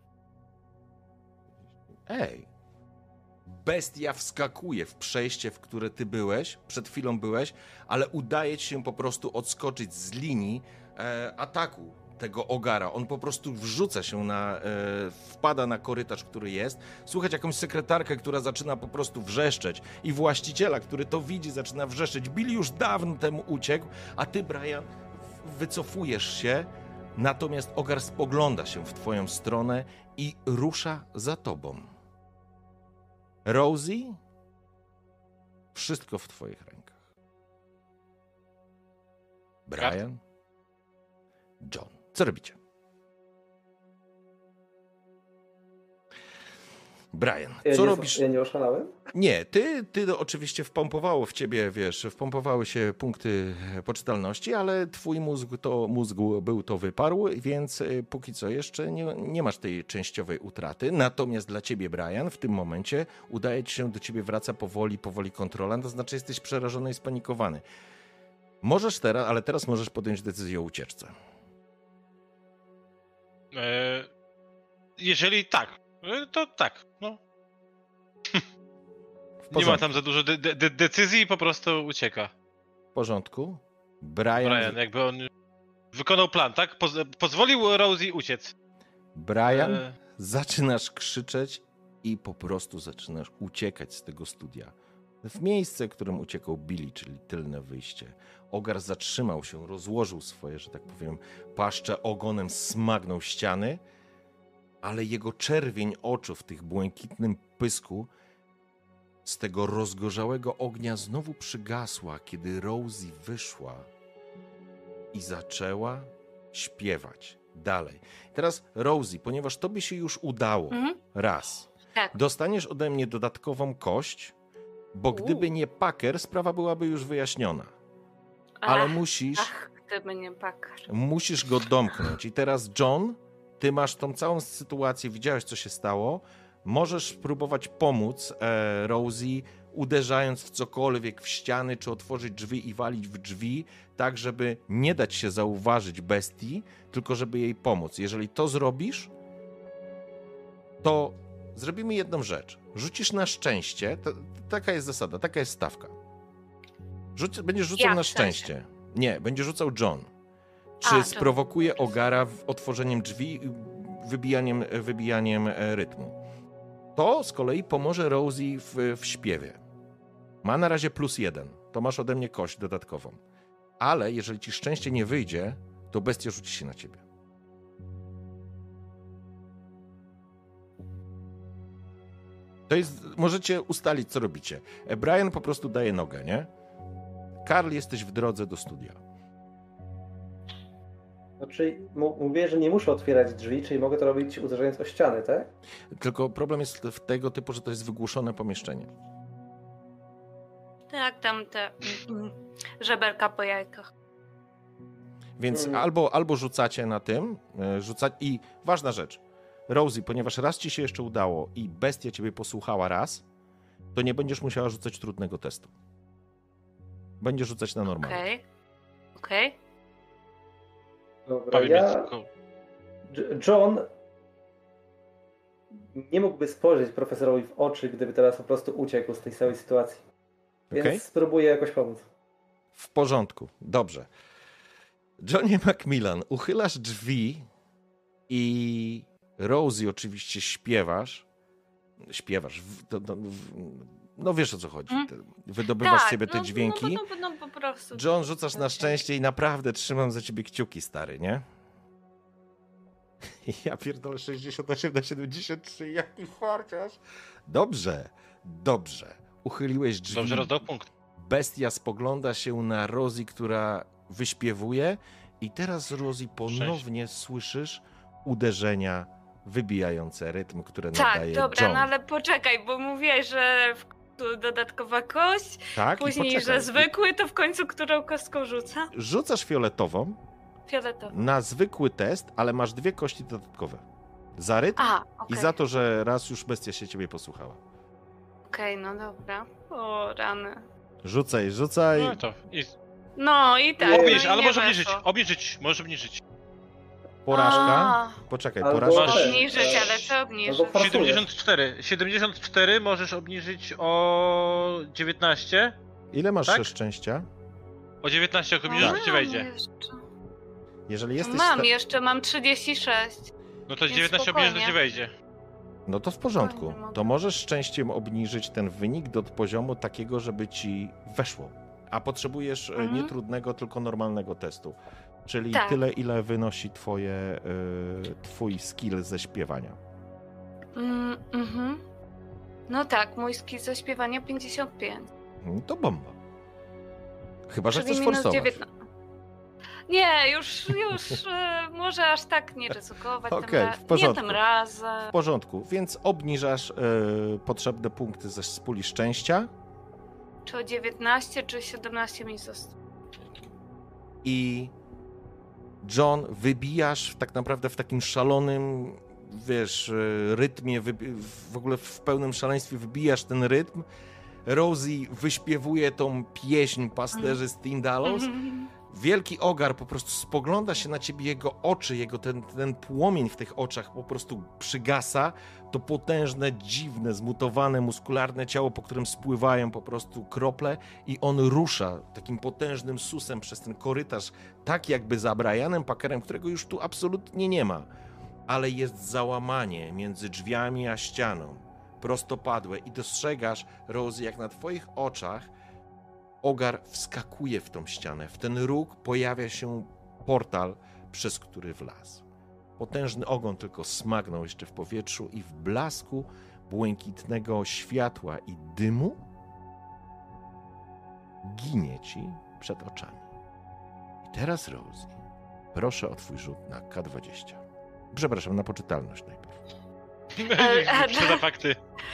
Ej! Bestia wskakuje w przejście, w które ty byłeś, przed chwilą byłeś, ale udaje ci się po prostu odskoczyć z linii ataku tego ogara. On po prostu wrzuca się wpada na korytarz, który jest. Słychać jakąś sekretarkę, która zaczyna po prostu wrzeszczeć i właściciela, który to widzi, zaczyna wrzeszczeć. Billy już dawno temu uciekł, a ty, Brian, wycofujesz się, natomiast ogar spogląda się w twoją stronę i rusza za tobą. Rosie, wszystko w twoich rękach. Brian, John, co robicie? Brian, Ja co nie, robisz? Ja nie oszalałem? Nie, ty oczywiście wpompowało w ciebie, wiesz, wpompowały się punkty poczytalności, ale twój mózg był to wyparł, więc póki co jeszcze nie masz tej częściowej utraty. Natomiast dla ciebie, Brian, w tym momencie udaje ci się, do ciebie wraca powoli kontrola, to znaczy jesteś przerażony i spanikowany. Możesz teraz, ale teraz możesz podjąć decyzję o ucieczce. Jeżeli tak, to tak, no. W Nie ma tam za dużo decyzji, po prostu ucieka. W porządku. Brian jakby on wykonał plan, tak? Pozwolił Rosie uciec. Brian, zaczynasz krzyczeć i po prostu zaczynasz uciekać z tego studia. W miejsce, w którym uciekał Billy, czyli tylne wyjście. Ogar zatrzymał się, rozłożył swoje, że tak powiem, paszcze, ogonem smagnął ściany, ale jego czerwień oczu w tych błękitnym pysku z tego rozgorzałego ognia znowu przygasła, kiedy Rosie wyszła i zaczęła śpiewać dalej. Teraz Rosie, ponieważ tobie się już udało raz, Tak. dostaniesz ode mnie dodatkową kość, bo gdyby nie Packer, sprawa byłaby już wyjaśniona. Ale gdyby nie Packer. musisz go domknąć. I teraz John, ty masz tą całą sytuację, widziałeś, co się stało. Możesz próbować pomóc Rosie, uderzając w cokolwiek, w ściany, czy otworzyć drzwi i walić w drzwi, tak żeby nie dać się zauważyć bestii, tylko żeby jej pomóc. Jeżeli to zrobisz, to zrobimy jedną rzecz. Rzucisz na szczęście, taka jest zasada, taka jest stawka. Będziesz rzucał na szczęście. Nie, będzie rzucał John. Czy sprowokuje Ogara otworzeniem drzwi i wybijaniem rytmu. To z kolei pomoże Rosie w śpiewie. Ma na razie +1. To masz ode mnie kość dodatkową. Ale jeżeli ci szczęście nie wyjdzie, to bestia rzuci się na ciebie. To jest, możecie ustalić, co robicie. Brian po prostu daje nogę, nie? Karl, jesteś w drodze do studia. Znaczy, mówię, że nie muszę otwierać drzwi, czyli mogę to robić uderzając o ściany, tak? Tylko problem jest w tego typu, że to jest wygłuszone pomieszczenie. Tak, tam te żeberka po jajkach. Więc albo rzucacie na tym, i ważna rzecz, Rosie, ponieważ raz ci się jeszcze udało i bestia ciebie posłuchała raz, to nie będziesz musiała rzucać trudnego testu. Będziesz rzucać na normalnie. Okej. Dobra, John nie mógłby spojrzeć profesorowi w oczy, gdyby teraz po prostu uciekł z tej całej sytuacji. Więc spróbuję jakoś pomóc. W porządku, dobrze. Johnny Macmillan, uchylasz drzwi i Rosie oczywiście śpiewasz, no wiesz, o co chodzi. Wydobywasz z siebie te dźwięki. No, po prostu. John, rzucasz na szczęście i naprawdę trzymam za ciebie kciuki, stary, nie? Ja pierdolę 68 na 73, jaki farciarz. Dobrze. Uchyliłeś drzwi. Dobrze rozdał punkt. Bestia spogląda się na Rosie, która wyśpiewuje i teraz, Rosie, ponownie słyszysz uderzenia wybijające rytm, które nadaje John. Tak, dobra, no ale poczekaj, bo mówię, że dodatkowa kość, tak, później, że zwykły, to w końcu którą kostką rzuca? Rzucasz fioletową na zwykły test, ale masz 2 kości dodatkowe. Za rytm i za to, że raz już bestia się ciebie posłuchała. Okej, no dobra. O, rany. Rzucaj. No to No i tak. Obniż, ale możesz obniżyć. Porażka. Poczekaj, porażka. Obniżyć, ale co obniżyć? 74 możesz obniżyć o 19. Ile masz szczęścia? O 19 jak obniżysz, to ci wejdzie. Jeżeli jesteś mam 36. No to 19 obniżysz, to ci wejdzie. No to w porządku. To możesz szczęściem obniżyć ten wynik do poziomu takiego, żeby ci weszło. A potrzebujesz nie trudnego, tylko normalnego testu. Czyli tyle, ile wynosi twój skill ze śpiewania. No tak, mój skill ze śpiewania 55. To bomba. Chyba, że chcesz forsować. Nie, już może aż tak nie ryzykować. Okej, w Nie porządku. tym razem. W porządku, więc obniżasz potrzebne punkty z puli szczęścia Czy o 19, czy 17 mi zostało? i John, wybijasz tak naprawdę w takim szalonym, wiesz, rytmie, w ogóle w pełnym szaleństwie wybijasz ten rytm. Rosie wyśpiewuje tą pieśń pasterzy z Tindalos. Wielki ogar po prostu spogląda się na ciebie, jego oczy, jego ten płomień w tych oczach po prostu przygasa. To potężne, dziwne, zmutowane, muskularne ciało, po którym spływają po prostu krople i on rusza takim potężnym susem przez ten korytarz, tak jakby za Brianem Packerem, którego już tu absolutnie nie ma. Ale jest załamanie między drzwiami a ścianą, prostopadłe i dostrzegasz, Rosie, jak na twoich oczach ogar wskakuje w tą ścianę. W ten róg pojawia się portal, przez który wlazł. Potężny ogon tylko smagnął jeszcze w powietrzu i w blasku błękitnego światła i dymu ginie ci przed oczami. I teraz, Rosie, proszę o twój rzut na K20. Przepraszam, na poczytalność najpierw. Przeda fakty.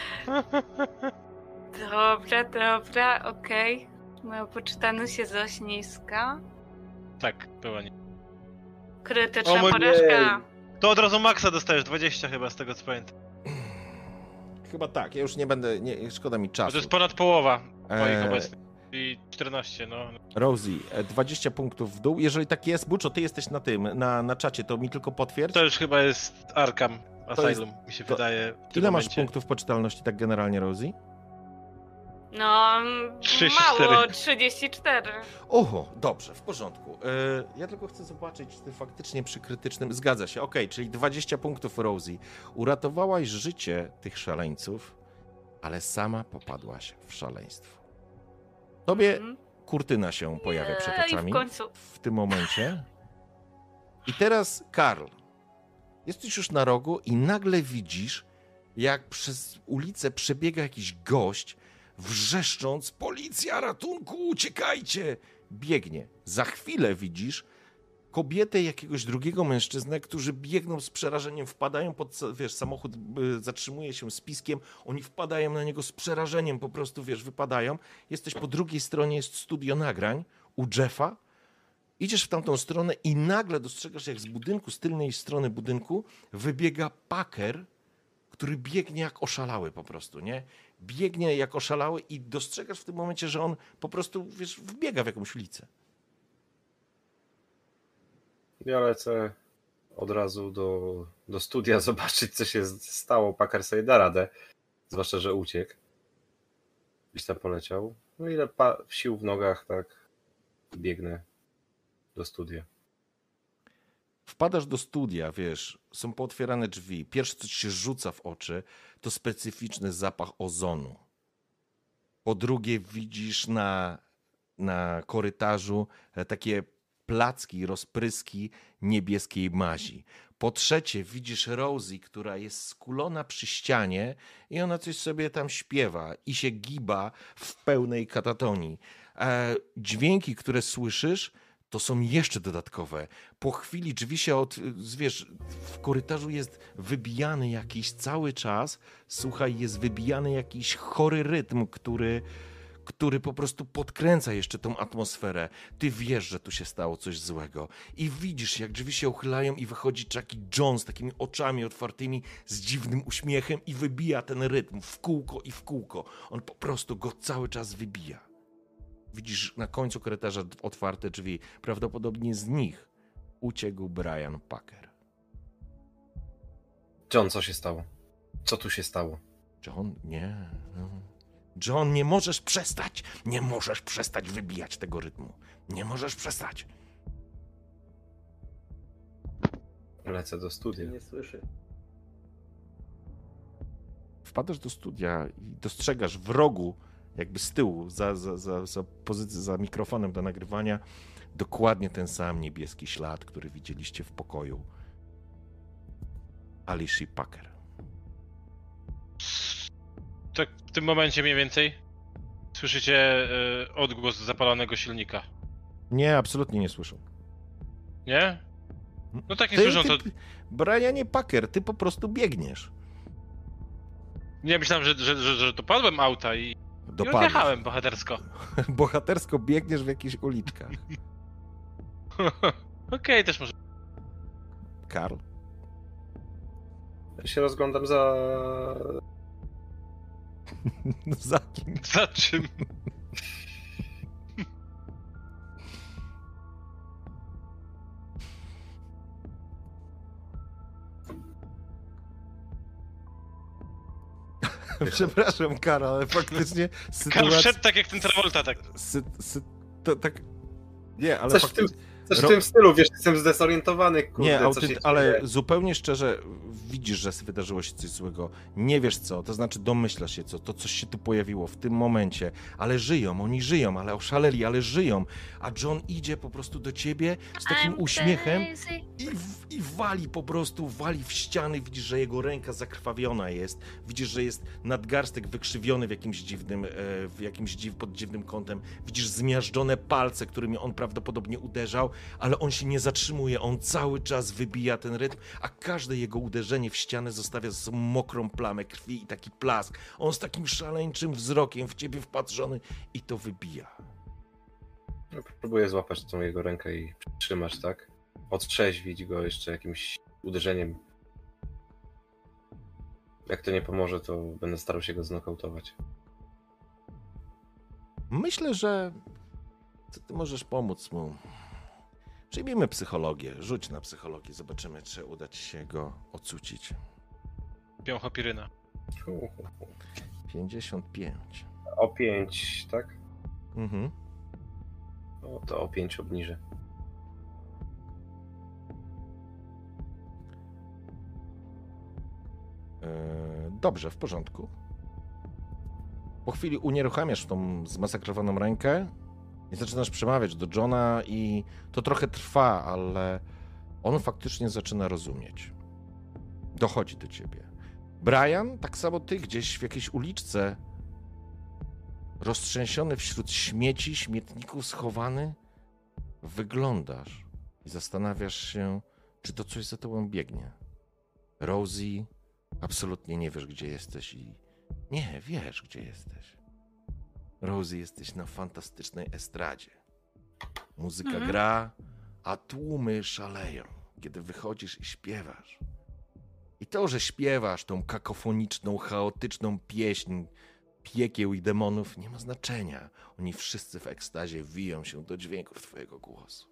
Dobra, okej. Moja poczytalność jest dość niska. Tak, była nie. Krytyczna O mój- porażka. To od razu maksa dostajesz, 20 chyba z tego co pamiętam. Chyba tak, ja już nie będę, szkoda mi Bo czasu. to jest ponad połowa twoich Eee. obecnych. I 14, no. Rosie, 20 punktów w dół. Jeżeli tak jest, Buczo, ty jesteś na tym, na czacie, to mi tylko potwierdź. To już chyba jest Arkham Asylum, mi się to- wydaje. w tym Ile masz momencie. punktów poczytalności tak generalnie, Rosie? No, 34. mało, 34. Oho, dobrze, w porządku. Ja tylko chcę zobaczyć, czy ty faktycznie przy krytycznym... Zgadza się, okej, czyli 20 punktów, Rosie. Uratowałaś życie tych szaleńców, ale sama popadłaś w szaleństwo. Tobie Mhm. kurtyna się pojawia przed I oczami w końcu. w tym momencie. I teraz, Karl, jesteś już na rogu i nagle widzisz, jak przez ulicę przebiega jakiś gość, wrzeszcząc: policja, ratunku, uciekajcie! Biegnie. Za chwilę widzisz kobietę i jakiegoś drugiego mężczyznę, którzy biegną z przerażeniem, wpadają pod, wiesz, samochód zatrzymuje się z piskiem, oni wpadają na niego z przerażeniem, po prostu, wiesz, wypadają. Jesteś po drugiej stronie, jest studio nagrań u Jeffa. Idziesz w tamtą stronę i nagle dostrzegasz, jak z budynku, z tylnej strony budynku wybiega Packer, który biegnie jak oszalały po prostu, nie? Biegnie jak oszalały i dostrzegasz w tym momencie, że on po prostu, wiesz, wbiega w jakąś ulicę. Ja lecę od razu do studia zobaczyć, co się stało. Packer sobie da radę, zwłaszcza, że uciekł. Gdzieś tam poleciał. No ile sił w nogach, tak biegnę do studia. Wpadasz do studia, wiesz, są pootwierane drzwi. Pierwsze, co ci się rzuca w oczy, to specyficzny zapach ozonu. Po drugie, widzisz na korytarzu takie placki, rozpryski niebieskiej mazi. Po trzecie, widzisz Rosie, która jest skulona przy ścianie i ona coś sobie tam śpiewa i się giba w pełnej katatonii. Dźwięki, które słyszysz, to są jeszcze dodatkowe. Po chwili drzwi się wiesz, w korytarzu jest wybijany jakiś cały czas, słuchaj, jest wybijany jakiś chory rytm, który po prostu podkręca jeszcze tą atmosferę. Ty wiesz, że tu się stało coś złego. I widzisz, jak drzwi się uchylają i wychodzi Jackie Jones z takimi oczami otwartymi, z dziwnym uśmiechem i wybija ten rytm w kółko i w kółko. On po prostu go cały czas wybija. Widzisz na końcu korytarza otwarte drzwi. Prawdopodobnie z nich uciekł Brian Packer. John, co się stało? Co tu się stało? John, nie. No. John, nie możesz przestać. Nie możesz przestać wybijać tego rytmu. Nie możesz przestać. Lecę do studia. Nie słyszy. Wpadasz do studia i dostrzegasz w rogu, jakby z tyłu, za mikrofonem do nagrywania, dokładnie ten sam niebieski ślad, który widzieliście w pokoju Alicia Packer. Tak w tym momencie mniej więcej słyszycie odgłos zapalonego silnika. Nie, absolutnie nie słyszą. Nie? No tak nie Ty, słyszą to... Brianie Packer, ty po prostu biegniesz. Nie, myślałem, że dopadłem auta i odjechałem bohatersko. Bohatersko biegniesz w jakichś uliczkach. Okej, też może. Karl? Ja się rozglądam za... Za kim? Za czym? Przepraszam, Karl, ale faktycznie Karl sytuacja... szedł tak jak ten Travolta, tak. To tak... Nie, ale Coś w tym stylu, wiesz, jestem zdezorientowany, kurde, Nie, co się ale dzieje. zupełnie szczerze widzisz, że wydarzyło się coś złego. Nie wiesz co, to znaczy domyślasz się co, to coś się tu pojawiło w tym momencie, ale żyją, oni żyją, ale oszaleli, ale żyją. A John idzie po prostu do ciebie z takim I'm uśmiechem crazy. i wali po prostu, wali w ściany. Widzisz, że jego ręka zakrwawiona jest. Widzisz, że jest nadgarstek wykrzywiony w jakimś dziwnym, pod dziwnym kątem. Widzisz zmiażdżone palce, którymi on prawdopodobnie uderzał, ale on się nie zatrzymuje, on cały czas wybija ten rytm, a każde jego uderzenie w ścianę zostawia za sobą mokrą plamę krwi i taki plask. On z takim szaleńczym wzrokiem w ciebie wpatrzony i to wybija. No, próbuję złapać tą jego rękę i trzymać, tak? Otrzeźwić go jeszcze jakimś uderzeniem. Jak to nie pomoże, to będę starał się go znokautować. Myślę, że ty możesz pomóc mu. Przyjmijmy psychologię, rzuć na psychologię, zobaczymy, czy uda ci się go ocucić. Piąchopiryna. 55. O 5, tak? Mhm. No to o 5 obniżę. Dobrze, w porządku. Po chwili unieruchamiasz tą zmasakrowaną rękę i zaczynasz przemawiać do Johna i to trochę trwa, ale on faktycznie zaczyna rozumieć. Dochodzi do ciebie. Brian, tak samo ty, gdzieś w jakiejś uliczce, roztrzęsiony wśród śmieci, śmietników schowany, wyglądasz i zastanawiasz się, czy to coś za tobą biegnie. Rosie, absolutnie nie wiesz, gdzie jesteś i nie, wiesz, gdzie jesteś. Rosie, jesteś na fantastycznej estradzie. Muzyka gra, a tłumy szaleją, kiedy wychodzisz i śpiewasz. I to, że śpiewasz tą kakofoniczną, chaotyczną pieśń piekieł i demonów, nie ma znaczenia. Oni wszyscy w ekstazie wiją się do dźwięków twojego głosu.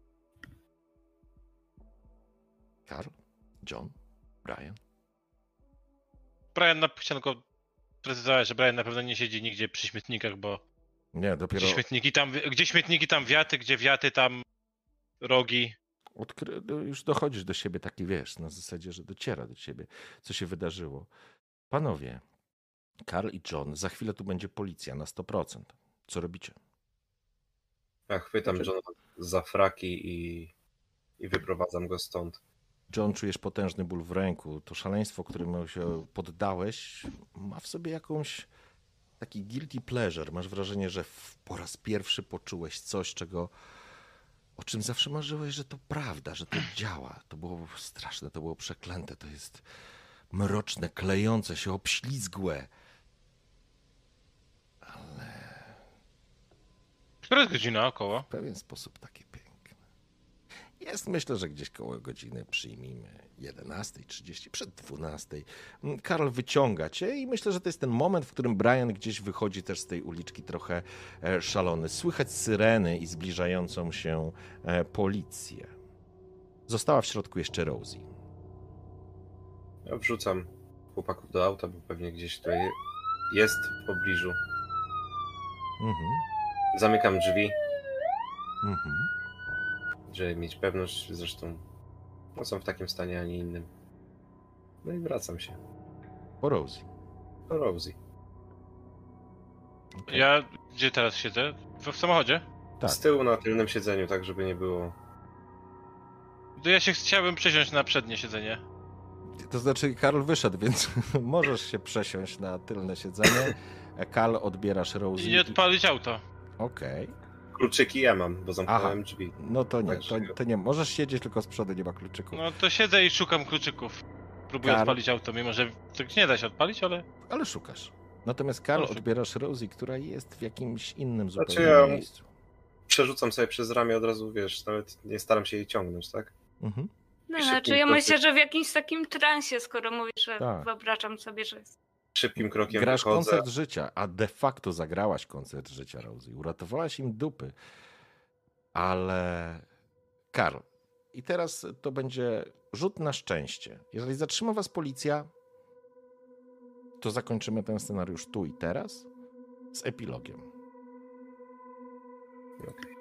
Karl? John? Brian? Brian, chciałem tylko precyzować, że Brian na pewno nie siedzi nigdzie przy śmietnikach, bo Nie, dopiero gdzie śmietniki tam wiaty, gdzie wiaty tam rogi. już dochodzisz do siebie taki, wiesz, na zasadzie, że dociera do ciebie, co się wydarzyło. Panowie, Karl i John, za chwilę tu będzie policja na 100%. Co robicie? Ja chwytam Johna za fraki i wyprowadzam go stąd. John, czujesz potężny ból w ręku. To szaleństwo, któremu się poddałeś, ma w sobie jakąś taki guilty pleasure. Masz wrażenie, że po raz pierwszy poczułeś coś, o czym zawsze marzyłeś, że to prawda, że to działa. To było straszne, to było przeklęte. To jest mroczne, klejące się, obślizgłe. Ale Która jest godzina około? w pewien sposób takie piękne. Jest, myślę, że gdzieś koło godziny, przyjmijmy 11:30, przed 12:00. Karl wyciąga cię i myślę, że to jest ten moment, w którym Brian gdzieś wychodzi też z tej uliczki trochę szalony. Słychać syreny i zbliżającą się policję. Została w środku jeszcze Rosie. Ja wrzucam chłopaków do auta, bo pewnie gdzieś tutaj jest w pobliżu. Mhm. Zamykam drzwi, Mhm. żeby mieć pewność, zresztą no są w takim stanie, a nie innym. No i wracam się Po Rosie. do Rosie. Okay. Ja gdzie teraz siedzę? W samochodzie? Tak. Z tyłu na tylnym siedzeniu, tak żeby nie było. To ja się chciałbym przesiąść na przednie siedzenie. To znaczy Karl wyszedł, więc możesz się przesiąść na tylne siedzenie. Karl, odbierasz Rosie. I nie odpalić auto. Okej. kluczyki ja mam, bo zamknąłem drzwi. No to nie, Także- to nie. Możesz siedzieć, tylko z przodu nie ma kluczyków. No to siedzę i szukam kluczyków. Próbuję Karl. odpalić auto, mimo że tak nie da się odpalić, ale... Ale szukasz. Natomiast Karl, Proszę. odbierasz Rosie, która jest w jakimś innym zupełnie Znaczy ja- miejscu. Przerzucam sobie przez ramię od razu, wiesz, nawet nie staram się jej ciągnąć, tak? Mhm. No, Szybkim znaczy ja krokiem. myślę, że w jakimś takim transie, skoro mówisz, że Tak. wyobrażam sobie, że jest. Szybkim krokiem Grasz wychodzę. koncert życia, a de facto zagrałaś koncert życia, Rosie. Uratowałaś im dupy. Ale Karl, i teraz to będzie rzut na szczęście. Jeżeli zatrzyma was policja, to zakończymy ten scenariusz tu i teraz z epilogiem. Okej.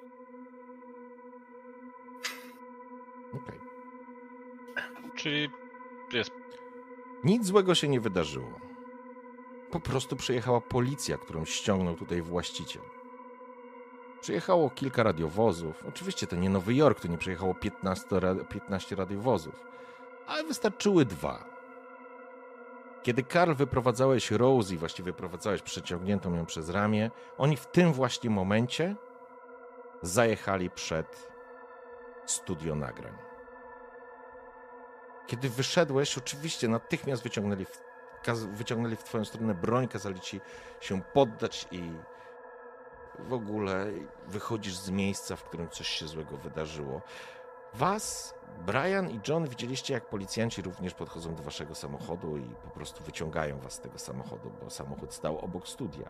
Okej. Czyli jest... Nic złego się nie wydarzyło. Po prostu przyjechała policja, którą ściągnął tutaj właściciel. Przyjechało kilka radiowozów. Oczywiście to nie Nowy Jork, tu nie przyjechało 15 radiowozów, ale wystarczyły 2. Kiedy Karl wyprowadzałeś Rosie, właściwie wyprowadzałeś przeciągniętą ją przez ramię, oni w tym właśnie momencie zajechali przed studio nagrań. Kiedy wyszedłeś, oczywiście natychmiast wyciągnęli w twoją stronę broń, kazali ci się poddać i w ogóle wychodzisz z miejsca, w którym coś się złego wydarzyło. Was, Brian i John, widzieliście, jak policjanci również podchodzą do waszego samochodu i po prostu wyciągają was z tego samochodu, bo samochód stał obok studia.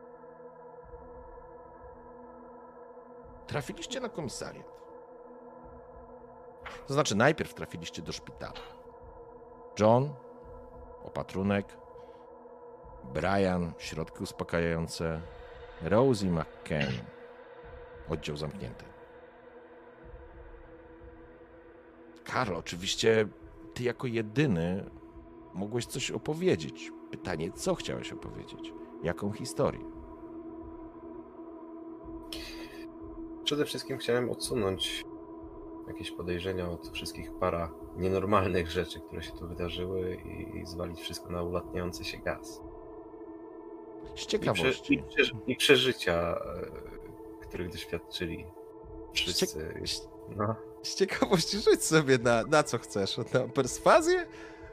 Trafiliście na komisariat. To znaczy, najpierw trafiliście do szpitala. John, opatrunek, Brian, środki uspokajające, Rosie McCann, oddział zamknięty. Karl, oczywiście ty jako jedyny mogłeś coś opowiedzieć. Pytanie, co chciałeś opowiedzieć? Jaką historię? Przede wszystkim chciałem odsunąć jakieś podejrzenia od wszystkich nienormalnych rzeczy, które się tu wydarzyły i zwalić wszystko na ulatniający się gaz. Z ciekawości. I przeżycia, których doświadczyli wszyscy. No. Z ciekawości rzuć sobie na co chcesz. Na perswazję?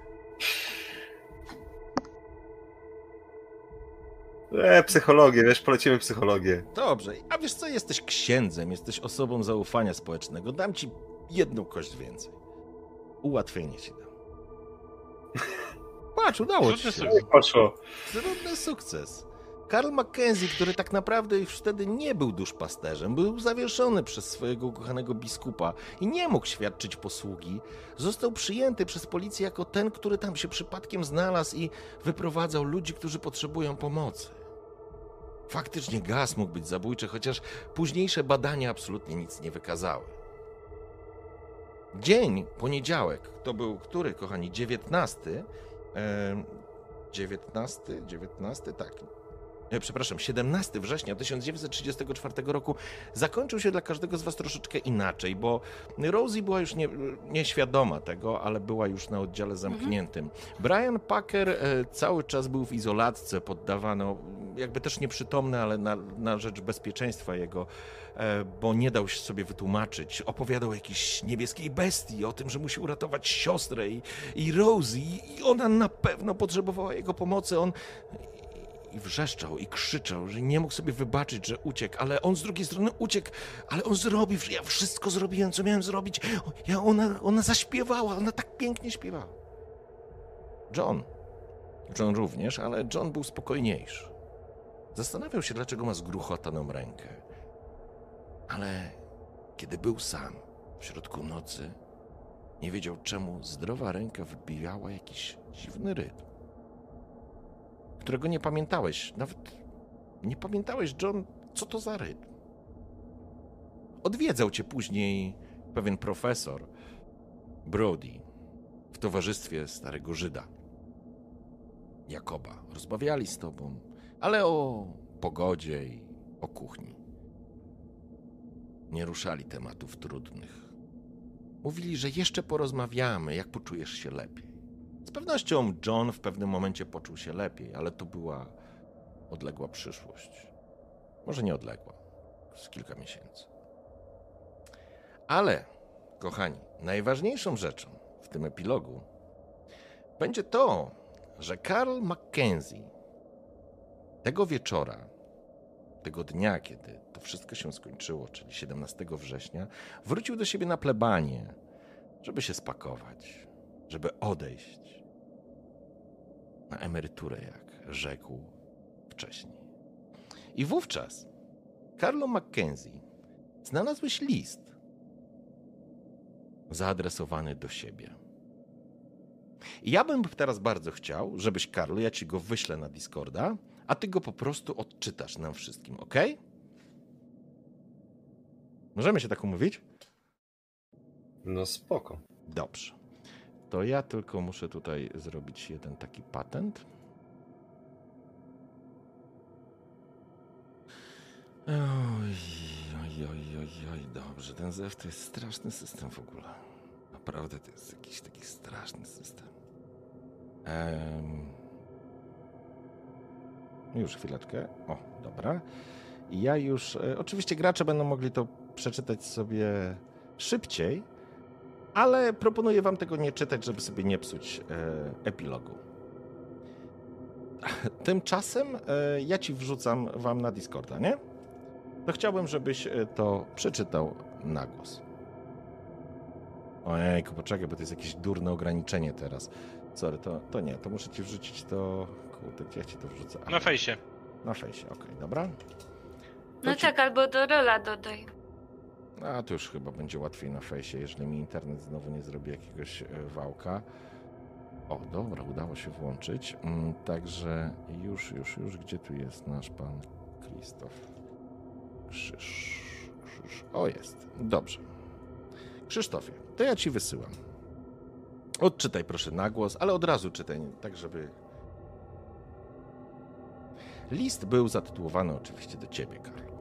Psychologię, wiesz, polecimy psychologię. Dobrze. A wiesz co, jesteś księdzem, jesteś osobą zaufania społecznego. Dam ci jedną kość więcej. Ułatwienie ci dam. Patrz, udało ci się. Poszło. Trudny sukces. Karl Mackenzie, który tak naprawdę już wtedy nie był duszpasterzem, był zawieszony przez swojego ukochanego biskupa i nie mógł świadczyć posługi, został przyjęty przez policję jako ten, który tam się przypadkiem znalazł i wyprowadzał ludzi, którzy potrzebują pomocy. Faktycznie gaz mógł być zabójczy, chociaż późniejsze badania absolutnie nic nie wykazały. Dzień, poniedziałek, to był który, kochani, 19, tak. Przepraszam, 17 września 1934 roku zakończył się dla każdego z was troszeczkę inaczej, bo Rosie była już nieświadoma tego, ale była już na oddziale zamkniętym. Brian Packer cały czas był w izolatce, poddawano, jakby też nieprzytomny, ale na rzecz bezpieczeństwa jego, bo nie dał się sobie wytłumaczyć. Opowiadał o jakiejś niebieskiej bestii, o tym, że musi uratować siostrę i Rosie i ona na pewno potrzebowała jego pomocy. On i wrzeszczał i krzyczał, że nie mógł sobie wybaczyć, że uciekł, ale on z drugiej strony uciekł, ale on zrobił, że ja wszystko zrobiłem, co miałem zrobić. Ona zaśpiewała, ona tak pięknie śpiewała. John również, ale John był spokojniejszy. Zastanawiał się, dlaczego ma zgruchotaną rękę. Ale kiedy był sam w środku nocy, nie wiedział, czemu zdrowa ręka wybijała jakiś dziwny rytm, którego nie pamiętałeś. Nawet nie pamiętałeś, John, co to za rytm. Odwiedzał cię później pewien profesor Brody w towarzystwie starego Żyda, Jakoba. Rozmawiali z tobą, ale o pogodzie i o kuchni. Nie ruszali tematów trudnych. Mówili, że jeszcze porozmawiamy, jak poczujesz się lepiej. Z pewnością John w pewnym momencie poczuł się lepiej, ale to była odległa przyszłość. Może nie odległa. z kilka miesięcy. Ale, kochani, najważniejszą rzeczą w tym epilogu będzie to, że Karl Mackenzie tego wieczora, tego dnia, kiedy to wszystko się skończyło, czyli 17 września, wrócił do siebie na plebanię, żeby się spakować, żeby odejść na emeryturę, jak rzekł wcześniej. I wówczas, Karlu Mackenzie, znalazłeś list zaadresowany do siebie. I ja bym teraz bardzo chciał, żebyś, Karlu, ja ci go wyślę na Discorda, a ty go po prostu odczytasz nam wszystkim, ok? Możemy się tak umówić? No spoko. Dobrze. To ja tylko muszę tutaj zrobić jeden taki patent. Oj, dobrze. Ten ZEW to jest straszny system w ogóle. Naprawdę to jest jakiś taki straszny system. Już chwileczkę. O, dobra. I ja już... Oczywiście gracze będą mogli to przeczytać sobie szybciej, ale proponuję wam tego nie czytać, żeby sobie nie psuć epilogu. Tymczasem ja ci wrzucam wam na Discorda, nie? To chciałbym, żebyś to przeczytał na głos. Ojejku, poczekaj, bo to jest jakieś durne ograniczenie teraz. Sorry, to nie, to muszę ci wrzucić to... Kurde, jak ci to wrzucę? Na fejsie. Na fejsie, okej, dobra. No tak, albo do rola dodaj. A to już chyba będzie łatwiej na fejsie, jeżeli mi internet znowu nie zrobi jakiegoś wałka. O, dobra, udało się włączyć. Także już, gdzie tu jest nasz pan Krzysztof? Krzyż. O, jest. Dobrze. Krzysztofie, to ja ci wysyłam. Odczytaj proszę na głos, ale od razu czytaj, tak żeby... List był zatytułowany oczywiście do ciebie, Karol.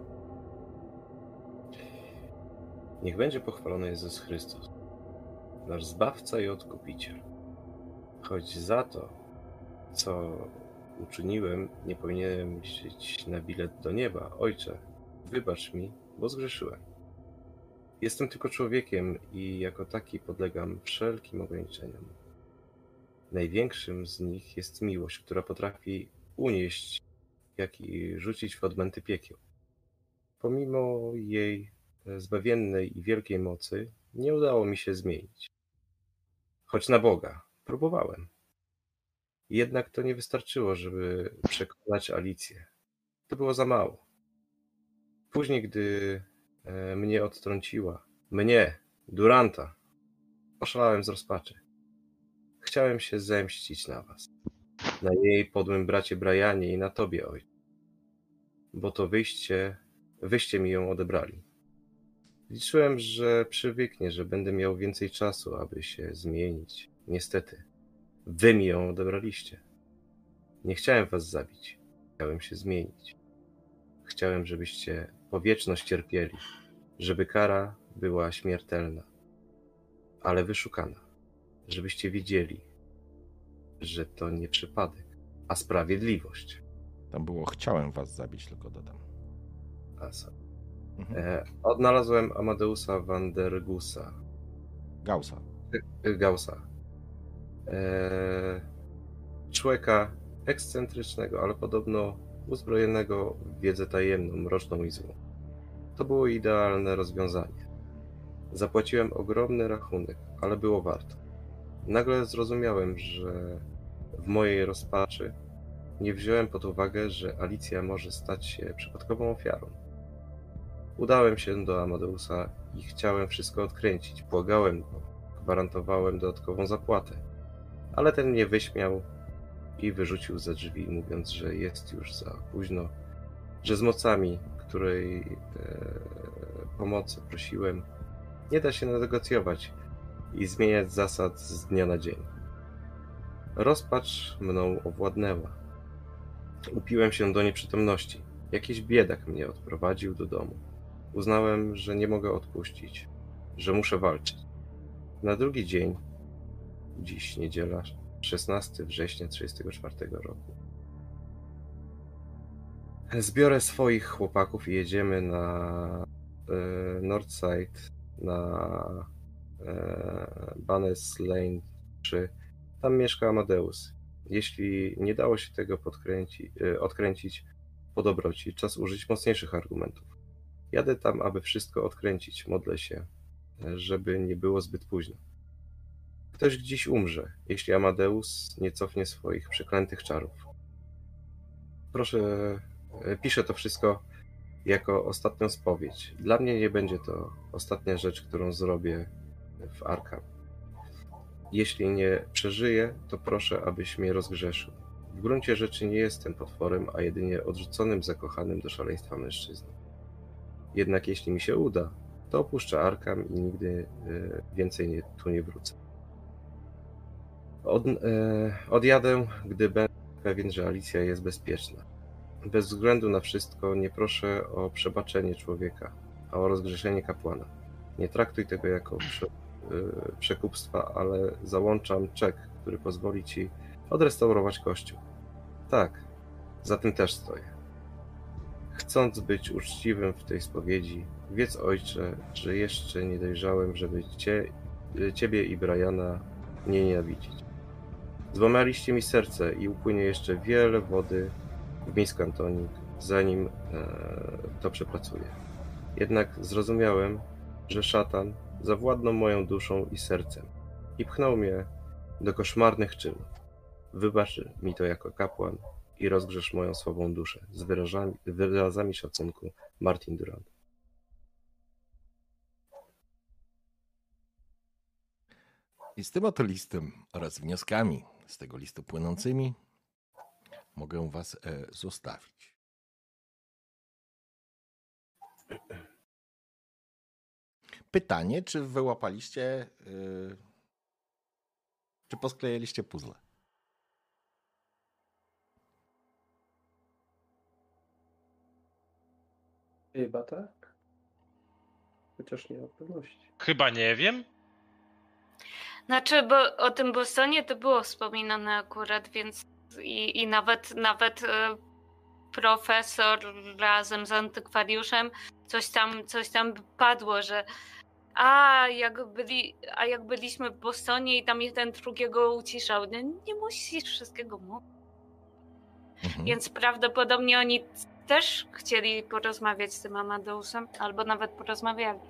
Niech będzie pochwalony Jezus Chrystus, nasz Zbawca i Odkupiciel. Choć za to, co uczyniłem, nie powinienem liczyć na bilet do nieba. Ojcze, wybacz mi, bo zgrzeszyłem. Jestem tylko człowiekiem i jako taki podlegam wszelkim ograniczeniom. Największym z nich jest miłość, która potrafi unieść, jak i rzucić w odmęty piekieł. Pomimo jej zbawiennej i wielkiej mocy, nie udało mi się zmienić. Choć na Boga próbowałem. Jednak to nie wystarczyło, żeby przekonać Alicję. To było za mało. Później, gdy mnie odtrąciła, mnie, Duranta, oszalałem z rozpaczy. Chciałem się zemścić na was, na jej podłym bracie Brianie i na tobie, ojcze. Bo to wyście mi ją odebrali. Liczyłem, że przywyknie, że będę miał więcej czasu, aby się zmienić. Niestety, wy mi ją odebraliście. Nie chciałem was zabić. Chciałem się zmienić. Chciałem, żebyście po wieczność cierpieli, żeby kara była śmiertelna, ale wyszukana, żebyście wiedzieli, że to nie przypadek, a sprawiedliwość. Tam było, chciałem was zabić, tylko dodam. Odnalazłem Amadeusa van der Gaussa. Człowieka ekscentrycznego, ale podobno uzbrojonego w wiedzę tajemną, mroczną i złą. To było idealne rozwiązanie. Zapłaciłem ogromny rachunek, ale było warto. Nagle zrozumiałem, że w mojej rozpaczy nie wziąłem pod uwagę, że Alicja może stać się przypadkową ofiarą. Udałem się do Amadeusa i chciałem wszystko odkręcić. Błagałem go, gwarantowałem dodatkową zapłatę. Ale ten mnie wyśmiał i wyrzucił za drzwi, mówiąc, że jest już za późno, że z mocami, której pomocy prosiłem, nie da się negocjować i zmieniać zasad z dnia na dzień. Rozpacz mną owładnęła. Upiłem się do nieprzytomności. Jakiś biedak mnie odprowadził do domu. Uznałem, że nie mogę odpuścić, że muszę walczyć. Na drugi dzień, dziś niedziela, 16 września 1934 roku, Zbiorę swoich chłopaków i jedziemy na Northside, na Banes Lane 3. Tam mieszka Amadeus. Jeśli nie dało się tego odkręcić po dobroci, czas użyć mocniejszych argumentów. Jadę tam, aby wszystko odkręcić. Modlę się, żeby nie było zbyt późno. Ktoś gdzieś umrze, jeśli Amadeus nie cofnie swoich przeklętych czarów. Proszę, piszę to wszystko jako ostatnią spowiedź. Dla mnie nie będzie to ostatnia rzecz, którą zrobię w Arkham. Jeśli nie przeżyję, to proszę, abyś mnie rozgrzeszył. W gruncie rzeczy nie jestem potworem, a jedynie odrzuconym, zakochanym do szaleństwa mężczyzną. Jednak jeśli mi się uda, to opuszczę Arkham i nigdy więcej tu nie wrócę. Odjadę, gdy będę pewien, że Alicja jest bezpieczna. Bez względu na wszystko nie proszę o przebaczenie człowieka, a o rozgrzeszenie kapłana. Nie traktuj tego jako przekupstwa, ale załączam czek, który pozwoli ci odrestaurować kościół. Tak, za tym też stoję. Chcąc być uczciwym w tej spowiedzi, wiedz, ojcze, że jeszcze nie dojrzałem, żeby ciebie i Briana nie nienawidzić. Złamaliście mi serce i upłynie jeszcze wiele wody w Miskatonic, zanim to przepracuję. Jednak zrozumiałem, że szatan zawładnął moją duszą i sercem i pchnął mnie do koszmarnych czynów. Wybacz mi to jako kapłan i rozgrzesz moją słabą duszę. Z wyrazami szacunku, Martin Durant. I z tym oto listem oraz wnioskami z tego listu płynącymi mogę was zostawić. Pytanie, czy wyłapaliście, czy posklejaliście puzzle? Chyba tak. Chociaż nie mam pewności. Chyba nie wiem. Znaczy, bo o tym Bostonie to było wspominane akurat, więc i nawet profesor razem z antykwariuszem coś tam padło, że jak byliśmy w Bostonie i tam jeden drugiego uciszał. Nie musisz wszystkiego mówić. Mhm. Więc prawdopodobnie oni też chcieli porozmawiać z tym Amadeusem, albo nawet porozmawiali.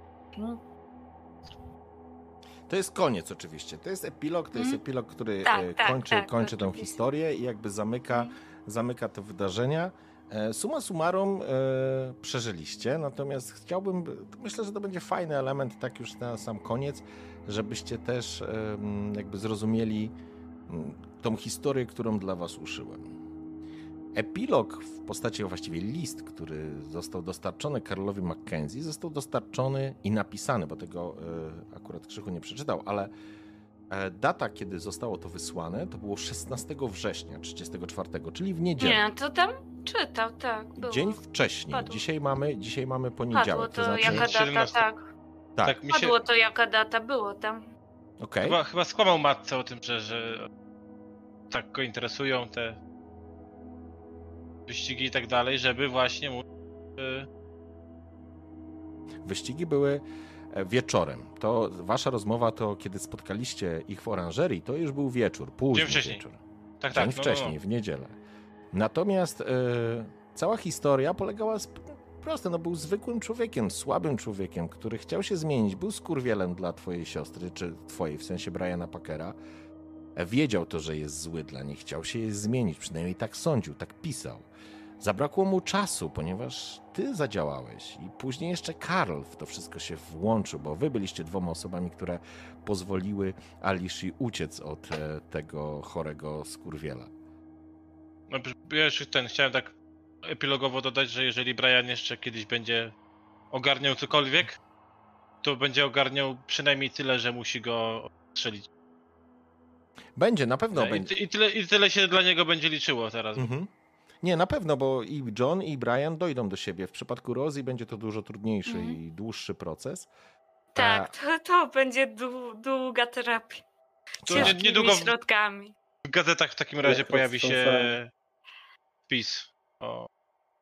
To jest koniec oczywiście. To jest epilog, który kończy tę historię i jakby zamyka te wydarzenia. Summa summarum przeżyliście, natomiast myślę, że to będzie fajny element tak już na sam koniec, żebyście też jakby zrozumieli tą historię, którą dla was uszyłem. Epilog w postaci, właściwie list, który został dostarczony Karlowi Mackenzie, został dostarczony i napisany, bo tego akurat Krzychu nie przeczytał, ale data, kiedy zostało to wysłane, to było 16 września 1934, czyli w niedzielę. Nie, to tam czytał, tak. Było. Dzień wcześniej. Padło. Dzisiaj mamy poniedziałek. Padło to, to znaczy... jaka data, 17. tak. Tak. Padło to, jaka data, było tam. Okay. Chyba skłamał matce o tym, że tak go interesują te wyścigi i tak dalej, żeby właśnie mu... Wyścigi były wieczorem. To wasza rozmowa to, kiedy spotkaliście ich w oranżerii, to już był wieczór, późny wieczór. Dzień wcześniej, w niedzielę. Natomiast cała historia polegała proste, był zwykłym człowiekiem, słabym człowiekiem, który chciał się zmienić, był skurwielem dla twojej siostry, czy twojej, w sensie Briana Packera. Wiedział to, że jest zły dla nich, chciał się je zmienić, przynajmniej tak sądził, tak pisał. Zabrakło mu czasu, ponieważ ty zadziałałeś i później jeszcze Karl w to wszystko się włączył, bo wy byliście dwoma osobami, które pozwoliły Alicji uciec od tego chorego skurwiela. No, wiesz, chciałem tak epilogowo dodać, że jeżeli Brian jeszcze kiedyś będzie ogarniał cokolwiek, to będzie ogarniał przynajmniej tyle, że musi go strzelić. Będzie, na pewno będzie. I tyle się dla niego będzie liczyło teraz. Mhm. Nie, na pewno, bo i John, i Brian dojdą do siebie. W przypadku Rosie będzie to dużo trudniejszy i dłuższy proces. Tak, to będzie długa terapia. Niedługo środkami. W gazetach w takim razie pojawi się wpis o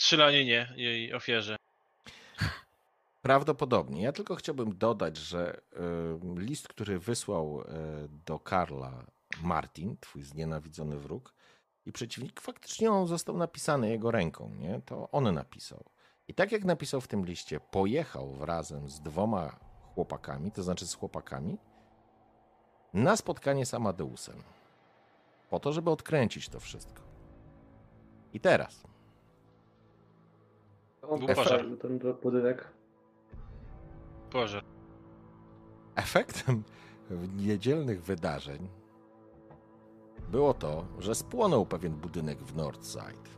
strzelaninie jej ofierze. Prawdopodobnie. Ja tylko chciałbym dodać, że list, który wysłał do Karla Martin, twój znienawidzony wróg i przeciwnik, faktycznie on został napisany jego ręką, nie? To on napisał. I tak jak napisał w tym liście, pojechał razem z 2 chłopakami, to znaczy z chłopakami, na spotkanie z Amadeusem. Po to, żeby odkręcić to wszystko. I teraz. On Był postawił ten budynek. Boże. Efektem niedzielnych wydarzeń było to, że spłonął pewien budynek w Northside.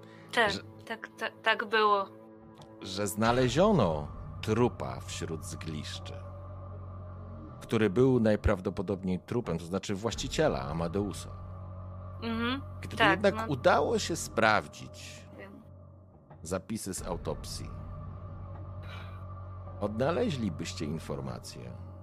Tak było. Że znaleziono trupa wśród zgliszczy, który był najprawdopodobniej trupem, to znaczy właściciela Amadeusa. Gdyby jednak udało się sprawdzić zapisy z autopsji, odnaleźlibyście informację,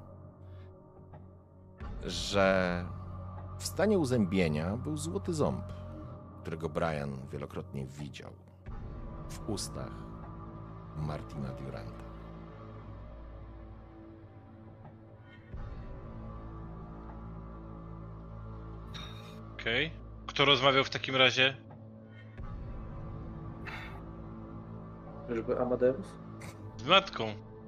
że w stanie uzębienia był złoty ząb, którego Brian wielokrotnie widział w ustach Martina Duranta. Okej. Kto rozmawiał w takim razie? Żeby Amadeus? Z matką.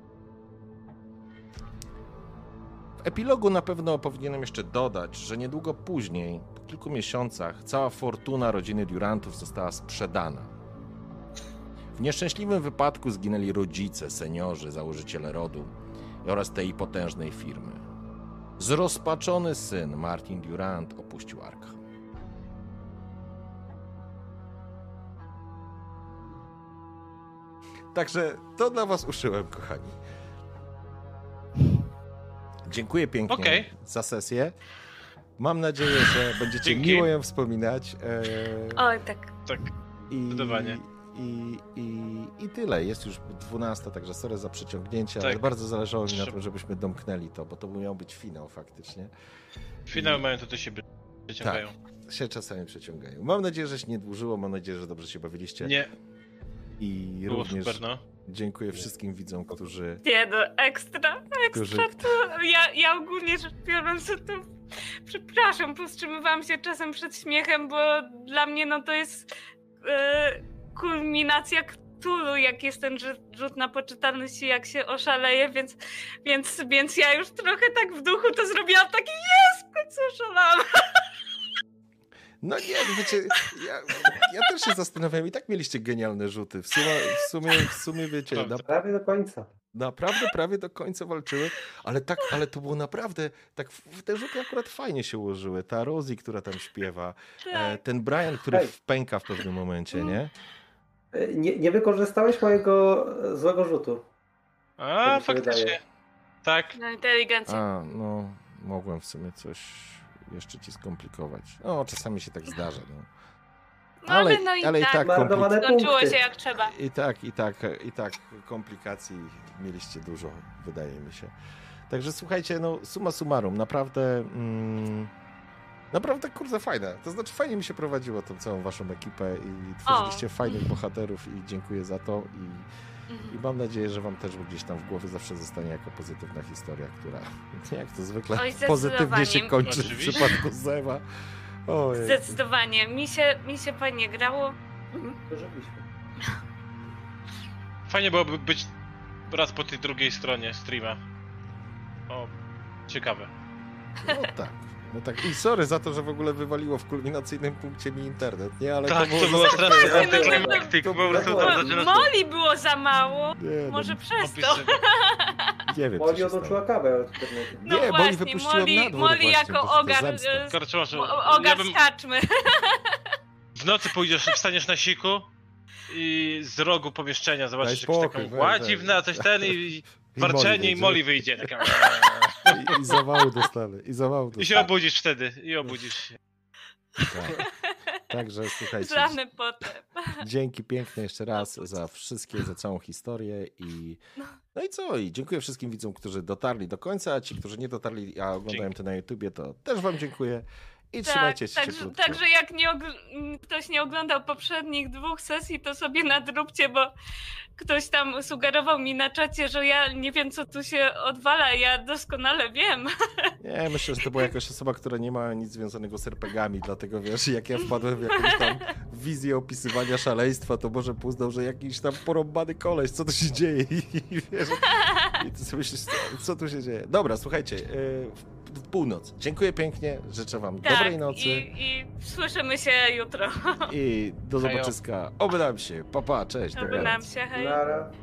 W epilogu na pewno powinienem jeszcze dodać, że niedługo później, po kilku miesiącach, cała fortuna rodziny Durantów została sprzedana. W nieszczęśliwym wypadku zginęli rodzice, seniorzy, założyciele rodu oraz tej potężnej firmy. Zrozpaczony syn Martin Durant opuścił Arkham. Także to dla was uszyłem, kochani. Dziękuję pięknie za sesję. Mam nadzieję, że będziecie miło ją wspominać. Oj, tak. Tak, zdecydowanie. I tyle. Jest już 12, także sorry za przeciągnięcie, ale bardzo zależało mi na tym, żebyśmy domknęli to, bo to miał być finał faktycznie. Finały mają to do siebie przeciągają. Tak, się czasami przeciągają. Mam nadzieję, że się nie dłużyło, mam nadzieję, że dobrze się bawiliście. Nie. I było również super, no. dziękuję wszystkim widzom, którzy... Nie no, ekstra to ja ogólnie rzecz biorąc to przepraszam, powstrzymywałam się czasem przed śmiechem, bo dla mnie no to jest kulminacja Cthulhu, jak jest ten rzut na poczytalność i jak się oszaleje, więc ja już trochę tak w duchu to zrobiłam, taki jest, w końcu oszalałam. No nie, wiecie, ja też się zastanawiam, i tak mieliście genialne rzuty. W sumie wiecie, Prawie do końca. Naprawdę prawie do końca walczyły, ale to było naprawdę, tak te rzuty akurat fajnie się ułożyły. Ta Rosie, która tam śpiewa, ten Brian, który wpęka w pewnym momencie, nie? Nie wykorzystałeś mojego złego rzutu. A, faktycznie. Tak. Na inteligencję. No, mogłem w sumie coś jeszcze ci skomplikować. No, czasami się tak zdarza, no. Ale i tak skończyło się jak trzeba. I tak komplikacji mieliście dużo, wydaje mi się. Także słuchajcie, no summa summarum, naprawdę kurde fajne. To znaczy fajnie mi się prowadziło tą całą waszą ekipę i tworzyliście fajnych bohaterów i dziękuję za to i mam nadzieję, że wam też gdzieś tam w głowie zawsze zostanie jako pozytywna historia, która jak to zwykle pozytywnie się kończy w przypadku Zewa. Ojej. Zdecydowanie. Mi się fajnie grało. Fajnie byłoby być raz po tej drugiej stronie streama. O, ciekawe. No tak. I sorry za to, że w ogóle wywaliło w kulminacyjnym punkcie mi internet, nie? Ale tak, to było strasznie antyklimaktyk. Moli było za mało. Może przez to. Nie wiem, Moli odłączyła kawę. Nie, Moli wypuściła na dwór. Moli jako ogar z kaczmy. W nocy wstaniesz na siku i z rogu pomieszczenia zobaczysz jakąś taką ładziwna, coś i warczenie i Moli wyjdzie. I zawału dostanę. I się obudzisz wtedy. Obudzisz się. Tak. Także słuchajcie. Żadny potem. Dzięki piękne jeszcze raz za całą historię no i co? I dziękuję wszystkim widzom, którzy dotarli do końca, a ci, którzy nie dotarli, a oglądają to na YouTubie, to też wam dziękuję. i trzymajcie się cieplutko. Także jak ktoś nie oglądał poprzednich 2 sesji, to sobie nadróbcie, bo ktoś tam sugerował mi na czacie, że ja nie wiem, co tu się odwala. Ja doskonale wiem. Nie, myślę, że to była jakaś osoba, która nie ma nic związanego z RPGami, dlatego wiesz, jak ja wpadłem w jakąś tam wizję opisywania szaleństwa, to może uznał, że jakiś tam porąbany koleś, co tu się dzieje i wiesz, i ty sobie myślisz, co tu się dzieje. Dobra, słuchajcie, w północ. Dziękuję pięknie, życzę wam dobrej nocy. I słyszymy się jutro. I do zobaczyska. Oby nam się. Pa, pa, cześć. Oby dobranoc. nam się, hej. Nara.